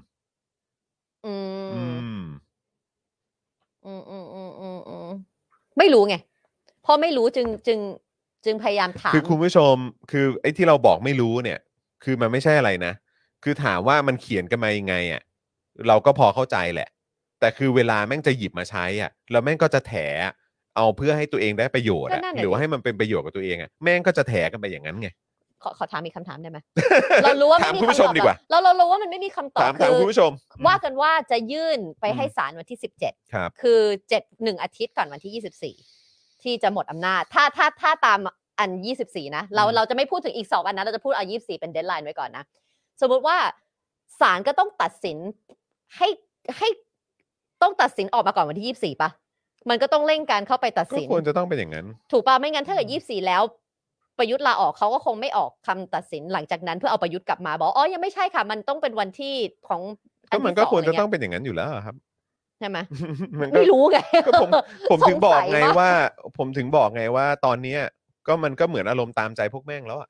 ไม่รู้ไงพอไม่รู้จึงพยายามถามคือคุณผู้ชมคือไอ้ที่เราบอกไม่รู้เนี่ยคือมันไม่ใช่อะไรนะคือถามว่ามันเขียนกันมายังไงอ่ะเราก็พอเข้าใจแหละแต่คือเวลาแม่งจะหยิบมาใช้อ่ะแล้วแม่งก็จะแถเอาเพื่อให้ตัวเองได้ประโยชน์หรือว่าให้มันเป็นประโยชน์กับตัวเองอ่ะแม่งก็จะแถกันไปอย่างนั้นไงขอถามอีกคำถามได้ไหมเรารู้ว่าไม่มีคำตอบเรารู้ว่ามันไม่มีคำตอบถามคุณผู้ชมว่ากันว่าจะยื่นไปให้ศาลวันที่17คือ1อาทิตย์ก่อนวันที่24ที่จะหมดอำนาจถ้าตามอัน24นะเราจะไม่พูดถึงอีก2อันนะเราจะพูดเอา24เป็นเดดไลน์ไว้ก่อนนะสมมุติว่าศาลก็ต้องตัดสินให้ต้องตัดสินออกมาก่อนวันที่24ป่ะมันก็ต้องเร่งการเข้าไปตัดสินก็ควรจะต้องเป็นอย่างนั้นถูกป่ะไม่งั้นถ้าเกิด24แล้วประยุทธ์ลาออกเขาก็คงไม่ออกคำตัดสินหลังจากนั้นเพื่อเอาประยุทธ์กลับมาบอกยังไม่ใช่ค่ะมันต้องเป็นวันที่ของมันก็ควรจะต้องเป็นอย่างนั้นอยู่แล้วครับใช่ไหมไม่รู้ไงก็ผมถึงบอกไงว่าตอนนี้ก็มันก็เหมือนอารมณ์ตามใจพวกแม่งแล้วอ่ะ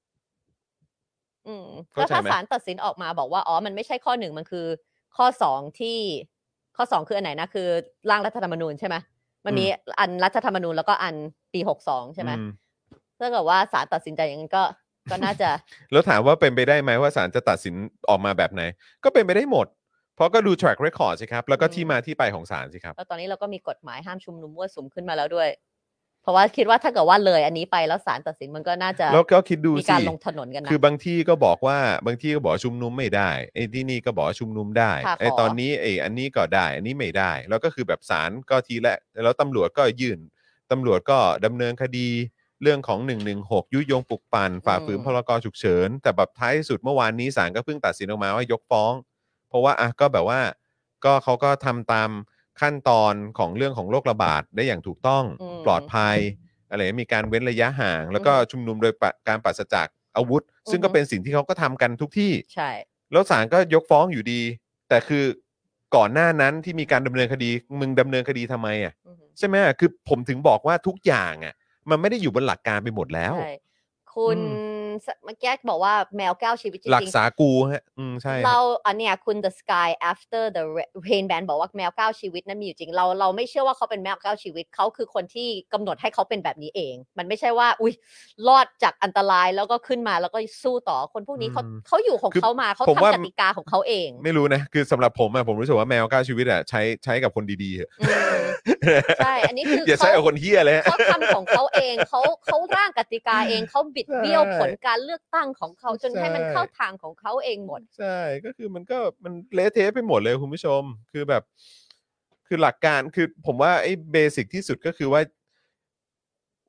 แล้วถ้าศาลตัดสินออกมาบอกว่ามันไม่ใช่ข้อ1มันคือข้อ2ที่ข้อ2คืออันไหนนะคือร่างรัฐธรรมนูญใช่ไหมมันมีอันรัฐธรรมนูญแล้วก็อันปี62ใช่ไหมถ้าเกิดว่าศาลตัดสินใจอย่างนั้นก็น่าจะแล้วถามว่าเป็นไปได้ไหมว่าศาลจะตัดสินออกมาแบบไหนก็เป็นไปได้หมดเพราะก็ดู track record สิครับแล้วก็ที่มาที่ไปของศาลสิครับแล้วตอนนี้เราก็มีกฎหมายห้ามชุมนุมมั่วสุมขึ้นมาแล้วด้วยเพราะว่าคิดว่าถ้าเกิดว่าเลยอันนี้ไปแล้วศาลตัดสินมันก็น่าจะแล้วก็คิดดูสิมีการลงถนนกันนะคือบางที่ก็บอกชุมนุมไม่ได้ไอ้ที่นี่ก็บอกชุมนุมได้ไอ้ตอนนี้อันนี้ก็ได้อันนี้ไม่ได้แล้วก็คือแบบศาลก็ทีแรกแล้วตำรวจก็ยื่นตำรวจก็ดำเนินคดีเรื่องของ116ยุยงปลุกปั่นฝ่าฝืนพรกฉุกเฉินแต่แบบท้ายสุดเมื่อวานนี้ศาลก็เพิ่งตัดสินออกมาว่ายกฟ้องเพราะว่าก็แบบว่าก็เขาก็ทำตามขั้นตอนของเรื่องของโรคระบาดได้อย่างถูกต้องปลอดภัยอะไรมีการเว้นระยะห่างแล้วก็ชุมนุมโดยการปราศจากอาวุธซึ่งก็เป็นสิ่งที่เขาก็ทำกันทุกที่ใช่แล้วศาลก็ยกฟ้องอยู่ดีแต่คือก่อนหน้านั้นที่มีการดำเนินคดีมึงดำเนินคดีทำไมใช่ไหมคือผมถึงบอกว่าทุกอย่างมันไม่ได้อยู่บนหลักการไปหมดแล้วคุณเมื่อกี้บอกว่าแมว9ชีวิตจริงๆหลักษากูฮะใช่เราอันเนี้ยคุณ The Sky After the Rain Band บอกว่าแมว9ชีวิตนั้นมีอยู่จริงเราไม่เชื่อว่าเขาเป็นแมว9ชีวิตเขาคือคนที่กำหนดให้เขาเป็นแบบนี้เองมันไม่ใช่ว่าอุ๊ยรอดจากอันตรายแล้วก็ขึ้นมาแล้วก็สู้ต่อคนพวกนี้เขาอยู่ของเขามาเขาทำกติกาของเขาเองไม่รู้นะคือสำหรับผมรู้สึกว่าแมว9ชีวิตใช้กับคนดีๆใช่อันนี้คืออย่าใช้กับคนเหี้ยเลยเขาทำของเขาเองเขาร่างกติกาเองเขาบิดเบี้ยวผลการเลือกตั้งของเขาจนให้มันเข้าทางของเขาเองหมดใช่ก็คือมันเละเทะไปหมดเลยคุณผู้ชมคือแบบคือหลักการคือผมว่าไอ้เบสิกที่สุดก็คือว่า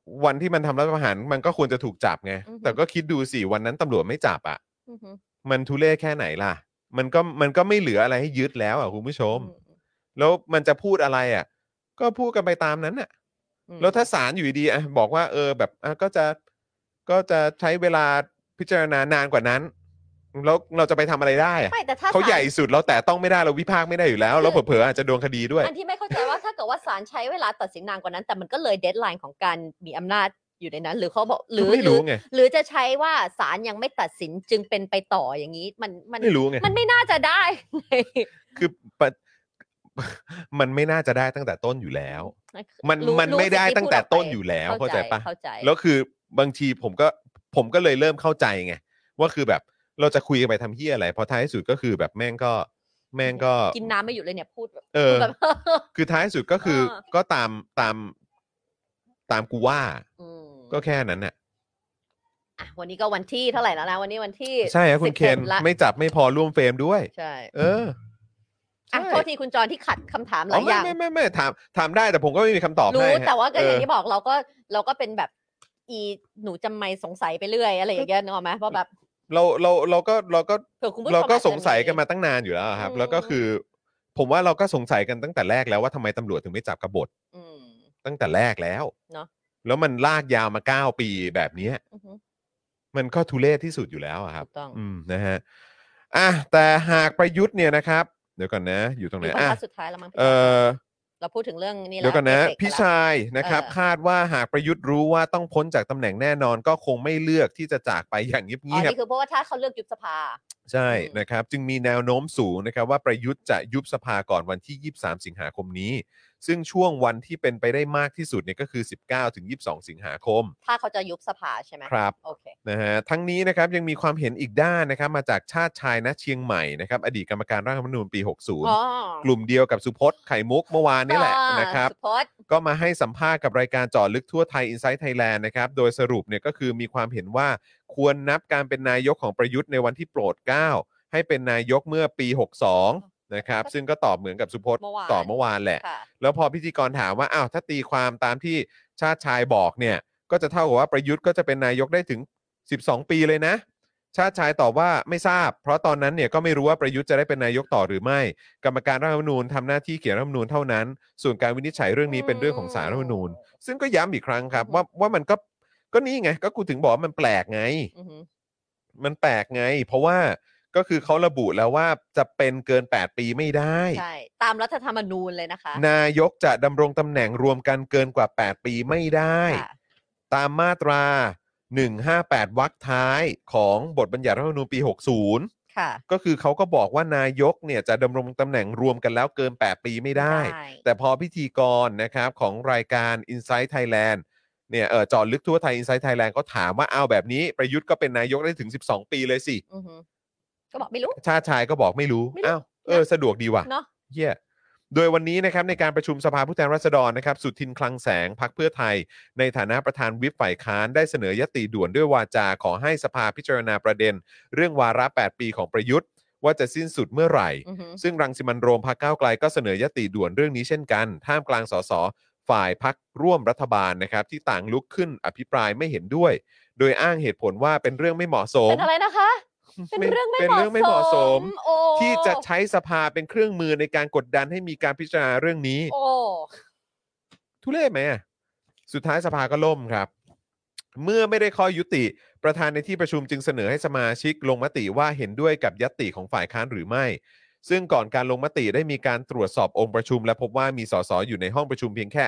วันที่มันทำรัฐประหารมันก็ควรจะถูกจับไงแต่ก็คิดดูสิวันนั้นตำรวจไม่จับอ่ะมันทุเรศแค่ไหนล่ะมันก็ไม่เหลืออะไรให้ยึดแล้วอ่ะคุณผู้ชมแล้วมันจะพูดอะไรอ่ะก็พูดกันไปตามนั้นน่ะแล้วถ้าศาลอยู่ดีๆอ่ะบอกว่าแบบก็จะใช้เวลาพิจารณานานกว่านั้นแล้วเราจะไปทำอะไรได้อะเขาใหญ่สุดเราแต่ต้องไม่ได้เราวิพากษ์ไม่ได้อยู่แล้วแล้วเผลอๆอาจจะโดนคดีด้วยอันที่ไม่เข้าใจว่าถ้าเกิดว่าศาลใช้เวลาตัดสินนานกว่านั้นแต่มันก็เลยเดดไลน์ของการมีอำนาจอยู่ในนั้นหรือเขาบอกหรือจะใช้ว่าศาลยังไม่ตัดสินจึงเป็นไปต่ออย่างนี้มันไม่รู้ไงมันไม่น่าจะได้คือมันไม่น่าจะได้ตั้งแต่ต้นอยู่แล้วมันไม่ได้ตั้งแต่ต้นอยู่แล้วเข้าใจปะแล้วคือบางทีผมก็เลยเริ่มเข้าใจไงว่าคือแบบเราจะคุยกันไปทำเหี้ยอะไรเพราะท้ายสุดก็คือแบบแม่งก็กินน้ำไม่หยุดเลยเนี่ยพูดแบบคือท้ายสุดก็คือก็ตามกูว่าก็แค่นั้นน่ะวันนี้ก็วันที่เท่าไหร่แล้วนะวันนี้วันที่ใช่ครับคุณเคนไม่จับไม่พอร่วมเฟรมด้วยใช่โทษทีคุณจรที่ขัดคำถามหลายอย่างไม่ถามได้แต่ผมก็ไม่มีคำตอบให้รู้แต่ว่าก็อย่างที่บอกเราก็เป็นแบบหนูจำไม่สงสัยไปเรื่อยอะไรอย่างเงี้ยนึกออกไหมเพราะแบบเราก็สงสัยกันมาตั้งนานอยู่แล้วครับแล้วก็คือผมว่าเราก็สงสัยกันตั้งแต่แรกแล้วว่าทำไมตำรวจถึงไม่จับกบฏตั้งแต่แรกแล้วเนาะแล้วมันลากยาวมา9 ปีแบบนี้มันก็ทุเรศที่สุดอยู่แล้วครับนะฮะแต่หากประยุทธ์เนี่ยนะครับเดี๋ยวก่อนนะอยู่ตรงไหนสุดท้ายแล้วมั้งเราพูดถึงเรื่องนี้แล้วเดี๋ยวก่อนนะพี่ชายนะครับคาดว่าหากประยุทธ์รู้ว่าต้องพ้นจากตำแหน่งแน่นอนก็คงไม่เลือกที่จะจากไปอย่างเงียบๆนี่คือเพราะว่าถ้าเขาเลือกยุบสภาใช่นะครับจึงมีแนวโน้มสูงนะครับว่าประยุทธ์จะยุบสภาก่อนวันที่23สิงหาคมนี้ซึ่งช่วงวันที่เป็นไปได้มากที่สุดเนี่ยก็คือ19ถึง22สิงหาคมถ้าเขาจะยุบสภาใช่ไหมครับโอเคนะฮะทั้งนี้นะครับยังมีความเห็นอีกด้านนะครับมาจากชาติชายณเชียงใหม่นะครับอดีตกรรมการร่างรัฐธรรมนูญปี60กลุ่มเดียวกับสุพจน์ไข่มุกเมื่อวานนี้แหละนะครับก็มาให้สัมภาษณ์กับรายการเจาะลึกทั่วไทย Inside Thailand นะครับโดยสรุปเนี่ยก็คือมีความเห็นว่าควรนับการเป็นนายกของประยุทธ์ในวันที่โปรดเกล้าให้เป็นนายกเมื่อปี62นะครับซึ่งก็ตอบเหมือนกับสุพจน์ตอบเมื่อวานแหละแล้วพอพิธีกรถามว่าอ้าวถ้าตีความตามที่ชาติชายบอกเนี่ยก็จะเท่ากับว่าประยุทธ์ก็จะเป็นนายกได้ถึง12 ปีเลยนะชาติชายตอบว่าไม่ทราบเพราะตอนนั้นเนี่ยก็ไม่รู้ว่าประยุทธ์จะได้เป็นนายกต่อหรือไม่กรรมการร่างรัฐธรรมนูญทำหน้าที่เขียนรัฐธรรมนูญเท่านั้นส่วนการวินิจฉัยเรื่องนี้เป็นเรื่องของศาลรัฐธรรมนูญซึ่งก็ย้ำอีกครั้งครับว่ามันก็นี่ไงก็กูถึงบอกว่ามันแปลกไงมันแปลกไงเพราะว่าก็คือเขาระบุแล้วว่าจะเป็นเกิน8 ปีไม่ได้ใช่ตามรัฐธรรมนูญเลยนะคะนายกจะดำรงตำแหน่งรวมกันเกินกว่า8 ปีไม่ได้ตามมาตรา158 วรรคท้ายของบทบัญญัติรัฐธรรมนูญปี60 ค่ะก็คือเขาก็บอกว่านายกเนี่ยจะดำรงตำแหน่งรวมกันแล้วเกิน8 ปีไม่ได้แต่พอพิธีกรนะครับของรายการ Inside Thailand เนี่ยเจาะลึกทั่วไทย Inside Thailand ก็ถามว่าเอาแบบนี้ประยุทธ์ก็เป็นนายกได้ถึง12 ปีเลยสิก็บอกไม่รู้ชาติชายก็บอกไม่รู้อ้าวสะดวกดีว่ะเนาะเหี้ยโดยวันนี้นะครับในการประชุมสภาผู้แทนราษฎรนะครับสุทินคลังแสงพรรคเพื่อไทยในฐานะประธานวิปฝ่ายค้านได้เสนอยติด่วนด้วยวาจาขอให้สภาพิจารณาประเด็นเรื่องวาระ8 ปีของประยุทธ์ว่าจะสิ้นสุดเมื่อไหร่ซึ่งรังสิมันต์โรมพรรคก้าวไกลก็เสนอยติด่วนเรื่องนี้เช่นกันท่ามกลางสสฝ่ายพรรคร่วมรัฐบาลนะครับที่ต่างลุกขึ้นอภิปรายไม่เห็นด้วยโดยอ้างเหตุผลว่าเป็นเรื่องไม่เหมาะสมเป็นอะไรนะคะเป็นเรื่องไม่เหมาะสมที่จะใช้สภาเป็นเครื่องมือในการกดดันให้มีการพิจารณาเรื่องนี้ทุเรศไหมสุดท้ายสภาก็ล่มครับเมื่อไม่ได้ข้อยุติประธานในที่ประชุมจึงเสนอให้สมาชิกลงมติว่าเห็นด้วยกับญัตติของฝ่ายค้านหรือไม่ซึ่งก่อนการลงมติได้มีการตรวจสอบองค์ประชุมและพบว่ามีสสอยู่ในห้องประชุมเพียงแค่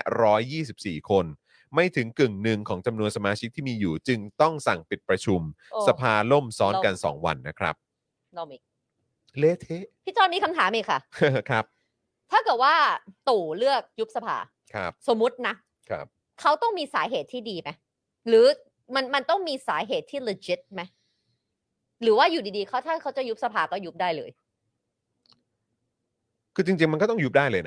124 คนไม่ถึงกึ่งหนึ่งของจำนวนสมาชิกที่มีอยู่จึงต้องสั่งปิดประชุมสภาล่มซ้อนกัน2 วันนะครับล่มอีกเละเทะพี่จอนมีคำถามอีกค่ะครับถ้าเกิดว่าตู่เลือกยุบสภาครับสมมุตินะครับเขาต้องมีสาเหตุที่ดีไหมหรือมันต้องมีสาเหตุที่ legit ไหมหรือว่าอยู่ดีๆถ้าเขาจะยุบสภาก็ยุบได้เลยคือจริงๆมันก็ต้องยุบได้เลยนะ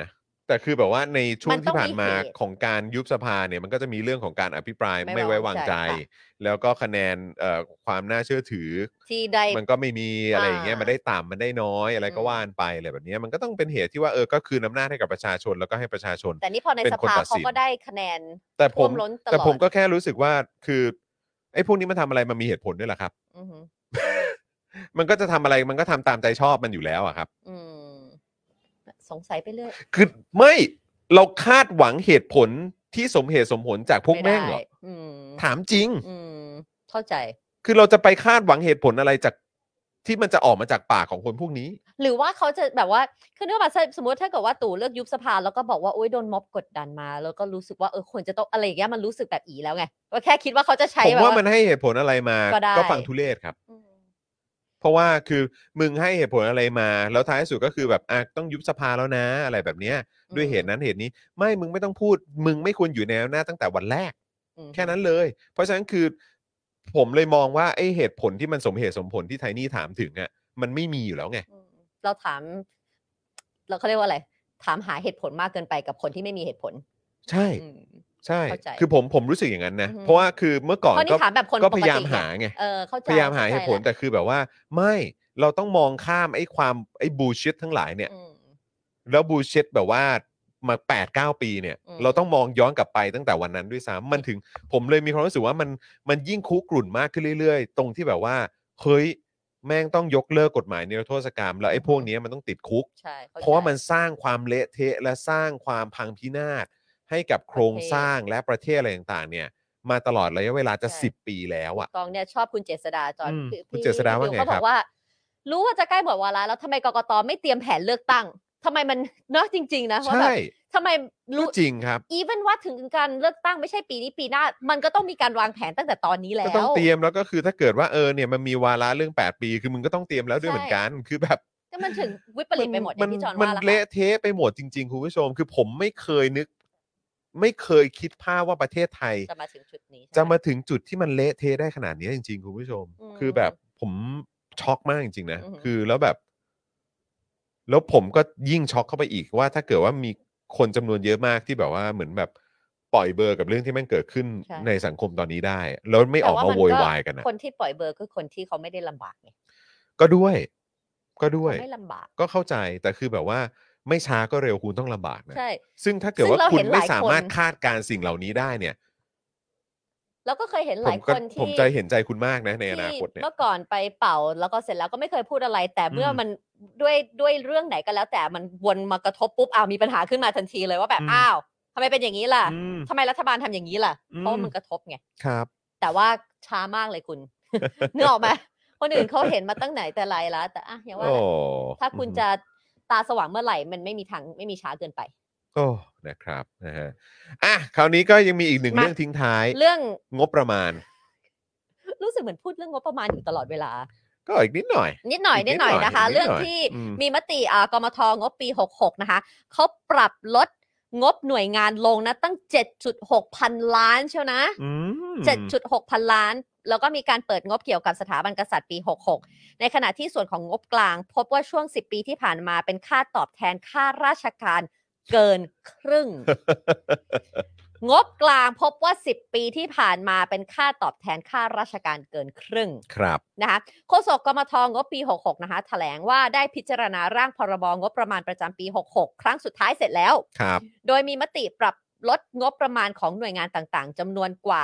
แต่คือแบบว่าในช่วมังนต้ที่องผ่านมีมาเหตุของการยุบสภาเนี่ยมันก็จะมีเรื่องของการอภิปรายไม่ไม่ไว้วางใจค่ะแล้วก็คะแนนความน่าเชื่อถือที่ได้มันก็ไม่มีอะไรอย่างเงี้ยอ่ามัมันได้ต่ำมันได้น้อยอะไรก็อืมว่านไปอะไรแบบเนี้ยมันก็ต้องเป็นเหตุที่ว่าก็คืนอำนาจให้กับประชาชนแล้วก็ให้ประชาชนแต่นี่พอในเป็นสคนภาตัดเขาสินก็ได้คะแนนแต่ผท่วมมล้นตแต่ลอผดมก็แค่รู้สึกว่าคือไอ้พวกนี้มันทำอะไรมันมีเหตุผลด้วยแหละครับอือหือมันก็จะทำอะไรมันก็ทำตามใจชอบมันอยู่แล้วอะครับอืมสงสัยไปเรื่อยคือไม่เราคาดหวังเหตุผลที่สมเหตุสมผลจากพวกไม่แม่งได้เหรออืมถามจริงอืมเข้าใจคือเราจะไปคาดหวังเหตุผลอะไรจากที่มันจะออกมาจากปากของคนพวกนี้หรือว่าเขาจะแบบว่าคือเนื่องจากสมมติถ้าเกิดว่าตู่เลือกยุบสภาแล้วก็บอกว่าโอ๊ยโดนม็อบกดดันมา แล้วก็รู้สึกว่าควรจะต้องอะไรอย่างเงี้ยมันรู้สึกแบบอีแล้วไงก็แค่คิดว่าเขาจะใช้ผมแบบว่าว่ามันให้เหตุผลอะไรมาก็ได้ก็ฟังทุเรศครับอืมเพราะว่าคือมึงให้เหตุผลอะไรมา แล้วท้ายสุดก็คือแบบต้องยุบสภาแล้วนะ อะไรแบบเนี้ยด้วยเหตุนั้นเหตุนี้ไม่มึงไม่ต้องพูด มึงไม่ควรอยู่ในอำนาจตั้งแต่วันแรกอืมแค่นั้นเลย เพราะฉะนั้นคือผมเลยมองว่าไอ้เหตุผลที่มันสมเหตุสมผลที่ไทนี่ถามถึงอ่ะมันไม่มีอยู่แล้วไงเราถามเราเขาเรียกว่าอะไรถามหาเหตุผลมากเกินไปกับคนที่ไม่มีเหตุผลใช่อืมใช่เข้าใจคือผมรู้สึกอย่างนั้นนะอือฮึเพราะว่าคือเมื่อก่อนเพราะนี่ถามแบบคนก็ปกติพยายามหาไงเข้าใจพยายามหาเหตุผลข้าใจแต่คือแบบว่าไม่เราต้องมองข้ามไอ้ความไอ้บูชิตทั้งหลายเนี่ยอืมแล้วบูชิตแบบว่ามา 8-9 ปีเนี่ยอืมเราต้องมองย้อนกลับไปตั้งแต่วันนั้นด้วยซ้ำมันถึงผมเลยมีความรู้สึกว่ามันยิ่งคุกรุ่นมากขึ้นเรื่อยๆ ตรงที่แบบว่าเฮ้ยแม่งต้องยกเลิกกฎหมายนิรโทษกรรมแล้วไอ้พวกนี้มันต้องติดคุกใช่ข้ใจเพราะว่ามันสร้างความเละเทะและสร้างความพังพินาศให้กับโครงสร้างและประเทศอะไรต่างๆเนี่ยมาตลอดระยะเวลาจะใช่ 10 ปีแล้วอ่ะกองเนี่ยชอบคุณเจษฎาจอนอืมพี่คุณเจษฎาว่าไงเขาบครัอบ กว่า รู้ว่าจะใกล้หมดวาระแล้วทำไมกกตไม่เตรียมแผนเลือกตั้งทำไมมันเนอะจริง ๆ นะว่าแบบใช่ทำไมก็รู้จริงครับอีเวนว่าถึงการเลือกตั้งไม่ใช่ปีนี้ปีหน้า มันก็ต้องมีการวางแผนตั้งแต่ตอนนี้แล้ก็วต้องเตรียมแล้วก็คือถ้าเกิดว่าเนี่ยมันมีวาระเรื่อง8 ปีคือมึงก็ต้องเตรียมแล้วด้วยใช่เหมือนกันคือแบบก็มันถึงวิปริตไปหมดอย่างที่จอห์นมันว่าแล้วเละค่ะเทะไปหมดจริง ๆ คุณผู้ชม คือผมไม่เคยคิดภาพว่าประเทศไทยจะมาถึงจุดนี้ใช่ไหจะมาถึงจุดที่มันเละเทะได้ขนาดนี้จริงๆคุณผู้ชมอืมคือแบบผมช็อกมากจริงๆนะอือหือคือแล้วผมก็ยิ่งช็อกเข้าไปอีกว่าถ้าเกิดว่ามีคนจำนวนเยอะมากที่แบบว่าเหมือนแบบปล่อยเบอร์กับเรื่องที่แม่งเกิดขึ้นใช่ในสังคมตอนนี้ได้ แล้วไม่ออกมาโวยวายกันนะคนที่ปล่อยเบอร์คือคนที่เขาไม่ได้ลำบากไงก็ด้วยเขาไม่ลำบากก็เข้าใจแต่คือแบบว่าไม่ช้าก็เร็วคุณต้องลำบากนะใช่ซึ่งถ้าเกิดว่าซึ่งเราคุเห็ณนไม่หลายสามารถคนคาดการณ์สิ่งเหล่านี้ได้เนี่ยแล้วก็เคยเห็นหผลาม ยก็คนที่ผมจะเห็นใจคุณมากนะในอนาที่คตเนี่ยเมื่อก่อนไปเป่าแล้วก็เสร็จแล้วก็ไม่เคยพูดอะไร แต่เมื่อมันด้วยเรื่องไหนก็แล้วแต่มันวนมากระทบปุ๊บมีปัญหาขึ้นมาทันทีเลยว่าแบบอืมอ้าวทำไมเป็นอย่างนี้ล่ะอืมทำไมรัฐบาลทำอย่างนี้ล่ะอืมเพราะว่ามันกระทบไงครับแต่ว่าช้ามากเลยคุณ นึกออกไหมคนอื่นเขาเห็นมาตั้งไหนแต่ไรแล้วแต่อย่างว่าโอ้แหละถ้าคุณจะตาสว่างเมื่อไหร่มันไม่มีทางไม่มีช้าเกินไปโอ้นะครับนะฮะคราวนี้ก็ยังมีอีกหนึ่งมาเรื่องทิ้งท้ายเรื่องงบประมาณรู้สึกเหมือนพูดเรื่องงบประมาณอยู่ตลอดเวลาก็อีกนิดหน่อยนิดหน่อยอีกนินิดดหหน่น่ออย ยนะคะนิดหน่อยเรื่องที่อืมมีมติกมทงบปี66นะคะเขาปรับลดงบหน่วยงานลงนะตั้ง 7.6 พันล้านเชียวนะอืม 7.6 พันล้าน แล้วก็มีการเปิดงบเกี่ยวกับสถาบันกษัตริย์ปี66ในขณะที่ส่วนของงบกลาง พบว่าช่วง10 ปีที่ผ่านมาเป็นค่าตอบแทนค่าราชการเกินครึ่ง งบกลางพบว่า10 ปีที่ผ่านมาเป็นค่าตอบแทนค่าราชการเกินครึ่งครับนะคะโฆษกกมทงบปี66นะคะแถลงว่าได้พิจารณาร่างพรบงบประมาณประจำปี66ครั้งสุดท้ายเสร็จแล้วครับโดยมีมติปรับลดงบประมาณของหน่วยงานต่างๆจำนวนกว่า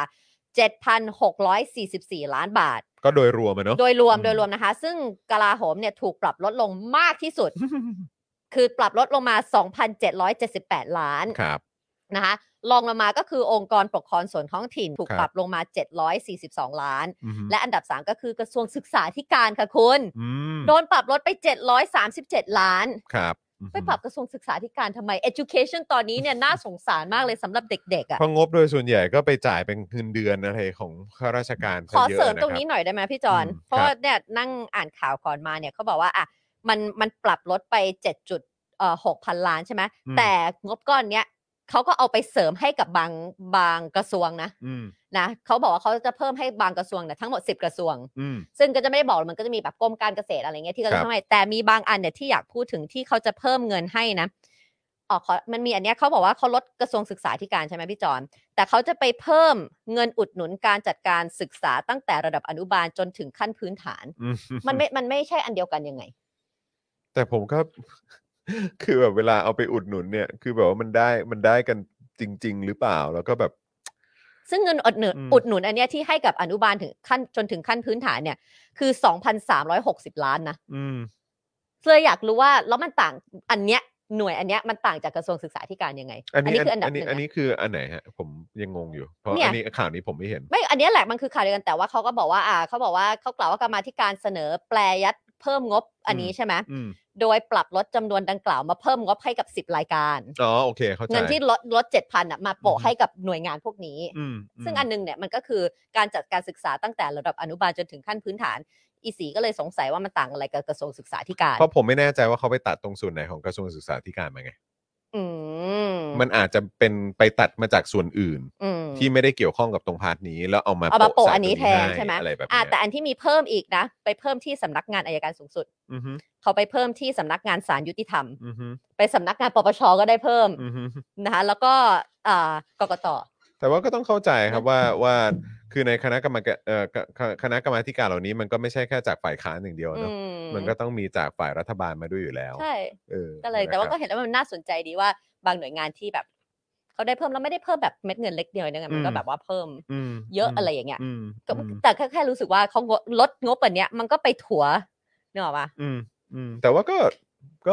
7,644 ล้านบาทก็โดยรวมอะเนาะโดยรวมนะคะ ซึ่งกลาโหมเนี่ยถูกปรับลดลงมากที่สุด คือปรับลดลงมา 2,778 ล้านครับนะคะรองลงมาก็คือองค์กรปกครองส่วนท้องถิ่นถูกครับปรับลงมา 742 ล้านอืมและอันดับ 3 ก็คือกระทรวงศึกษาธิการค่ะคุณอืมโดนปรับลดไป 737 ล้านครับไปปรับกระทรวงศึกษาธิการทำไม education ตอนนี้เนี่ยน่าสงสารมากเลยสำหรับเด็กๆอ่ะเพราะงบโดยส่วนใหญ่ก็ไปจ่ายเป็นเงินเดือนอะไรของข้าราชการขอซะยะเสริมนะคบตรงนี้หน่อยได้ไหมพี่จอนอืมเพราะครับว่าเนี่ยนั่งอ่านข่าวก่อนมาเนี่ยเขาบอกว่ามันปรับลดไป7.6 พันล้านใช่ไหมแต่งบก้อนเนี้ยเขาก็เอาไปเสริมให้กับบางกระทรวงนะอืมนะเขาบอกว่าเขาจะเพิ่มให้บางกระทรวงเนี่ยทั้งหมด10 กระทรวงอืมซึ่งก็จะไม่ได้บอกมันก็จะมีแบบกรมการเกษตรอะไรเงี้ยที่เขาครัจะบเพิ่มให้แต่มีบางอันเนี่ยที่อยากพูดถึงที่เขาจะเพิ่มเงินให้นะมันมีอันเนี้ยเขาบอกว่าเขาลดกระทรวงศึกษาธิการใช่ไหมพี่จอนแต่เขาจะไปเพิ่มเงินอุดหนุนการจัดการศึกษาตั้งแต่ระดับอนุบาลจนถึงขั้นพื้นฐานมันไม่ใช่อันเดียวกันยังไงแต่ผมก็ คือแบบเวลาเอาไปอุดหนุนเนี่ยคือแบบว่ามันได้กันจริงๆหรือเปล่าแล้วก็แบบซึ่งเงินอุดหนุนอันเนี้ยที่ให้กับอนุบาลถึงขั้นจนถึงขั้นพื้นฐานเนี่ยคือ 2,360 ล้านนะเลยอยากรู้ว่าแล้วมันต่างอันเนี้ยหน่วยอันเนี้ยมันต่างจากกระทรวงศึกษาธิการยังไงอันนี้คืออันดับหนึ่งอันนี้คืออันไหนฮะผมยังงงอยู่เพราะอันนี้ข่าวนี้ผมไม่เห็นไม่อันนี้แหละมันคือข่าวเดียวกันแต่ว่าเขาก็บอกว่าเขาบอกว่าเขากล่าวว่ากรรมาธิการเสนอแปลยัดเพิ่มงบอันนี้ใช่ไหมโดยปรับลดจำนวนดังกล่าวมาเพิ่มงบให้กับ10รายการโอเคเข้าใจเงินที่ลด 7,000 มาโปะให้กับหน่วยงานพวกนี้ซึ่งอันนึงเนี่ยมันก็คือการจัดการศึกษาตั้งแต่ระดับอนุบาลจนถึงขั้นพื้นฐานอีสีก็เลยสงสัยว่ามันต่างอะไรกับกระทรวงศึกษาธิการเพราะผมไม่แน่ใจว่าเขาไปตัดตรงส่วนไหนของกระทรวงศึกษาธิการมาไงมันอาจจะเป็นไปตัดมาจากส่วนอื่นที่ไม่ได้เกี่ยวข้องกับตรงพาร์ทนี้แล้วเอามาโปะอันนี้แทนใช่ไหมแต่อันที่มีเพิ่มอีกนะไปเพิ่มที่สำนักงานอัยการสูงสุดเขาไปเพิ่มที่สำนักงานศาลยุติธรรมไปสำนักงานปปชก็ได้เพิ่มนะคะแล้วก็กกต. แต่ว่าก็ต้องเข้าใจครับว่าคือในคณะกรรมการเหล่านี้มันก็ไม่ใช่แค่จากฝ่ายค้านอย่างเดียวเนาะมันก็ต้องมีจากฝ่ายรัฐบาลมาด้วยอยู่แล้วใช่ก็เลยแต่ว่าก็เห็นแล้วมันน่าสนใจดีว่าบางหน่วยงานที่แบบเขาได้เพิ่มแล้วไม่ได้เพิ่มแบบเม็ดเงินเล็กเดียวนะมันก็แบบว่าเพิ่มเยอะอะไรอย่างเงี้ยแต่แค่รู้สึกว่าเขาลดงบอันเนี้ยมันก็ไปถัวนึกออกปะแต่ว่าก็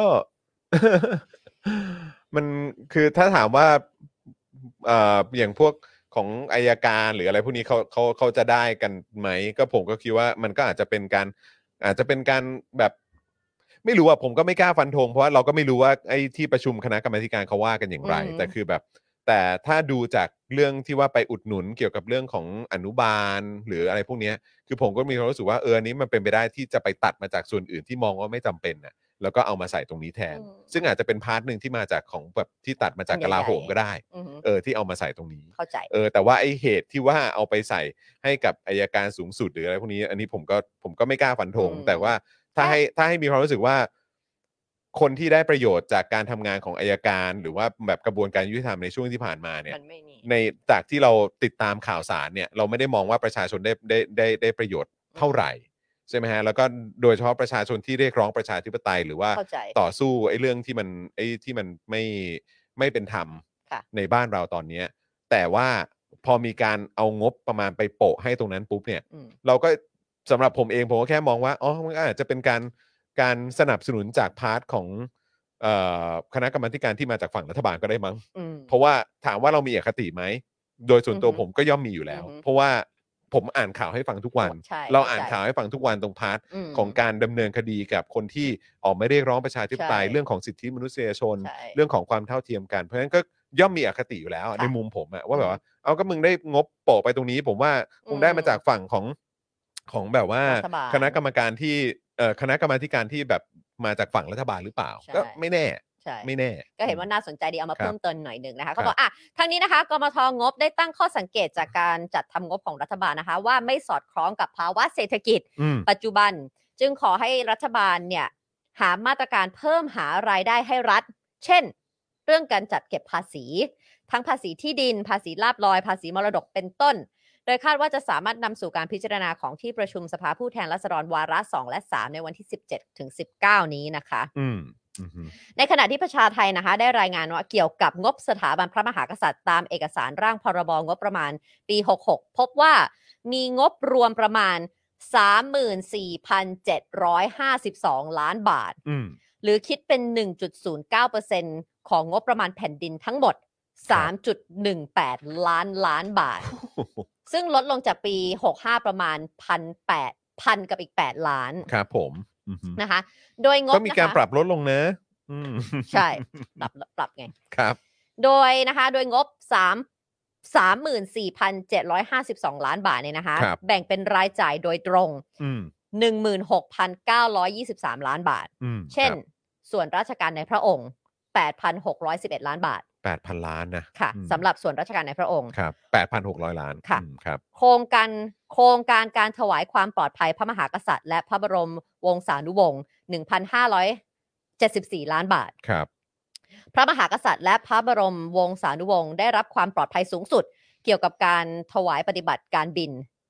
มันคือถ้าถามว่าอย่างพวกของอัยการหรืออะไรพวกนี้เขาจะได้กันไหมก็ผมก็คิดว่ามันก็อาจจะเป็นการแบบไม่รู้ผมก็ไม่กล้าฟันธงเพราะว่าเราก็ไม่รู้ว่าไอ้ที่ประชุมคณะกรรมาธิการเขาว่ากันอย่างไรแต่คือแบบแต่ถ้าดูจากเรื่องที่ว่าไปอุดหนุนเกี่ยวกับเรื่องของอนุบาลหรืออะไรพวกนี้คือผมก็มีความรู้สึกว่าอันนี้มันเป็นไปได้ที่จะไปตัดมาจากส่วนอื่นที่มองว่าไม่จำเป็นนะแล้วก็เอามาใส่ตรงนี้แทนซึ่งอาจจะเป็นพาร์ทนึงที่มาจากของแบบที่ตัดมาจากกลาโหมก็ได้ที่เอามาใส่ตรงนี้เข้าใจแต่ว่าไอ้เหตุที่ว่าเอาไปใส่ให้กับอัยการสูงสุดหรืออะไรพวกนี้อันนี้ผมก็ไม่กล้าฟันธงแต่ว่าถ้าให้มีความรู้สึกว่าคนที่ได้ประโยชน์จากการทำงานของอัยการหรือว่าแบบกระบวนการยุติธรรมในช่วงที่ผ่านมาเนี่ยในจากที่เราติดตามข่าวสารเนี่ยเราไม่ได้มองว่าประชาชนได้ประโยชน์เท่าไหร่ใช่ไหมฮะแล้วก็โดยเฉพาะประชาชนที่เรียกร้องประชาธิปไตยหรือว่าต่อสู้ไอ้เรื่องที่มันไม่เป็นธรรมในบ้านเราตอนนี้แต่ว่าพอมีการเอางบประมาณไปโปะให้ตรงนั้นปุ๊บเนี่ยเราก็สำหรับผมเองผมก็แค่มองว่ามันอาจจะเป็นการสนับสนุนจากพาร์ทของคณะกรรมาการที่มาจากฝั่งรัฐบาลก็ได้มั้งเพราะว่าถามว่าเรามีอคติไหมโดยส่วนตัวผมก็ย่อมมีอยู่แล้วเพราะว่าผมอ่านข่าวให้ฟังทุกวันเราอ่านข่าวให้ฟังทุกวันตรงพาร์ทของการดำเนินคดีกับคนที่ออกมาเรียกร้องประชาธิปไตยเรื่องของสิทธิมนุษยชนเรื่องของความเท่าเทียมกันเพราะฉะนั้นก็ย่อมมีอคติอยู่แล้วในมุมผมว่าแบบว่าก็มึงได้งบโปะไปตรงนี้ผมว่าคงได้มาจากฝั่งของแบบว่าคณะกรรมการที่คณะกรรมาธิการที่แบบมาจากฝั่งรัฐบาลหรือเปล่าก็ไม่แน่ไม่แน่ก็เห็นว่าน่าสนใจดีเอามาเพิ่มเติมหน่อยนึงนะคะเขาบอกทางนี้นะคะกมธ.งบได้ตั้งข้อสังเกตจากการจัดทำงบของรัฐบาลนะคะว่าไม่สอดคล้องกับภาวะเศรษฐกิจปัจจุบันจึงขอให้รัฐบาลเนี่ยหามาตรการเพิ่มหารายได้ให้รัฐเช่นเรื่องการจัดเก็บภาษีทั้งภาษีที่ดินภาษีลาภลอยภาษีมรดกเป็นต้นโดยคาดว่าจะสามารถนำสู่การพิจารณาของที่ประชุมสภาผู้แทนราษฎรวาระ2และ3ในวันที่17ถึง19นี้นะคะในขณะที่ประชาไทยนะคะได้รายงานว่าเกี่ยวกับงบสถาบันพระมหากษัตริย์ตามเอกสารร่างพรบงบประมาณปี66พบว่ามีงบรวมประมาณ 34,752 ล้านบาทหรือคิดเป็น 1.09% ของงบประมาณแผ่นดินทั้งหมด 3.18 ล้านบาทซึ่งลดลงจากปี65ประมาณ 1,800 กับอีก8ล้านครับผมนะคะโดยงบก็มีการปรับลดลงนะใช่ปรับไงครับโดยนะคะโดยงบ34,752 ล้านบาทเนี่ยนะคะแบ่งเป็นรายจ่ายโดยตรง 16,923 ล้านบาทเช่นส่วนราชการในพระองค์ 8,611 ล้านบาท 8,000 ล้านนะค่ะสำหรับส่วนราชการในพระองค์ครับ 8,600 ล้านค่ะครับโครงการการถวายความปลอดภัยพระมหากษัตริย์และพระบรมวงศานุวงศ์ 1,574 ล้านบาทครับพระมหากษัตริย์และพระบรมวงศานุวงศ์ได้รับความปลอดภัยสูงสุดเกี่ยวกับการถวายปฏิบัติการบิน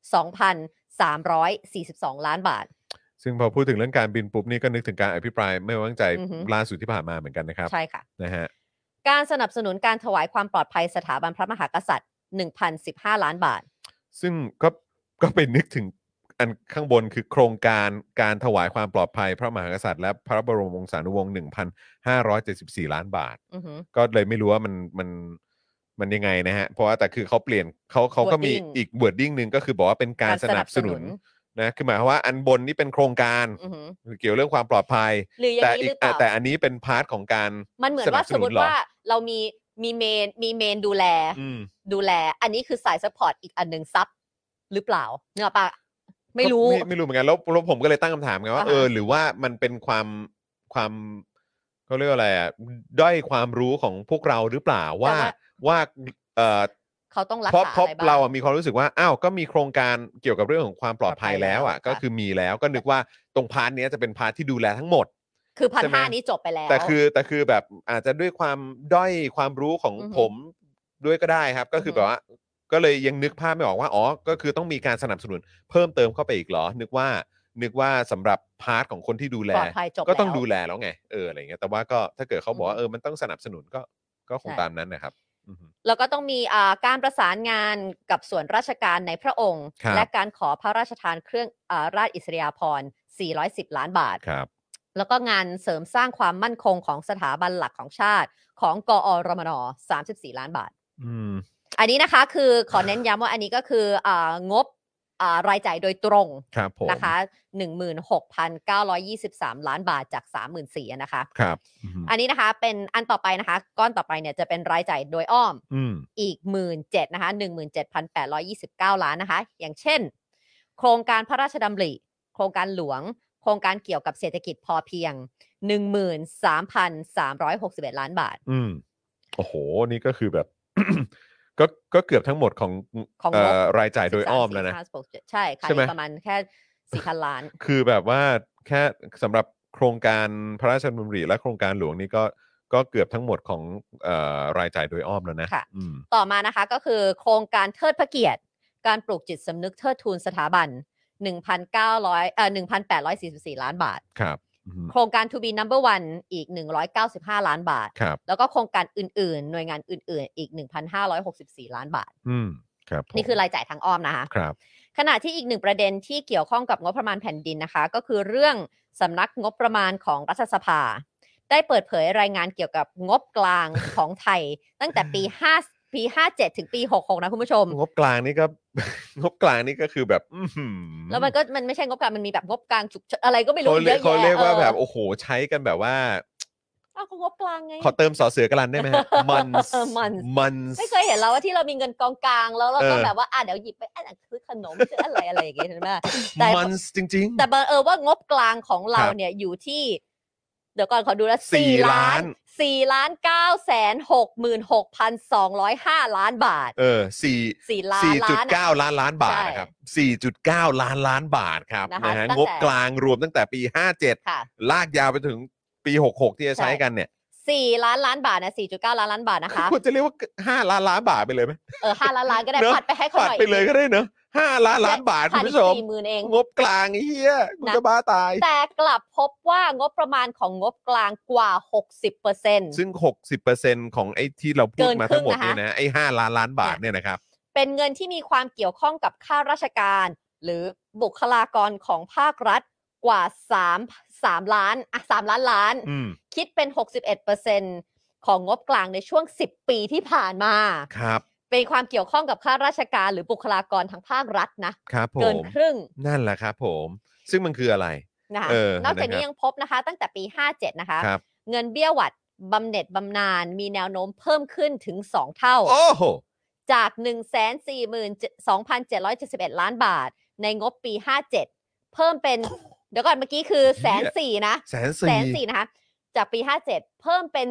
2,342 ล้านบาทซึ่งพอพูดถึงเรื่องการบินปุ๊บนี่ก็นึกถึงการอภิปรายไม่ไว้วางใจล่าสุดที่ผ่านมาเหมือนกันนะครับใช่ค่ะนะฮะการสนับสนุนการถวายความปลอดภัยสถาบันพระมหากษัตริย์ 1,015 ล้านบาทซึ่งก็ไปนึกถึงอันข้างบนคือโครงการถวายความปลอดภัยพระมหากษัตริย์และพระบรมวงศานุวงศ์ 1,574 ล้านบาทก็เลยไม่รู้ว่ามันยังไงนะฮะเพราะว่าแต่คือเขาเปลี่ยนเขาก็มีอีก wording นึงก็คือบอกว่าเป็นการสนับสนุนนะคือหมายความว่าอันบนนี่เป็นโครงการเกี่ยวเรื่องความปลอดภัยแต่อันนี้เป็นพาร์ทของการมันเหมือนว่าสมมติว่าเรามีเมนดูแลอันนี้คือสายซัพพอร์ตอีกอันนึงซับหรือเปล่าเนอะปะไม่รู้เหมือนกันแล้วผมก็เลยตั้งคำถามไงว่าหรือว่ามันเป็นความเขาเรียกว่าอะไรอ่ะด้อยความรู้ของพวกเราหรือเปล่าว่าเขาต้องรักษาเพราะเรามีความรู้สึกว่าอ้าวก็มีโครงการเกี่ยวกับเรื่องของความปลอดภัยแล้วอ่ะก็คือมีแล้วก็นึกว่าตรงพาร์ทนี้จะเป็นพาร์ทที่ดูแลทั้งหมดคือ 1,500 นี้จบไปแล้วแต่คือแบบอาจจะด้วยความด้อยความรู้ของผมด้วยก็ได้ครับก็คือแบบว่าก็เลยยังนึกภาพไม่ออกว่าอ๋อก็คือต้องมีการสนับสนุนเพิ่มเติมเข้าไปอีกเหรอนึกว่าสำหรับพาร์ทของคนที่ดูแลก็ต้องดูแลแล้วไงอะไรอย่างเงี้ยแต่ว่าก็ถ้าเกิดเขาบอกว่ามันต้องสนับสนุนก็คงตามนั้นนะครับแล้วก็ต้องมีการประสานงานกับส่วนราชการในพระองค์และการขอพระราชทานเครื่องราชอิสริยาภรณ์410 ล้านบาทแล้วก็งานเสริมสร้างความมั่นคงของสถาบันหลักของชาติของกอรมน34 ล้านบาทอันนี้นะคะคือขอเน้นย้ำว่าอันนี้ก็คืองบรายจ่ายโดยตรงนะคะ 16,923 ล้านบาทจาก 34,000 นะคะครับอันนี้นะคะเป็นอันต่อไปนะคะก้อนต่อไปเนี่ยจะเป็นรายจ่ายโดยอ้อมอีก 17,000 นะคะ 17,829 ล้านนะคะอย่างเช่นโครงการพระราชดำริโครงการหลวงโครงการเกี่ยวกับเศรษฐกิจพอเพียง 13,361 ล้านบาทโอ้โหนี่ก็คือแบบ ก็เกือบทั้งหมดของรายจ่ายโดยอ้อมแล้วนะใช่ค่ะประมาณแค่ 4,000 ล้านคือแบบว่าแค่สำหรับโครงการพระราชดำริและโครงการหลวงนี่ก็เกือบทั้งหมดของรายจ่ายโดยอ้อมแล้วนะต่อมานะคะก็คือโครงการเทิดพระเกียรติการปลูกจิตสำนึกเทิดทูนสถาบัน 1,844 ล้านบาทครับโครงการ To be number one อีก195 ล้านบาทแล้วก็โครงการอื่นๆหน่วยงานอื่นๆอีก 1,564 ล้านบาทครับนี่คือรายจ่ายทางอ้อมนะคะครับขณะที่อีกหนึ่งประเด็นที่เกี่ยวข้องกับงบประมาณแผ่นดินนะคะก็คือเรื่องสำนักงบประมาณของรัฐสภาได้เปิดเผยรายงานเกี่ยวกับงบกลางของไทยตั้งแต่ปี57ถึงปี66นะคุณผู้ชมงบกลางนี่ก็งบกลางนี่ก็คือแบบแล้วมันไม่ใช่งบกลางมันมีแบบงบกลางฉุกเฉินอะไรก็ไม่รู้เยอะแยะเขาเรียกว่าแบบโอ้โหใช้กันแบบว่าก็งบกลางไงขอเติมสอเสือกลันได้ไหมฮะมันไม่เคยเห็นเราว่าที่เรามีเงินกองกลางแล้วเราก็แบบว่าเดี๋ยวหยิบไปซื้อขนมซื้ออะไรอย่างเงี้ยใช่ไหมแต่มันจริงๆแต่ว่างบกลางของเราเนี่ยอยู่ที่เดี๋ยวก่อนขอดูแล้ว4,966,205 ล้านบาท 4.9 ล้านบาทนะครับ 4.9 ล้านบาทครับนะฮะงบกลางรวมตั้งแต่ปี57ลากยาวไปถึงปี66ที่จะใช้กันเนี่ย 4 ล้านบาทนะ 4.9 ล้านบาทนะคะควรจะเรียกว่า5ล้านบาทไปเลยไหม 5 ล้านก็ได้ปัดไปให้เขาหน่อยปัดไปเลยก็ได้เนอะ5 ล้านบาทคุณผู้ชมงบกลางเฮียกูจะบ้าตายแต่กลับพบว่างบประมาณของงบกลางกว่า 60% ซึ่ง 60% ของไอ้ที่เราพูดมาทั้งหมดเนี่ยนะไอ้5 ล้านบาทเนี่ยนะครับเป็นเงินที่มีความเกี่ยวข้องกับข้าราชการหรือบุคลากรของภาครัฐกว่า3 ล้านคิดเป็น 61% ของงบกลางในช่วง10 ปีที่ผ่านมาครับเป็นความเกี่ยวข้องกับข้าราชการหรือบุคลากรทางภาครัฐนะครับเกินครึ่งนั่นแหละครับผมซึ่งมันคืออะไรนะคะนอกจากนี้ยังพบนะคะตั้งแต่ปี57นะคะเงินเบี้ยหวัดบำเหน็จบำนาญมีแนวโน้มเพิ่มขึ้นถึง2 เท่าจาก 142,771 ล้านบาทในงบปี57เพิ่มเป็นเดี๋ยวก่อนเมื่อกี้คือ140,000นะ140,000นะคะจากปี57เพิ่มเป็น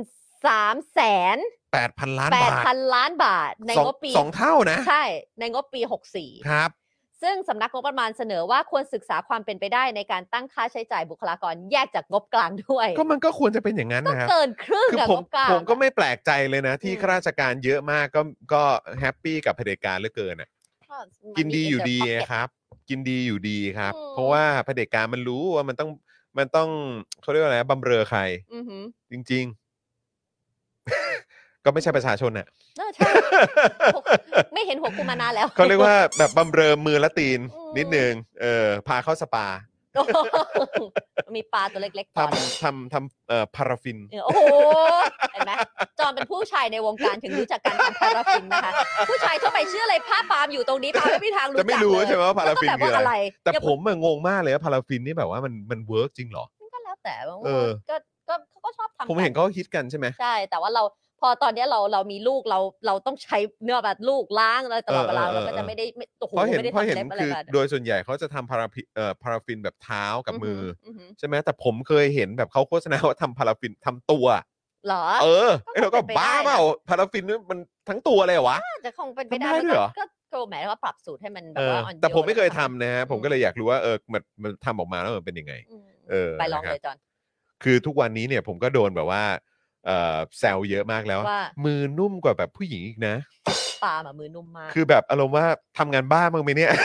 3,800,000 ล้านบาท 8,000 ล้านบาทในงบปี 2 เท่านะใช่ในงบปี64 ครับซึ่งสำนักงบประมาณเสนอว่าควรศึกษาความเป็นไปได้ในการตั้งค่าใช้จ่ายบุคลากรแยกจากงบกลางด้วยก็มันก็ควรจะเป็นอย่างนั้นนะครับก็เกินครึ่งคือผมก็ไม่แปลกใจเลยนะที่ข้าราชการเยอะมากก็แฮปปี้กับเผด็จการเหลือเกินอ่ะกินดีอยู่ดีครับกินดีอยู่ดีครับเพราะว่าเผด็จการมันรู้ว่ามันต้องเขาเรียกว่าอะไรบำเรอใครจริงๆก็ไม่ใช่ประชาชนน่ะใช่ไม่เห็นหัวกูมานานแล้วเขาเรียกว่าแบบบำเรอมือละตีนนิดนึงพาเข้าสปามีปลาตัวเล็กๆทำพาราฟินโอ้โหเห็นไหมจอมเป็นผู้ชายในวงการถึงรู้จักการทำพาราฟินนะคะผู้ชายทั่วไปชื่ออะไรผ้าปาล์มอยู่ตรงนี้ปาล์มไม่มีทางรู้จักจะไม่รู้ใช่ไหมว่าพาราฟินคืออะไรแต่ผมงงมากเลยว่าพาราฟินนี่แบบว่ามันเวิร์กจริงเหรอก็แล้วแต่ก็ชอบทำผมเห็นเขาฮิตกันใช่ไหมใช่แต่ว่าพอตอนนี้เรามีลูกเราต้องใช้เนื้อแบบลูกล้างอะไรตลอดเวลาเราก็จะไม่ได้โอ้โหไม่ได้ทำเล็บอะไรกันโดยส่วนใหญ่เขาจะทำพาราฟินแบบเท้ากับมือใช่ไหมแต่ผมเคยเห็นแบบเขาโฆษณาว่าทำพาราฟินทำตัวเหรอเราก็บ้าเปล่าพาราฟินมันทั้งตัวเลยเหรอวะจะคงเป็นไปได้ก็หมายถึงว่าปรับสูตรให้มันแบบว่าอ่อนโยนแต่ผมไม่เคยทำนะฮะผมก็เลยอยากรู้ว่ามันทำออกมาแล้วมันเป็นยังไงไปลองเลยจอนคือทุกวันนี้เนี่ยผมก็โดนแบบว่าแซวเยอะมากแล้วมือนุ่มกว่าแบบผู้หญิงอีกนะปามือนุ่มมากคือแบบอารมณ์ว่าทำงานบ้านมั้งไหมเนี่ย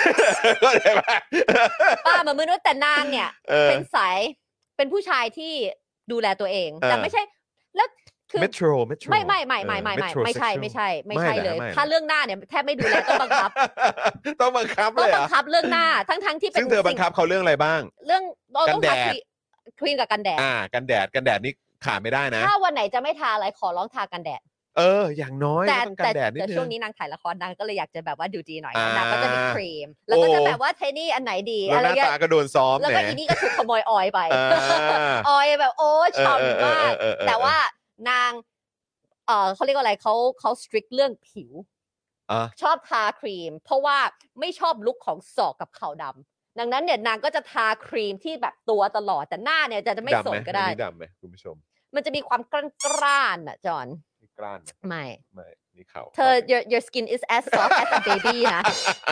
ป้ามือนุ่มแต่นางเนี่ยเป็นสายเป็นผู้ชายที่ดูแลตัวเองแต่ไม่ใช่แล้วคือเมโทรไม่ใช่เลยถ้าเรื่องหน้าเนี่ยแทบไม่ดูแลต้องบังคับเลยต้องบังคับเรื่องหน้าทั้งที่เป็นซึ่งเธอบังคับเขาเรื่องอะไรบ้างเรื่องกันแดดครีมกับกันแดดกันแดดนี่ขาดไม่ได้นะถ้าวันไหนจะไม่ทาอะไรขอร้องทากันแดดอย่างน้อยต้องกันแดดนิดนึงแต่ช่วงนี้นางถ่ายละครนางก็เลยอยากจะแบบว่าดูดีหน่อยนางก็จะมีครีมแล้วก็จะแบบว่าเทนี่อันไหนดีอะไรเงี้ยหน้าตาก็โดนซ้อมแล้วก็อีนี่ก็ถูกขโมยออยไปออยแบบโอ้ชอบมากแต่ว่านางเขาเรียกว่าอะไรเขาสตริกเรื่องผิวชอบทาครีมเพราะว่าไม่ชอบลุคของศอกกับเข่าดำดังนั้นเนี่ยนางก็จะทาครีมที่แบบตัวตลอดแต่หน้าเนี่ยจะไม่สนก็ได้ดำไหมคุณผู้ชมมันจะมีความกร้านอ่ะจอนกร้านไม่นี่เขาเธอ your skin is as soft as a baby นะ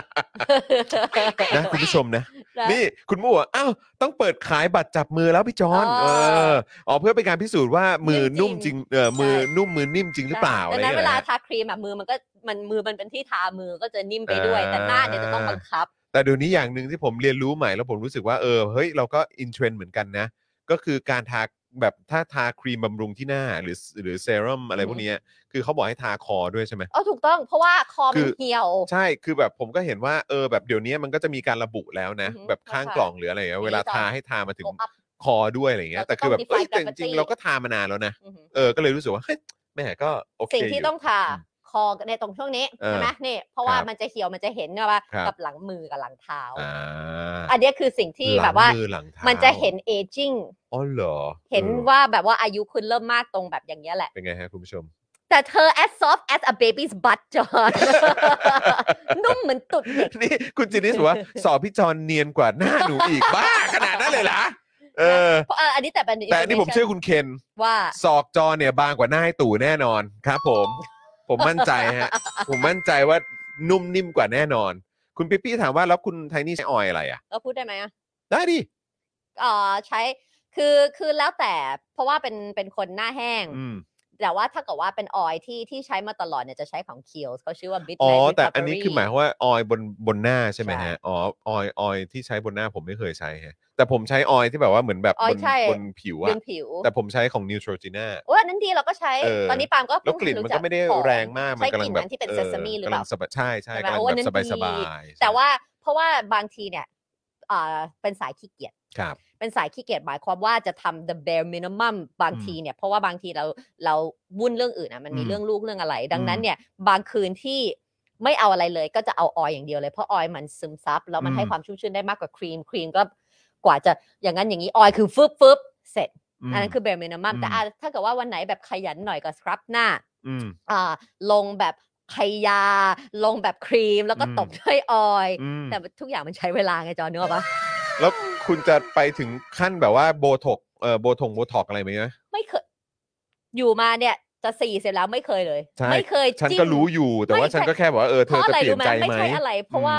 คุณผู้ชมนะนี่คุณมู่อ้าวต้องเปิดขายบัตรจับมือแล้วพี่จอนเพื่อเป็นการพิสูจน์ว่ามือนุ่มจริงมือนุ่มมือนิ่มจริงหรือเปล่าดังนั้นเวลาทาครีมอ่ะมือมันเป็นที่ทามือก็จะนิ่มไปด้วยแต่หน้าเนี่ยจะต้องบังคับแต่เดี๋ยวนี้อย่างนึงที่ผมเรียนรู้ใหม่แล้วผมรู้สึกว่าเฮ้ยเราก็อินเทรนด์เหมือนกันนะก็คือการทาแบบถ้าทาครีมบำรุงที่หน้าหรือเซรั่มอะไรพวกนี้คือเขาบอกให้ทาคอด้วยใช่ไหมถูกต้องเพราะว่าคอมันเหี่ยวใช่คือแบบผมก็เห็นว่าแบบเดี๋ยวนี้มันก็จะมีการระบุแล้วนะแบบข้างกล่องหรืออะไรเวลาทาให้ทามาถึงคอด้วยอะไรเงี้ยแต่คือแบบแต่จริงๆเราก็ทามานานแล้วนะก็เลยรู้สึกว่าเฮ้ยแม่ก็โอเคสิ่งที่ต้องทาคอในตรงช่วงนี้ใช่ไหมนี่เพราะว่ามันจะเหี่ยวมันจะเห็นว่ากับหลังมือกับหลังเท้าอันนี้คือสิ่งที่แบบว่ามันจะเห็นเอจิ้งเหรอเห็นว่าแบบว่าอายุคุณเริ่มมากตรงแบบอย่างเงี้ยแหละเป็นไงฮะคุณผู้ชมแต่เธอ as soft as a baby's butt จอนนุ่มเหมือนตุ่นเด็กนี่คุณจินิสว่าสอบพี่จอนเนียนกว่าหน้าหนูอีกบ้าขนาดนั้นเลยเหรออันนี้แต่นี่ผมเชื่อคุณเคนว่าศอกจอนเนี่ยบางกว่าหน้าให้ตู่แน่นอนครับผมมั่นใจฮะผมมั่นใจว่านุ่มนิ่มกว่าแน่นอนคุณปิ๊ปปี้ถามว่าแล้วคุณไทนี่ใช้ออยอะไรอ่ะพูดได้ไหมได้ดิใช้คือแล้วแต่เพราะว่าเป็นคนหน้าแห้งแต่ว่าถ้าเกิดว่าเป็นออยที่ใช้มาตลอดเนี่ยจะใช้ของ Kiehl's เขาชื่อว่า Midnight แต่อันนี้คือหมายว่าออยบนหน้าใช่ไหมฮะออยที่ใช้บนหน้าผมไม่เคยใช้ฮะแต่ผมใช้ออยที่แบบว่าเหมือนแบบบนผิวอะแต่ผมใช้ของ Neutrogena อันนั้นดีเราก็ใช้ตอนนี้ปาล์มก็แล้วกลิ่นมันก็ไม่ได้แรงมากมันกำลังแบบที่เป็นเซซามิหรือเปล่าใช่กำลังแบบสบายๆแต่ว่าเพราะว่าบางทีเนี่ยเป็นสายขี้เกียจครับเป็นสายขี้เกียจหมายความว่าจะทำ the bare minimum บางทีเนี่ยเพราะว่าบางทีเราวุ่นเรื่องอื่นมันมีเรื่องลูกเรื่องอะไรดังนั้นเนี่ยบางคืนที่ไม่เอาอะไรเลยก็จะเอาออยอย่างเดียวเลยเพราะออยมันซึมซับแล้วมันให้ความชุ่มชื้นได้มากกว่าครีมก็กว่าจะอย่างนั้นอย่างนี้ออยคือฟึบเสร็จอันนั้นคือ bare minimum แต่ถ้าเกิดว่าวันไหนแบบขยันหน่อยก็สครับหน้าลงแบบไขยาลงแบบครีมแล้วก็ตบด้วยออยแต่ทุกอย่างมันใช้เวลาไงจอเนื้อปะแล้วคุณจะไปถึงขั้นแบบว่าโบท็อกอะไรไหมไม่เคยอยู่มาเนี่ยจะ40แล้วไม่เคยเลยไม่เคยฉันก็รู้อยู่แต่ว่าฉันก็แค่บอกว่าเธอจะเปลี่ยนใจไหมไม่ใช่อะไรเพราะว่า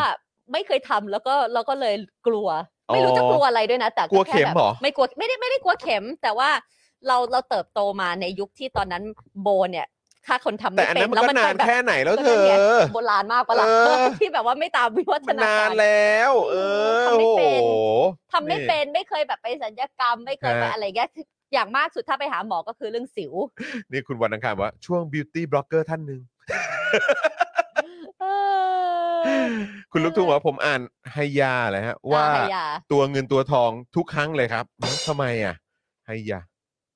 ไม่เคยทำแล้วก็เลยกลัวไม่รู้จะกลัวอะไรด้วยนะแต่กลัวเข็มเหรอไม่กลัวไม่ได้กลัวเข็มแต่ว่าเราเติบโตมาในยุคที่ตอนนั้นโบเนี่ยถ้าคนทำไม่เป็นแล้วมันนานแค่ไหนแล้วเธอโบราณมากปะล่ะที่แบบว่าไม่ตามวิวัฒนาการนานแล้วทำไม่เป็นไม่เคยแบบไปศัลยกรรมไม่เคยไปอะไรเงี้ยอย่างมากสุดถ้าไปหาหมอก็คือเรื่องสิวนี่คุณวันอังคารว่าช่วงบิวตี้บล็อกเกอร์ท่านนึงคุณลูกทุ่งว่าผมอ่านไฮยาเลยฮะว่าตัวเงินตัวทองทุกครั้งเลยครับทำไมอ่ะไฮยา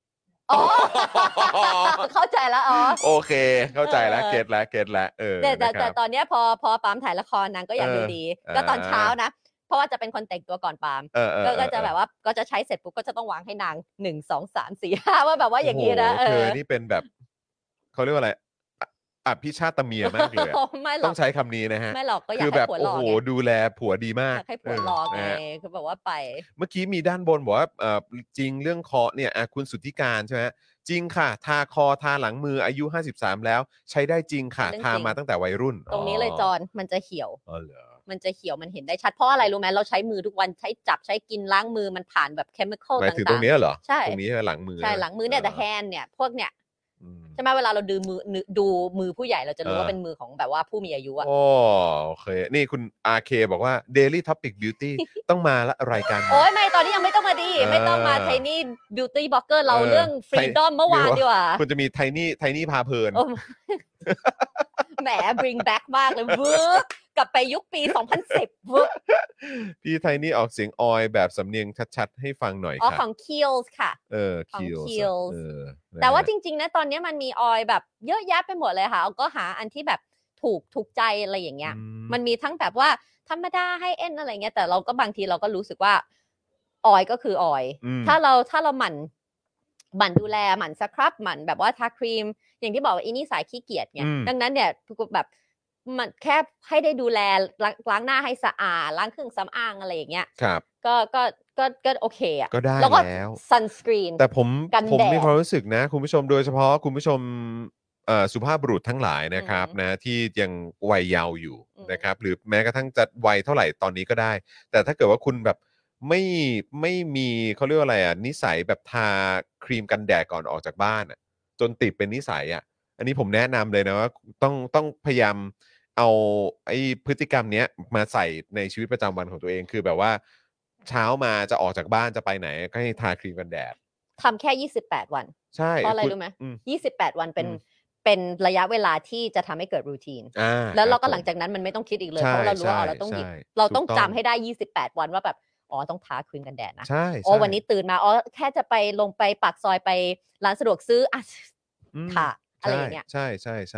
เข้าใจแล้วโอเคเข้าใจแล้วเก็ตแล้วแต่ตอนนี้พอปาล์มถ่ายละครนางก็อยากดูดีก็ตอนเช้านะเพราะว่าจะเป็นคนแต่งตัวก่อนปาล์มก็จะแบบว่าก็จะใช้เสร็จปุ๊บก็จะต้องวางให้นาง1 2 3 4 5ว่าแบบว่าอย่างนี้นะเธอนี่เป็นแบบเขาเรียกว่าอะไรอภิชาตเมียมากเลยต้องใช้คำนี้นะฮะไม่หรอกก็อยากให้ผัวหล่อโอ้โหดูแลผัวดีมากอยากให้ผัวหล่อไงคือแบบว่าไปเมื่อกี้มีด้านบนบอกว่าจริงเรื่องคอเนี่ยคุณสุทธิการใช่ไหมจริงค่ะทาคอทาหลังมืออายุ53แล้วใช้ได้จริงค่ะทามาตั้งแต่วัยรุ่นตรงนี้เลยจอนมันจะเหี่ยวมันจะเหี่ยวมันเห็นได้ชัดเพราะอะไรรู้ไหมเราใช้มือทุกวันใช้จับใช้กินล้างมือมันผ่านแบบเคมีคอลต่างๆหมายถึงตรงนี้เหรอใช่ตรงนี้หลังมือใช่หลังมือเนี่ยแต่แฮนด์เนี่ยพวกเนี่ยใช่ไหมเวลาเราดูมือผู้ใหญ่เราจะรู้ว่าเป็นมือของแบบว่าผู้มีอายุอ่ะโอเคนี่คุณ RK บอกว่า Daily Topic Beauty ต้องมาละรายการโอ้ยไม่ตอนนี้ยังไม่ต้องมาดีไม่ต้องมาไทนี่บิวตี้บล็อกเกอร์เราเรื่อง Freedom เมื่อวานดีกว่าคุณจะมีไทนี่พาเพลินแหม bring back มากเลยเวิร์กกลับไปยุคปี 2010 เวิร์กพี่ไทนี่ออกเสียงออยแบบสำเนียงชัดๆให้ฟังหน่อยค่ะของ Kills ค่ะของ Kills แต่ว่าจริงๆนะตอนนี้มันมีออยแบบเยอะแยะไปหมดเลยค่ะก็หาอันที่แบบถูกใจอะไรอย่างเงี้ยมันมีทั้งแบบว่าธรรมดาให้เอ็นอะไรเงี้ยแต่เราก็บางทีเราก็รู้สึกว่าออยก็คือออยถ้าเราหมั่นดูแลหมั่นสครับหมั่นแบบว่าทาครีมอย่างที่บอกว่าอีนี่สายขี้เกียจไงดังนั้นเนี่ยแบบมันแค่ให้ได้ดูแลล้างหน้าให้สะอาดล้างเครื่องสำอางอะไรอย่างเงี้ยครับก็โอเคอ่ะก็ได้แล้วซันสกรีนแต่ผมมีความรู้สึกนะคุณผู้ชมโดยเฉพาะคุณผู้ชมสุภาพบุรุษทั้งหลายนะครับนะที่ยังวัยเยาว์อยู่นะครับหรือแม้กระทั่งจะวัยเท่าไหร่ตอนนี้ก็ได้แต่ถ้าเกิดว่าคุณแบบไม่มีเขาเรียกว่าอะไรนิสัยแบบทาครีมกันแดดก่อนออกจากบ้านจนติดเป็นนิสัยอันนี้ผมแนะนำเลยนะว่าต้องพยายามเอาไอ้พฤติกรรมเนี้ยมาใส่ในชีวิตประจำวันของตัวเองคือแบบว่าเช้ามาจะออกจากบ้านจะไปไหนก็ให้ทาครีมกันแดดทำแค่28วันใช่เพราะอะไรรู้ไหม28วันเป็นระยะเวลาที่จะทำให้เกิดรูทีนแล้วเราก็หลังจากนั้นมันไม่ต้องคิดอีกเลยเพราะเรารู้ว่าเราต้องหยิบเราต้องจำให้ได้28วันว่าแบบต้องทาครีมกันแดดนะวันนี้ตื่นมาแค่จะไปลงไปปากซอยไปร้านสะดวกซื้อทาอะไรอย่างเงี้ยใช่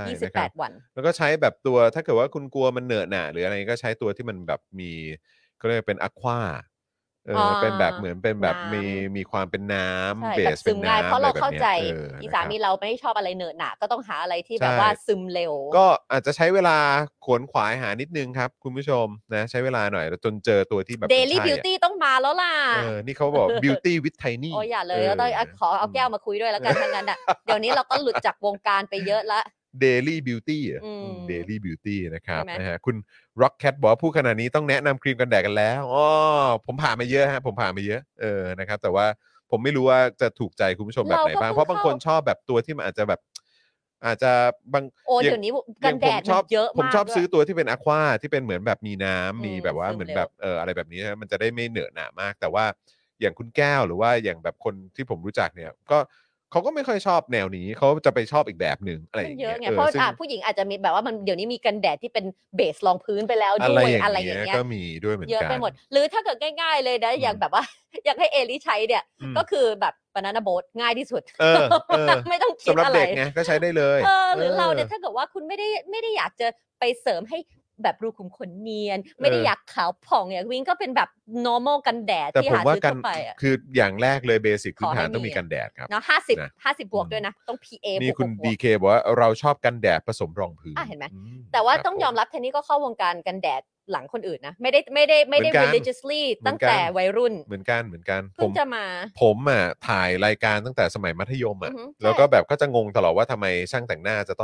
28วันแล้วก็ใช้แบบตัวถ้าเกิดว่าคุณกลัวมันเหนอะหนะหรืออะไรก็ใช้ตัวที่มันแบบมีก็เรียกเป็นอะควาเป็นแบบเหมือนเป็นแบบมีความเป็นน้ำเบสเป็นน้ำเพราะเราเข้าใจอีสามีเราไม่ชอบอะไรเหนอะหนะก็ต้องหาอะไรที่แบบว่าซึมเร็วก็อาจจะใช้เวลาขวนขวายหานิดนึงครับคุณผู้ชมนะใช้เวลาหน่อยจนเจอตัวที่แบบ Daily Beauty ต้องมาแล้วล่ะนี่เขาบอก Beauty with Tiny อย่าเลยต้องขอเอาแก้วมาคุยด้วยแล้วกันทั้งนั้นเดี๋ยวนี้เราก็หลุดจากวงการไปเยอะละ Daily Beauty Daily Beauty นะครับนะฮะคุณ Rockcat บอกว่าผู้ขนาดนี้ต้องแนะนำครีมกันแดดกันแล้วผมผ่านมาเยอะฮะผมผ่านมาเยอะนะครับแต่ว่าผมไม่รู้ว่าจะถูกใจคุณผู้ชมแบบไหนบ้างเพราะบางคนชอบแบบตัวที่มันอาจจะแบบอาจจะบางเดี๋ยวนี้กันแดดเยอะมากผมชอบซื้อตัวที่เป็นอะควาที่เป็นเหมือนแบบมีน้ำมีแบบว่าเหมือนแบบอะไรแบบนี้มันจะได้ไม่เหนอะหนะมากแต่ว่าอย่างคุณแก้วหรือว่าอย่างแบบคนที่ผมรู้จักเนี่ยก็เขาก็ไม่ค่อยชอบแนวนี้เขาจะไปชอบอีกแบบหนึ่งอะไรอย่างเงี้ยเพราะผู้หญิงอาจจะมีแบบว่ามันเดี๋ยวนี้มีกันแดดที่เป็นเบสรองพื้นไปแล้วด้วยอะไรอย่างเงี้ยก็มีด้วยเหมือนกันเยอะไปหมดหรือถ้าเกิดง่ายๆเลยนะอย่างแบบว่าอยากให้เอลิใช้เนี่ยก็คือแบบบานาน่าโบ๊ทง่ายที่สุดไม่ต้องคิดอะไรสำหรับเด็กไงก็ใช้ได้เลยหรือเราเนี่ยถ้าเกิดว่าคุณไม่ได้อยากจะไปเสริมให้แบบรูขุมขนเนียนไม่ได้อยากขาวผ่องอย่างวิ่งก็เป็นแบบ normal กันแดดที่หาซื้อทั่วไปคืออย่างแรกเลยเบสิกพื้นฐานต้องมีกันแดดครับเนาะ50บวกด้วยนะต้อง PA มีคุณ DK บอกว่าเราชอบกันแดดผสมรองพื้นเห็นไหมแต่ว่าต้องยอมรับเทนนี่ก็เข้าวงการกันแดดหลังคนอื่นนะไม่ได้ religiously ตั้งแต่วัยรุ่นเหมือนกันเพิ่งจะมาผมถ่ายรายการตั้งแต่สมัยมัธยมแล้วก็แบบก็จะงงตลอดว่าทำไมช่างแต่งหน้าจะต้องท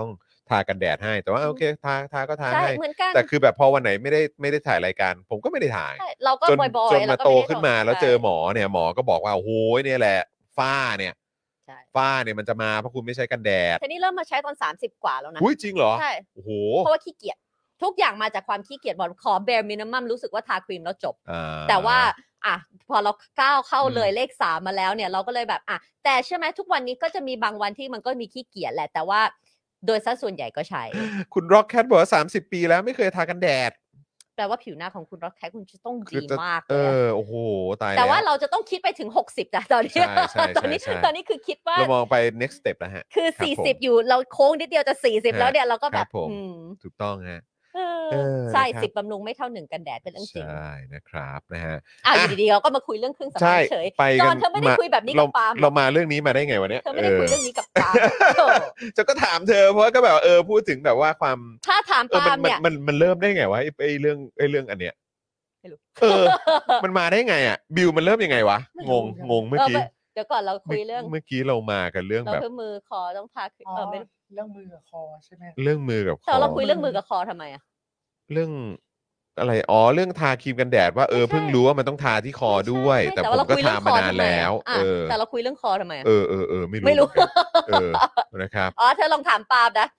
ทากันแดดให้แต่ว่าโอเคทาก็ทาให้เหมือนกันแต่คือแบบพอวันไหนไม่ได้ถ่ายรายการผมก็ไม่ได้ถ่ายเราก็บ่อยๆจนมาโตขึ้นมาแล้วเจอหมอเนี่ยหมอก็บอกว่าโอ้โหเนี่ยแหละฝ้าเนี่ยมันจะมาเพราะคุณไม่ใช้กันแดดทีนี้เริ่มมาใช้ตอน30กว่าแล้วนะจริงเหรอใช่โอ้โหเพราะว่าขี้เกียจทุกอย่างมาจากความขี้เกียจบอกขอ bare minimum รู้สึกว่าทาครีมแล้วจบแต่ว่าพอเราก้าวเข้าเลยเลข3มาแล้วเนี่ยเราก็เลยแบบแต่ใช่ไหมทุกวันนี้ก็จะมีบางวันที่มันก็มีขี้เกียจแหละแต่ว่าโดยซะส่วนใหญ่ก็ใช้คุณร็อกแคทบอกว่า30 ปีแล้วไม่เคยทากันแดดแปลว่าผิวหน้าของคุณร็อกแคทคุณจะต้องดีมากเลยโอ้โหตายแต่ว่าเราจะต้องคิดไปถึง60นะตอนนี้ตอนนี้คือคิดว่าเรามองไป next step แล้วฮะคือ40อยู่เราโค้งนิดเดียวจะ40แล้วเนี่ยเราก็แบบถูกต้องฮะใช่10บำรุงไม่เท่า1กันแดดเป็นเรื่องจริงใช่นะครับนะฮะอยู่ดีๆเราก็มาคุยเรื่องเครื่องสำอางเฉยจอนเธอไม่ได้คุยแบบนี้กับปาล์มเรามาเรื่องนี้มาได้ไงวะเนี่ยเธอไม่ได้คุยเรื่องนี้กับปาล์มจะก็ถามเธอเพราะก็แบบพูดถึงแบบว่าความถ้าถามปาล์มเนี่ยมันเริ่มได้ไงวะไอ้เรื่องอันเนี้ยมันมาได้ไงอ่ะบิวมันเริ่มยังไงวะงงเมื่อกี้เดี๋ยวก่อนเราคุยเรื่องเมื่อกี้เรามากันเรื่องแบบมือคอต้องพาไม่เรื่องมือกับคอใช่ไหมเรื่องมือกับคอเราคุยเรื่องมือกับคอทำไมเรื่องอะไรเรื่องทาครีมกันแดดว่าเพิ่งรู้ว่ามันต้องทาที่คอด้วยแต่ผมก็ทามานานแล้วแต่เราคุยเรื่องคอทำไมไม่รู้นะครับเธอลองถามปาล์มนะ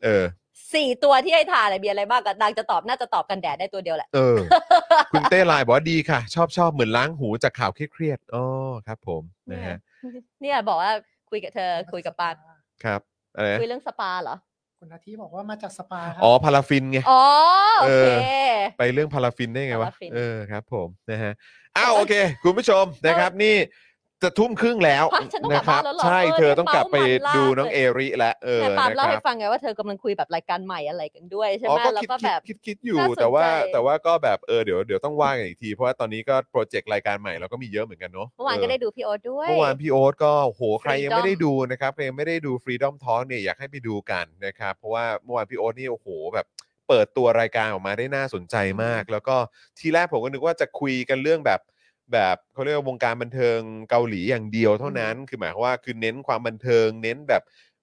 4ตัวที่ให้ทาอะไรมีอะไรบ้างกันนางจะตอบน่าจะตอบกันแดดได้ตัวเดียวแหละคุณเต้ไลน์บอกว่าดีค่ะชอบเหมือนล้างหูจากข่าวเครียดครับผมนะฮะเนี่ยบอกว่าคุยกับเธอคุยกับปาล์มครับอะไรคุยเรื่องสปาเหรอคุณนาทีบอกว่ามาจากสปาครับพาราฟินไงโอเคไปเรื่องพาราฟินได้ไงวะครับผมนะฮะโอเคคุณผู้ชมนะครับนี่จะทุ่มครึ่งแล้วนะครับใช่เธอต้องกลับไปดูน้องเอริแล้วปาล์มเล่าให้ฟังไงว่าเธอกำลังคุยแบบรายการใหม่อะไรกันด้วยใช่ไหมแล้วก็แบบคิดอยู่แต่ว่าก็แบบเดี๋ยวต้องว่ากันอีกทีเพราะว่าตอนนี้ก็โปรเจกต์รายการใหม่เราก็มีเยอะเหมือนกันเนาะเมื่อวานก็ได้ดูพี่โอ๊ตด้วยเมื่อวานพี่โอ๊ตก็โหใครยังไม่ได้ดูนะครับใครยังไม่ได้ดู Freedom Talk เนี่ยอยากให้ไปดูกันนะครับเพราะว่าเมื่อวานพี่โอ๊ตนี่โอ้โหแบบเปิดตัวรายการออกมาได้น่าสนใจมากแล้วก็ทีแรกผมก็นึกว่าจะคุยกันเรื่องแบบเขาเรียกว่าวงการบันเทิงเกาหลีอย่างเดียวเท่านั้นคือหมายความว่าคือเน้นความบันเทิงเน้นแบบ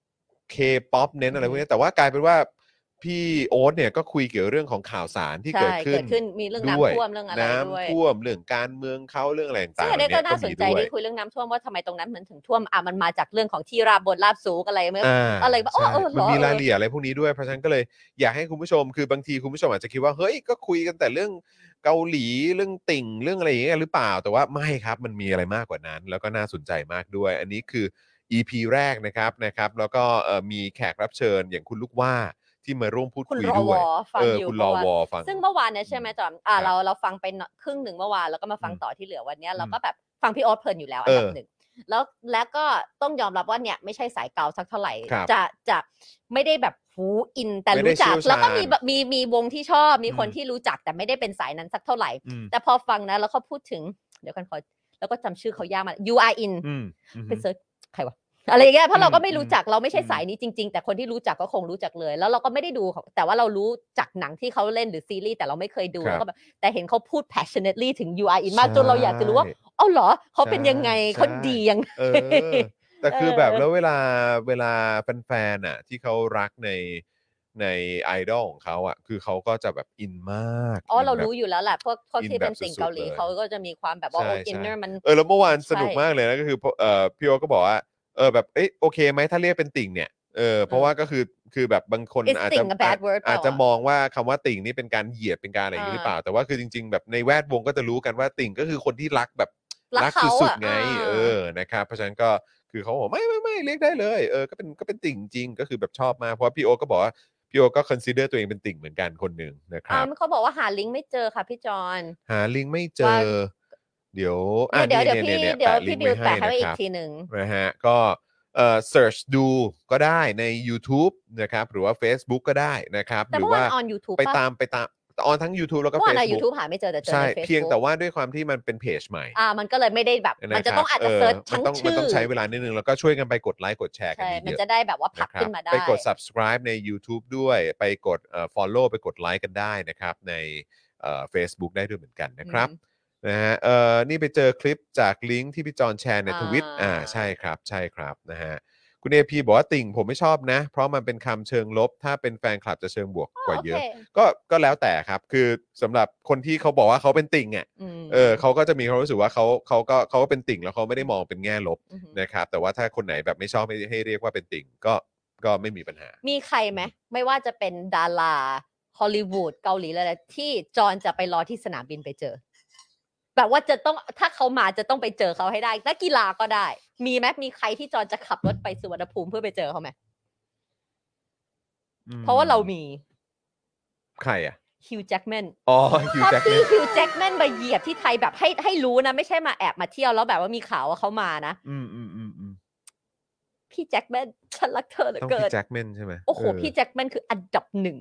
K-POP เน้นอะไรพวกนี้แต่ว่ากลายเป็นว่าพี่โอ๊ตเนี่ยก็คุยเกี่ยวเรื่องของข่าวสารที่เกิดขึ้นมีเรื่องน้ำท่วมเรื่องอะไรด้วยน้ำท่วมเรื่องการเมืองเขาเรื่องอะไรต่างๆซึ่งอันนี้ก็น่าสนใจที่คุยเรื่องน้ำท่วมว่าทำไมตรงนั้นมันถึงท่วมมันมาจากเรื่องของที่ราบบนราบสูงอะไรอะไรมันมีรายละเอียดอะไรพวกนี้ด้วยเพราะฉะนั้นก็เลยอยากให้คุณผู้ชมคือบางทีคุณผู้ชมอาจจะคิดว่าเฮ้ยก็คุยกันแต่เรื่องเกาหลีเรื่องติ่งเรื่องอะไรอย่างเงี้ยหรือเปล่าแต่ว่าไม่ครับมันมีอะไรมากกว่านั้นแล้วก็น่าสนใจมากด้วยอันนี้คือ EP แรกนะครับแล้วก็มีแขกรับเชิญอย่างคุณลูกว่าที่มาร่วมพูดคุยด้วยคุณรอวอฟังซึ่งเมื่อวานเนี่ยใช่ไหมจอมเราฟังไปครึ่งหนึ่งเมื่อวานแล้วก็มาฟังต่อที่เหลือวันนี้เราก็แบบฟังพี่โอ๊ตเพลินอยู่แล้วอันดับหนึ่งแล้วก็ต้องยอมรับว่าเนี่ยไม่ใช่สายเก่าสักเท่าไหร่จะไม่ได้แบบหูอินแต่รู้จักแล้วก็มีวงที่ชอบมีคนที่รู้จักแต่ไม่ได้เป็นสายนั้นสักเท่าไหร่แต่พอฟังนะแล้วเขาพูดถึงเดี๋ยวกันขอแล้วก็จำชื่อเขายากมาก You Are In ไปเซิร์ชใครวะอะไรอย่างเงี้ยเพราะเราก็ไม่รู้จักเราไม่ใช่สายนี้จริงๆแต่คนที่รู้จักก็คงรู้จักเลยแล้วเราก็ไม่ได้ดูแต่ว่าเรารู้จากหนังที่เขาเล่นหรือซีรีส์แต่เราไม่เคยดูแล้วก็แบบแต่เห็นเขาพูด passionately ถึง You Are In มากจนเราอยากจะรู้ว่าเหรอเขาเป็นยังไงเขาดียังแต่คือแบบแล้วเวลาแฟนๆอ่ะที่เขารักในไอดอลของเขาอ่ะคือเขาก็จะแบบอินมากเรารู้อยู่แล้วแหละพวกที่เป็นสิ่งเกาหลีเขาก็จะมีความแบบว่าอินเนอร์มันแล้วเมื่อวานสนุกมากเลยนะก็คือพี่โอก็บอกว่าแบบโอเคไหมถ้าเรียกเป็นติ่งเนี่ยเพราะว่าก็คือแบบบางคนอาจจะมองว่าคำว่าติ่งนี่เป็นการเหยียดเป็นการอะไรอย่างนี้หรือเปล่าแต่ว่าคือจริงๆแบบในแวดวงก็จะรู้กันว่าติ่งก็คือคนที่รักแบบรักสุดๆไงนะครับเพราะฉะนั้นก็คือเขาบอกไม่เรียกได้เลยก็เป็นติ่งจริงก็คือแบบชอบมากเพราะพี่โอก็บอกว่าพี่โอก็ consider ตัวเองเป็นติ่งเหมือนกันคนหนึ่งนะครับเขาบอกว่าหาลิงก์ไม่เจอค่ะพี่จอนหาลิงก์ไม่เจอเดี๋ยวพี่บิวแปะให้อีกทีนึงนะฮะก็search ดูก็ได้ใน YouTube นะครับหรือว่า Facebook ก็ได้นะครับหรือว่าไปตามออนทั้ง YouTube แล้วก็ Facebook ใน YouTube หาไม่เจอแต่เจอใน Facebook เพียงแต่ว่าด้วยความที่มันเป็นเพจใหม่มันก็เลยไม่ได้แบบมันจะต้องอาจจะเซิร์ชทั้งชื่อมันต้องใช้เวลานิดนึงแล้วก็ช่วยกันไปกดไลค์กดแชร์กันเยอะมันจะได้แบบว่าพับขึ้นมาได้ไปกด subscribe ใน YouTube ด้วยไปกดfollow ไปกดไลค์กันได้นะครับในFacebook ได้ด้วยเหมือนกันนะครับนะฮะนี่ไปเจอคลิปจากลิงก์ที่พี่จอนแชร์ในทวิตใช่ครับนะฮะคุณเอพีบอกว่าติ่งผมไม่ชอบนะเพราะมันเป็นคำเชิงลบถ้าเป็นแฟนคลับจะเชิงบวกกว่าเยอะก็แล้วแต่ครับคือสำหรับคนที่เขาบอกว่าเขาเป็นติ่งอ่ะเขาก็จะมีความรู้สึกว่าเขาก็เป็นติ่งแล้วเขาไม่ได้มองเป็นแง่ลบนะครับแต่ว่าถ้าคนไหนแบบไม่ชอบให้เรียกว่าเป็นติ่งก็ไม่มีปัญหามีใครไหมไม่ว่าจะเป็นดาราฮอลลีวูดเกาหลีอะไรที่จอนจะไปรอที่สนามบินไปเจอแบบว่าจะต้องถ้าเขามาจะต้องไปเจอเขาให้ได้นักกีฬาก็ได้มีไหมมีใครที่จอนจะขับรถไปสุวรรณภูมิเพื่อไปเจอเขาไหมเพราะว่าเรามีใครอ่ะฮิวจ์แจ็คแมนฮิวจ์แจ็คแมนฮิวจ์แจ็คแมนมาเหยียบที่ไทยแบบให้รู้นะไม่ใช่มาแอบมาเที่ยวแล้วแบบว่ามีข่าวว่าเขามานะพี่แจ็คแมนฉันรักเธอเหลือเกินพี่แจ็คแมนใช่ไหมโอ้โหพี่แจ็คแมนคืออันดับหนึ่ง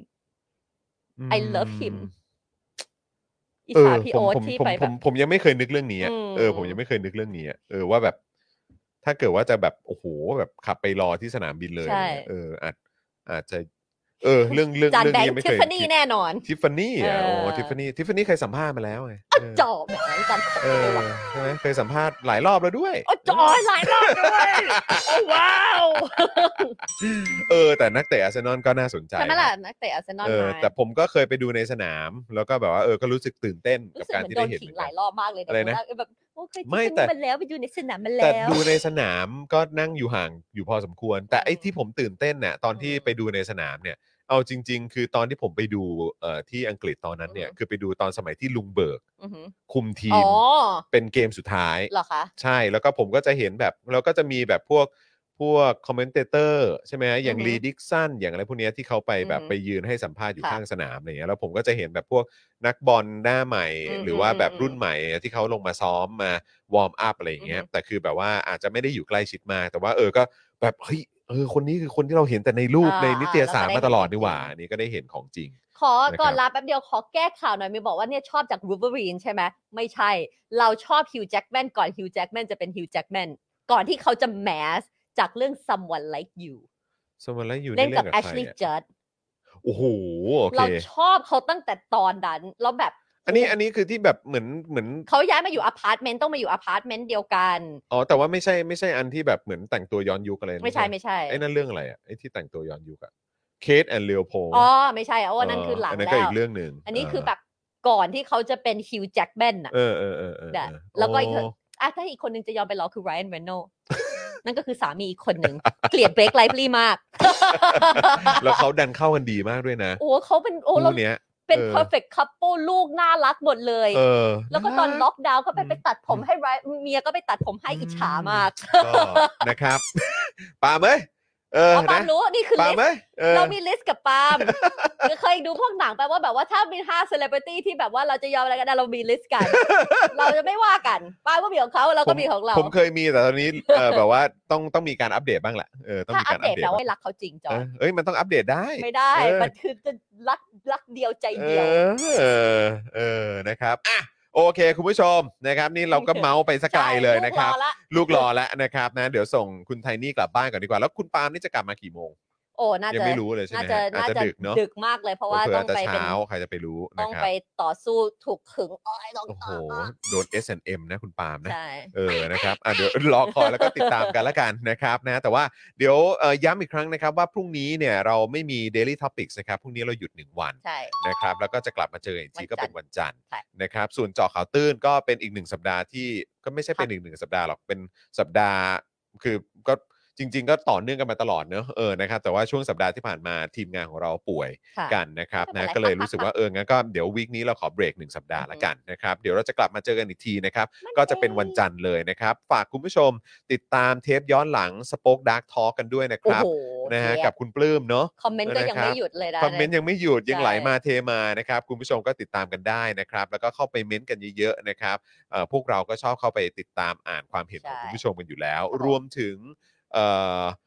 I love himอิจฉาพี่โอ๊ตที่ไปแบบผมยังไม่เคยนึกเรื่องนี้ผมยังไม่เคยนึกเรื่องนี้ว่าแบบถ้าเกิดว่าจะแบบโอ้โหแบบขับไปรอที่สนามบินเลยอาจจะเรื่องนี้ยังไม่เคยทิฟฟานี่แน่นอนทิฟฟานี่ทิฟฟานี่เคยสัมภาษณ์มาแล้วไงจอแบบนั้นจันใช่ไหมเคยสัมภาษณ์หลายรอบแล้วด้วยจอหลายรอบด้วยโอ้ว้าวแต่นักเตะอาร์เซนอลก็น่าสนใจใช่ไหมล่ะนักเตะอาร์เซนอลแต่ผมก็เคยไปดูในสนามแล้วก็แบบว่าก็รู้สึกตื่นเต้นกับการที่ได้เห็นหลายรอบมากเลยอะไรนะแบบเคยไม่แต่มันแล้วไปดูในสนามมาแล้วแต่ดูในสนามก็นั่งอยู่ห่างอยู่พอสมควรแต่ไอ้ที่ผมตื่นเต้นน่ะตอนที่ไปดูในสนามเนี่ยเอาจริงๆคือตอนที่ผมไปดูที่อังกฤษตอนนั้นเนี่ยคือไปดูตอนสมัยที่ลุงเบิร์กคุมทีมเป็นเกมสุดท้ายเหรอคะใช่แล้วก็ผมก็จะเห็นแบบแล้วก็จะมีแบบพวกคอมเมนเตอร์ใช่ไหมอย่างลีดิกสันอย่างอะไรพวกนี้ที่เขาไปแบบไปยืนให้สัมภาษณ์อยู่ข้างสนามอะไรเงี้ยแล้วผมก็จะเห็นแบบพวกนักบอลหน้าใหม่หรือว่าแบบรุ่นใหม่ที่เขาลงมาซ้อมมาวอร์มอัพอะไรอย่างเงี้ยแต่คือแบบว่าอาจจะไม่ได้อยู่ใกล้ชิดมากแต่ว่าก็แบบเฮ้ยคนนี้คือคนที่เราเห็นแต่ในรูปในนิตยสารมาตลอดนี่หว่านี่ก็ได้เห็นของจริงขอก่อนลาแป๊บเดียวขอแก้ข่าวหน่อยมีบอกว่าเนี่ยชอบจากวูล์ฟเวอรีนใช่ไหมไม่ใช่เราชอบฮิวจ์แจ็คแมนก่อนฮิวจ์แจ็คแมนจะเป็นฮิวจ์แจ็คแมนก่อนที่เขาจะแมสจากเรื่อง Someone Like You Someone Like You เล่นกับ Ashley Judd โอ้โหโอเคเราชอบเขาตั้งแต่ตอนนั้นแล้วแบบอันนี้คือที่แบบเหมือนเขาย้ายมาอยู่อพาร์ตเมนต์ต้องมาอยู่อพาร์ตเมนต์เดียวกันแต่ว่าไม่ใช่อันที่แบบเหมือนแต่งตัวย้อนยุคอะไรไม่ใช่ไอ้นั่นเรื่องอะไรไอ้ที่แต่งตัวย้อนยุคเคทแอนด์เลโอโพลไม่ใช่นั่นคือหลังแล้วอันนั้นก็อีกเรื่องนึงอันนี้คือแบบก่อนที่เขาจะเป็นฮิวจ์แจ็คแมนน่ะแล้วก็ถ้าอีกคนนึงจะยอมไปรอคือไรอัน เรโนนั่นก็คือสามีอีกคนหนึ่งเกลียดเบรกไลฟ์ลี่มากแล้วเขาดันเข้ากันดีมากด้วยนะเขาเป็นเราเป็น perfect couple ลูกน่ารักหมดเลยแล้วก็ตอนล็อกดาวน์ก็ไปตัดผมให้เมียก็ไปตัดผมให้อิจฉามากนะครับปาล์มเอ้ยปาล์มรู้นี่คือลิสต์เรามีลิสต์กับปาล์มเคยดูพวกหนังไปว่าแบบว่าถ้ามี5 celebrity ที่แบบว่าเราจะยอมอะไรกันเรามีลิสต์กันเราจะไม่ว่ากันปาล์มก็มีของเขาเราก็มีของเราผมเคยมีแต่ตอนนี้แบบว่าต้องมีการอัปเดตบ้างแหละต้องมีการอัปเดตแต่ว่ารักเขาจริงจอมันต้องอัปเดตได้ไม่ได้มันคือจะรักเดียวใจเดียวนะครับโอเคคุณผู้ชมนะครับนี่เราก็เมาส์ไปสักไกลเลยนะครับลูกรอแล้วนะครับนะเดี๋ยวส่งคุณไทนี่กลับบ้านก่อนดีกว่าแล้วคุณปาล์มนี่จะกลับมากี่โมงน่าจะยังไม่รู้เลยใช่ไหมอาจจะดึกเนาะดึกมากเลยเพราะว่าต้องไปเช้าใครจะไปรู้ต้องไปต่อสู้ถูกขึงโอ้โหโดน S&M นะคุณปาล์มนะนะครับเดี๋ยวรอคอยแล้วก็ติดตามกันแล้วกันนะครับนะแต่ว่าเดี๋ยวย้ำอีกครั้งนะครับว่าพรุ่งนี้เนี่ยเราไม่มี Daily Topics นะครับพรุ่งนี้เราหยุด1วันนะครับแล้วก็จะกลับมาเจออีกทีก็เป็นวันจันทร์นะครับส่วนเจาะข่าวตื้นก็เป็นอีก1สัปดาห์ที่ก็ไม่ใช่เป็นอีก1สัปดาห์หรอกเป็นสัปดาห์คือก็จริงๆก็ต่อเนื่องกันมาตลอดเนอะนะครับแต่ว่าช่วงสัปดาห์ที่ผ่านมาทีมงานของเราป่วยกันนะครับนะก็เลยรู้สึกว่างั้นก็เดี๋ยววีคนี้เราขอเบรก1สัปดาห์ละกันนะครับเดี๋ยวเราจะกลับมาเจอกันอีกทีนะครับก็จะเป็นวันจันทร์เลยนะครับฝากคุณผู้ชมติดตามเทปย้อนหลัง Spoke Dark Talk กันด้วยนะครับนะฮะกับคุณปลื้มเนาะคอมเมนต์ก็ยังไม่หยุดเลยนะคอมเมนต์ยังไม่หยุดยังไหลมาเทมานะครับคุณผู้ชมก็ติดตามกันได้นะครับแล้วก็เข้าไปเม้นต์กันเยอะๆนะครับพวกเราก็ชอบเข้าไปติดตามอ่านความเห็นของคุณผู้ชมกันอยู่แล้วรวมถึง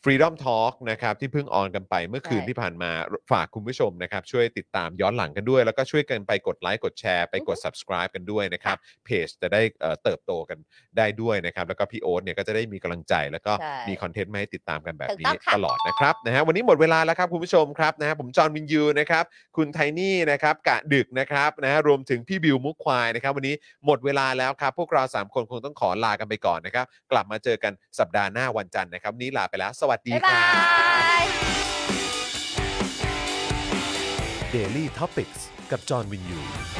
Freedom Talk นะครับที่เพิ่งออนกันไปเมื่อคืนที่ผ่านมาฝากคุณผู้ชมนะครับช่วยติดตามย้อนหลังกันด้วยแล้วก็ช่วยกันไปกดไลค์กดแชร์ไปกด subscribe กันด้วยนะครับเพจจะได้เติบโตกันได้ด้วยนะครับแล้วก็พี่โอ๊ตเนี่ยก็จะได้มีกำลังใจแล้วก็มีคอนเทนต์มาให้ติดตามกันแบบนี้ตลอดนะครับนะฮะวันนี้หมดเวลาแล้วครับคุณผู้ชมครับนะฮะผมจอห์นวินยูนะครับคุณไทนี่นะครับกะดึกนะครับนะฮะรวมถึงพี่บิวมุกควายนะครับวันนี้หมดเวลาแล้วครับพวกเรา3คนคงต้องขอลากันไปก่อนนะครับกลับมาเจอกันสัปดาห์หน้าวันจันทร์นะครับนี้ลาไปแล้วสวัสดีครับ Daily Topics กับจอห์นวินยู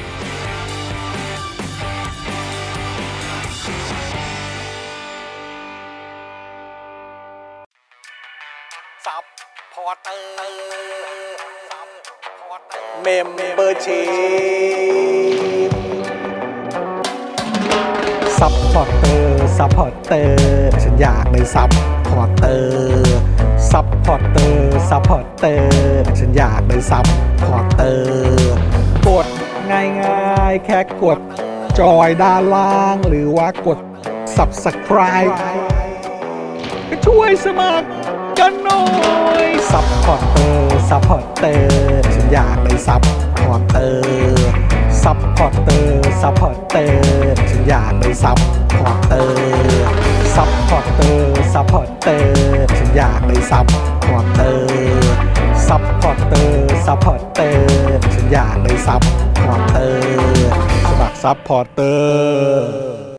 ซัพพอร์เตอร์เมมเบอร์ชีซัพพอร์เตอร์ซัพพอร์เตอร์ฉันอยากเป็นซัพพอร์เตอร์ซัพพอร์เตอร์ซัพพอร์เตอร์ฉันอยากเป็นซัพพอร์เตอร์กดง่ายๆแค่กดจอยด้านล่างหรือว่ากด Subscribe ก็ช่วยสมัครกันหน่อยซัพพอร์เตอร์ซัพพอร์เตอร์ฉันอยากเป็นซัพพอร์เตอร์ซัพพอร์เตอร์ซัพพอร์เตอร์ฉันอยากเป็นซัพพอร์เตอร์ซัพพอร์เตอร์ซัพพอร์เตอร์ฉันอยากเป็นซัพพอร์เตอร์ซัพพอร์เตอร์ซัพพอร์เตอร์ฉันอยากเป็นซัพพอร์เตอร์สมัครซัพพอร์เตอร์